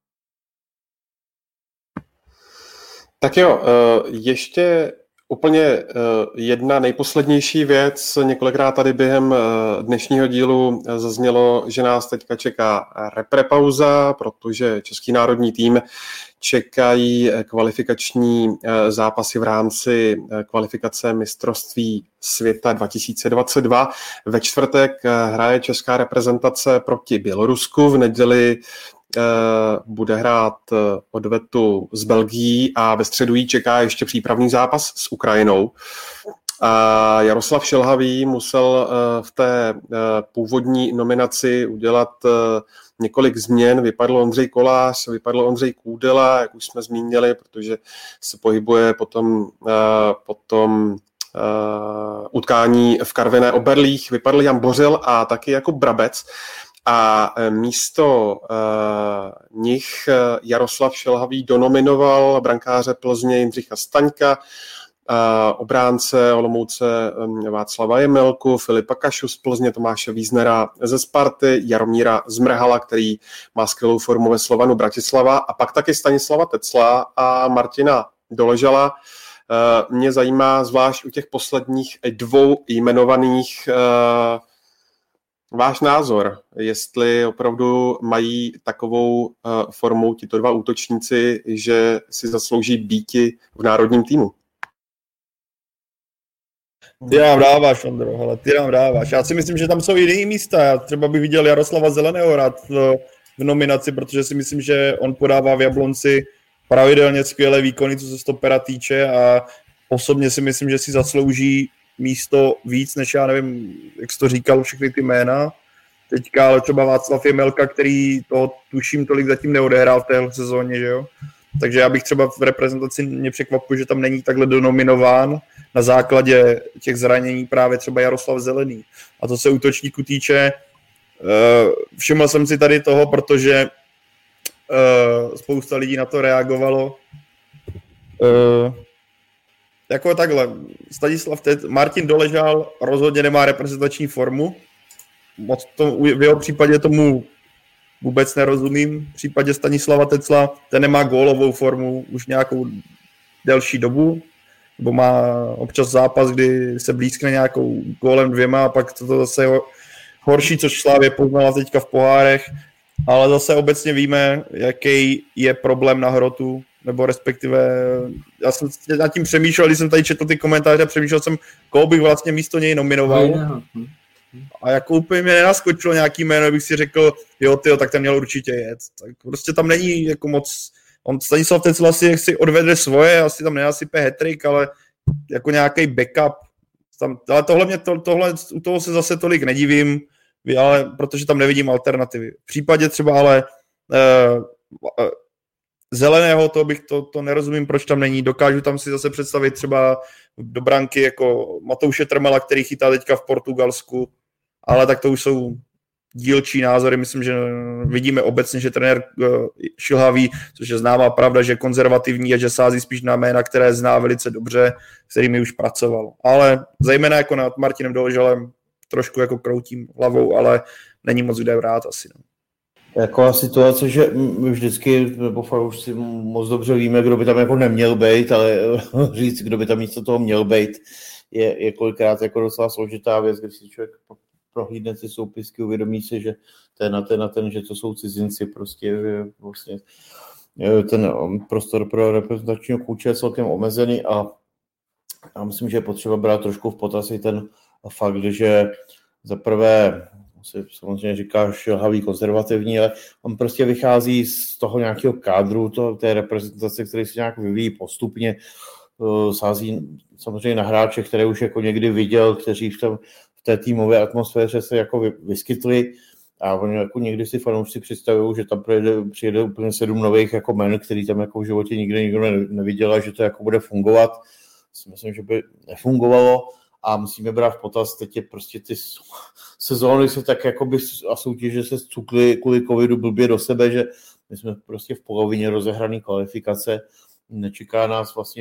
Tak jo, ještě úplně jedna nejposlednější věc. Několikrát tady během dnešního dílu zaznělo, že nás teďka čeká reprepauza, protože český národní tým čekají kvalifikační zápasy v rámci kvalifikace mistrovství světa 2022. Ve čtvrtek hraje česká reprezentace proti Bělorusku, v neděli bude hrát odvetu s Belgií a ve středu jí čeká ještě přípravný zápas s Ukrajinou. Jaroslav Šilhavý musel v té původní nominaci udělat několik změn. Vypadl Ondřej Kolář, vypadl Ondřej Kůdela, jak už jsme zmínili, protože se pohybuje potom utkání v Karviné Oberlích. Vypadl Jan Bořil a taky Jakub Brabec. A místo nich Jaroslav Šilhavý donominoval brankáře Plzně Jindřicha Staňka, obránce Olomouce Václava Jemelku, Filipa Kašu z Plzně, Tomáše Víznera ze Sparty, Jaromíra Zmrhala, který má skvělou formu ve Slovanu Bratislava, a pak taky Stanislava Tecla a Martina Doležala Mě zajímá zvlášť u těch posledních 2 jmenovaných váš názor, jestli opravdu mají takovou formu tito 2 útočníci, že si zaslouží býti v národním týmu. Ty nám dáváš, Ondro, hele, ty nám dáváš. Já si myslím, že tam jsou i jiný místa. Já třeba bych viděl Jaroslava Zeleného rád v nominaci, protože si myslím, že on podává v Jablonci pravidelně skvělé výkony, co se stopera týče a osobně si myslím, že si zaslouží místo víc, než já nevím, jak jsi to říkal, všechny ty jména. Teďka ale třeba Václav Jemelka, který to tuším tolik zatím neodehrál v téhle sezóně, že jo. Takže já bych třeba v reprezentaci mě překvapuje, že tam není takhle donominován na základě těch zranění právě třeba Jaroslav Zelený. A to se útočníku týče, všiml jsem si tady toho, protože spousta lidí na to reagovalo. Jako takhle, Martin Doležal rozhodně nemá reprezentační formu. V jeho případě tomu vůbec nerozumím. V případě Stanislava Tecla, ten nemá gólovou formu už nějakou delší dobu, nebo má občas zápas, kdy se blízkne nějakou gólem 2 a pak to zase horší, což Slávě poznala teďka v pohárech, ale zase obecně víme, jaký je problém na hrotu, nebo respektive, já jsem nad tím přemýšlel, když jsem tady četl ty komentáře, přemýšlel jsem, koho bych vlastně místo něj nominoval. A jako úplně mě nenaskočilo nějaký jméno, bych si řekl, tak ten měl určitě jet. Tak prostě tam není jako moc, on Stanislav Tecla si odvede svoje, asi tam nenasype hat-trick, ale jako nějaký backup. Ale tohle u toho se zase tolik nedivím, ale protože tam nevidím alternativy. V případě třeba ale Zeleného, to nerozumím, proč tam není. Dokážu tam si zase představit třeba do branky jako Matouše Trmela, který chytá teďka v Portugalsku, ale tak to už jsou dílčí názory. Myslím, že vidíme obecně, že trenér Šilhavý, což je známá pravda, že je konzervativní a že sází spíš na jména, které zná velice dobře, s kterými už pracoval. Ale zejména jako nad Martinem Doležalem trošku jako kroutím hlavou, ale není moc kde vrát asi. No. Taková situace, že my vždycky, nebo už si moc dobře víme, kdo by tam jako neměl být, ale říct, kdo by tam místo toho měl být, je kolikrát jako docela složitá věc, když si člověk prohlídne ty soupisky, uvědomí se, že že to jsou cizinci, prostě vlastně ten prostor pro reprezentačního kouče je celkem omezený a já myslím, že je potřeba brát trošku v potaz i ten fakt, že za prvé se samozřejmě říká šilhavý, konzervativní, ale on prostě vychází z toho nějakého kádru, té reprezentace, který se nějak vyvíjí postupně, sází samozřejmě na hráče, které už jako někdy viděl, kteří v té týmové atmosféře se jako vyskytli a oni jako někdy si fanoušci představují, že tam přijede úplně 7 nových jako jmen, který tam jako v životě nikdo neviděl a že to jako bude fungovat. Myslím, že by nefungovalo. A musíme brát v potaz, teď je prostě ty sezóny se tak jakoby a soutěže se zcukly kvůli covidu blbě do sebe, že my jsme prostě v polovině rozehraný kvalifikace, nečeká nás vlastně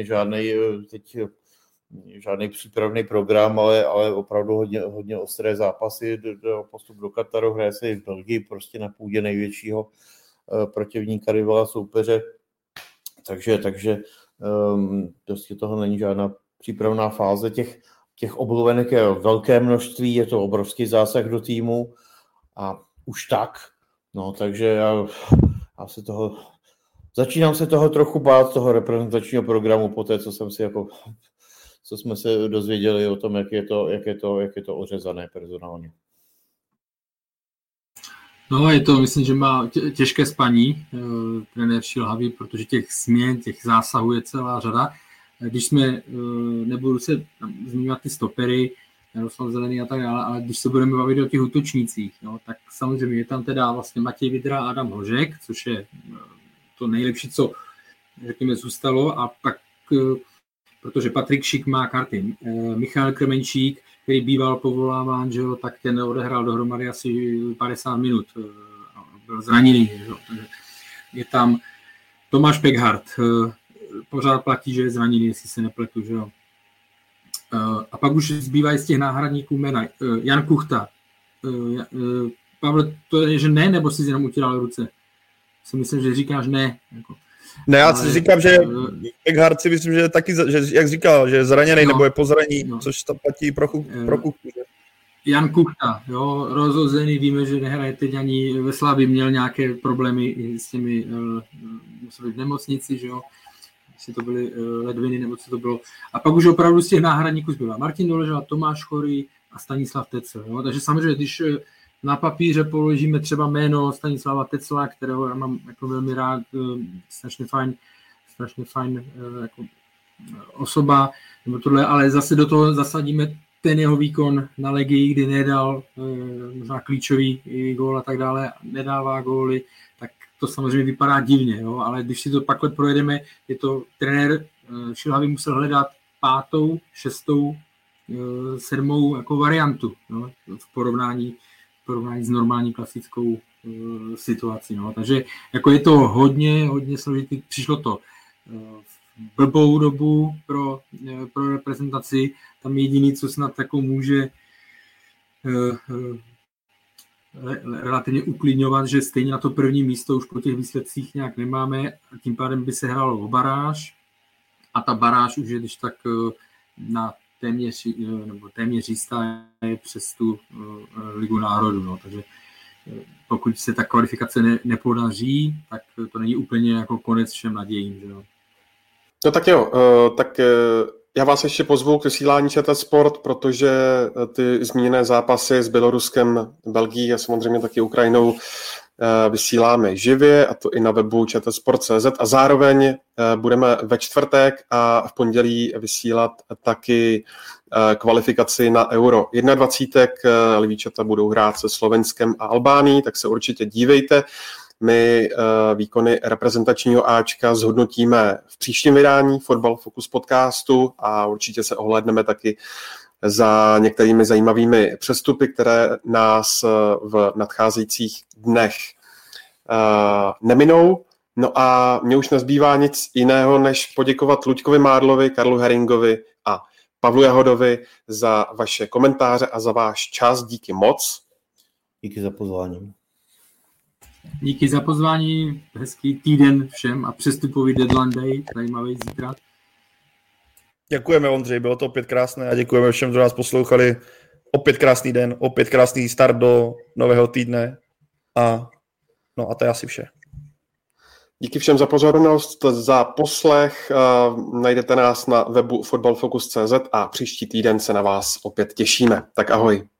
žádný přípravný program, ale opravdu hodně ostré zápasy, postup do Kataru, hraje se i v Belgii, prostě na půdě největšího protivníka, rivala, soupeře, takže prostě toho není žádná přípravná fáze, těch obluvenek je velké množství, je to obrovský zásah do týmu a už tak, no takže já začínám se toho trochu bát, toho reprezentačního programu, po té, co jsme se dozvěděli o tom, jak je to ořezané personálně. No, myslím, že má těžké spaní trenér Šilhavý, protože těch změn, těch zásahů je celá řada. Když jsme, nebudu se zmiňovat ty stopery, Jaroslav Zelený a tak dále, ale když se budeme bavit o těch útočnících, no, tak samozřejmě je tam teda vlastně Matěj Vydra a Adam Hložek, což je to nejlepší, co řekněme zůstalo, a pak, protože Patrik Šik má karty, Michal Krmenčík, který býval povoláván, že jo, tak ten odehrál dohromady asi 50 minut, byl zraněný, že jo, takže je tam Tomáš Pekhart, pořád platí, že je zraněný, jestli se nepletu, že jo. A pak už zbývají z těch náhradníků jména Jan Kuchta. Pavel, to je, že ne, nebo si jenom utíral ruce? Si myslím, že říkáš ne. Jako. Ne, já si říkám, že Eckhart si myslím, že je taky, že, jak říkal, že je zraněný nebo je po zraní, což tam platí pro Kuchtu. Jan Kuchta, jo, rozhozený, víme, že nehraje teď ani ve Slavii, měl nějaké problémy i s těmi, musel být v nemocnici, že jo, jestli to byly ledviny, nebo co to bylo. A pak už opravdu z těch náhradníků zbyla Martin Doležal, Tomáš Chorý a Stanislav Tecel, jo, takže samozřejmě, když na papíře položíme třeba jméno Stanislava Tecla, kterého já mám jako velmi rád, strašně fajn jako osoba, nebo tohle, ale zase do toho zasadíme ten jeho výkon na Legii, kdy nedal možná klíčový gól a tak dále, nedává góly, tak to samozřejmě vypadá divně, jo? Ale když si to takhle projedeme, je to trenér Šilhavý musel hledat 5., 6., 7. jako variantu, jo? V porovnání s normální klasickou situací. No. Takže jako je to hodně složitý. Přišlo to v blbou dobu pro reprezentaci. Tam jediný, co snad jako může relativně uklidňovat, že stejně na to první místo už po těch výsledcích nějak nemáme a tím pádem by se hrálo o baráž a ta baráž už je když tak na téměř jistá je přes tu Ligu národů. No. Takže pokud se ta kvalifikace nepodaří, tak to není úplně jako konec všem nadějím. Že no. No tak jo, já vás ještě pozvu k vysílání ČT Sport, protože ty zmíněné zápasy s Běloruskem, Belgií a samozřejmě taky Ukrajinou vysíláme živě, a to i na webu čtsport.cz a zároveň budeme ve čtvrtek a v pondělí vysílat taky kvalifikaci na Euro 21. Livíčata budou hrát se Slovenskem a Albánií, tak se určitě dívejte. My výkony reprezentačního Ačka zhodnotíme v příštím vydání Fotbal Focus podcastu a určitě se ohlédneme taky za některými zajímavými přestupy, které nás v nadcházejících dnech neminou. No a mně už nezbývá nic jiného, než poděkovat Luďkovi Mádlovi, Karlu Heringovi a Pavlu Jahodovi za vaše komentáře a za váš čas. Díky moc. Díky za pozvání. Díky za pozvání, hezký týden všem a přestupový deadline day, zajímavý zítra. Děkujeme, Ondřej, bylo to opět krásné a děkujeme všem, kdo nás poslouchali. Opět krásný den, opět krásný start do nového týdne a to je asi vše. Díky všem za pozornost, za poslech. Najdete nás na webu fotbalfocus.cz a příští týden se na vás opět těšíme. Tak ahoj.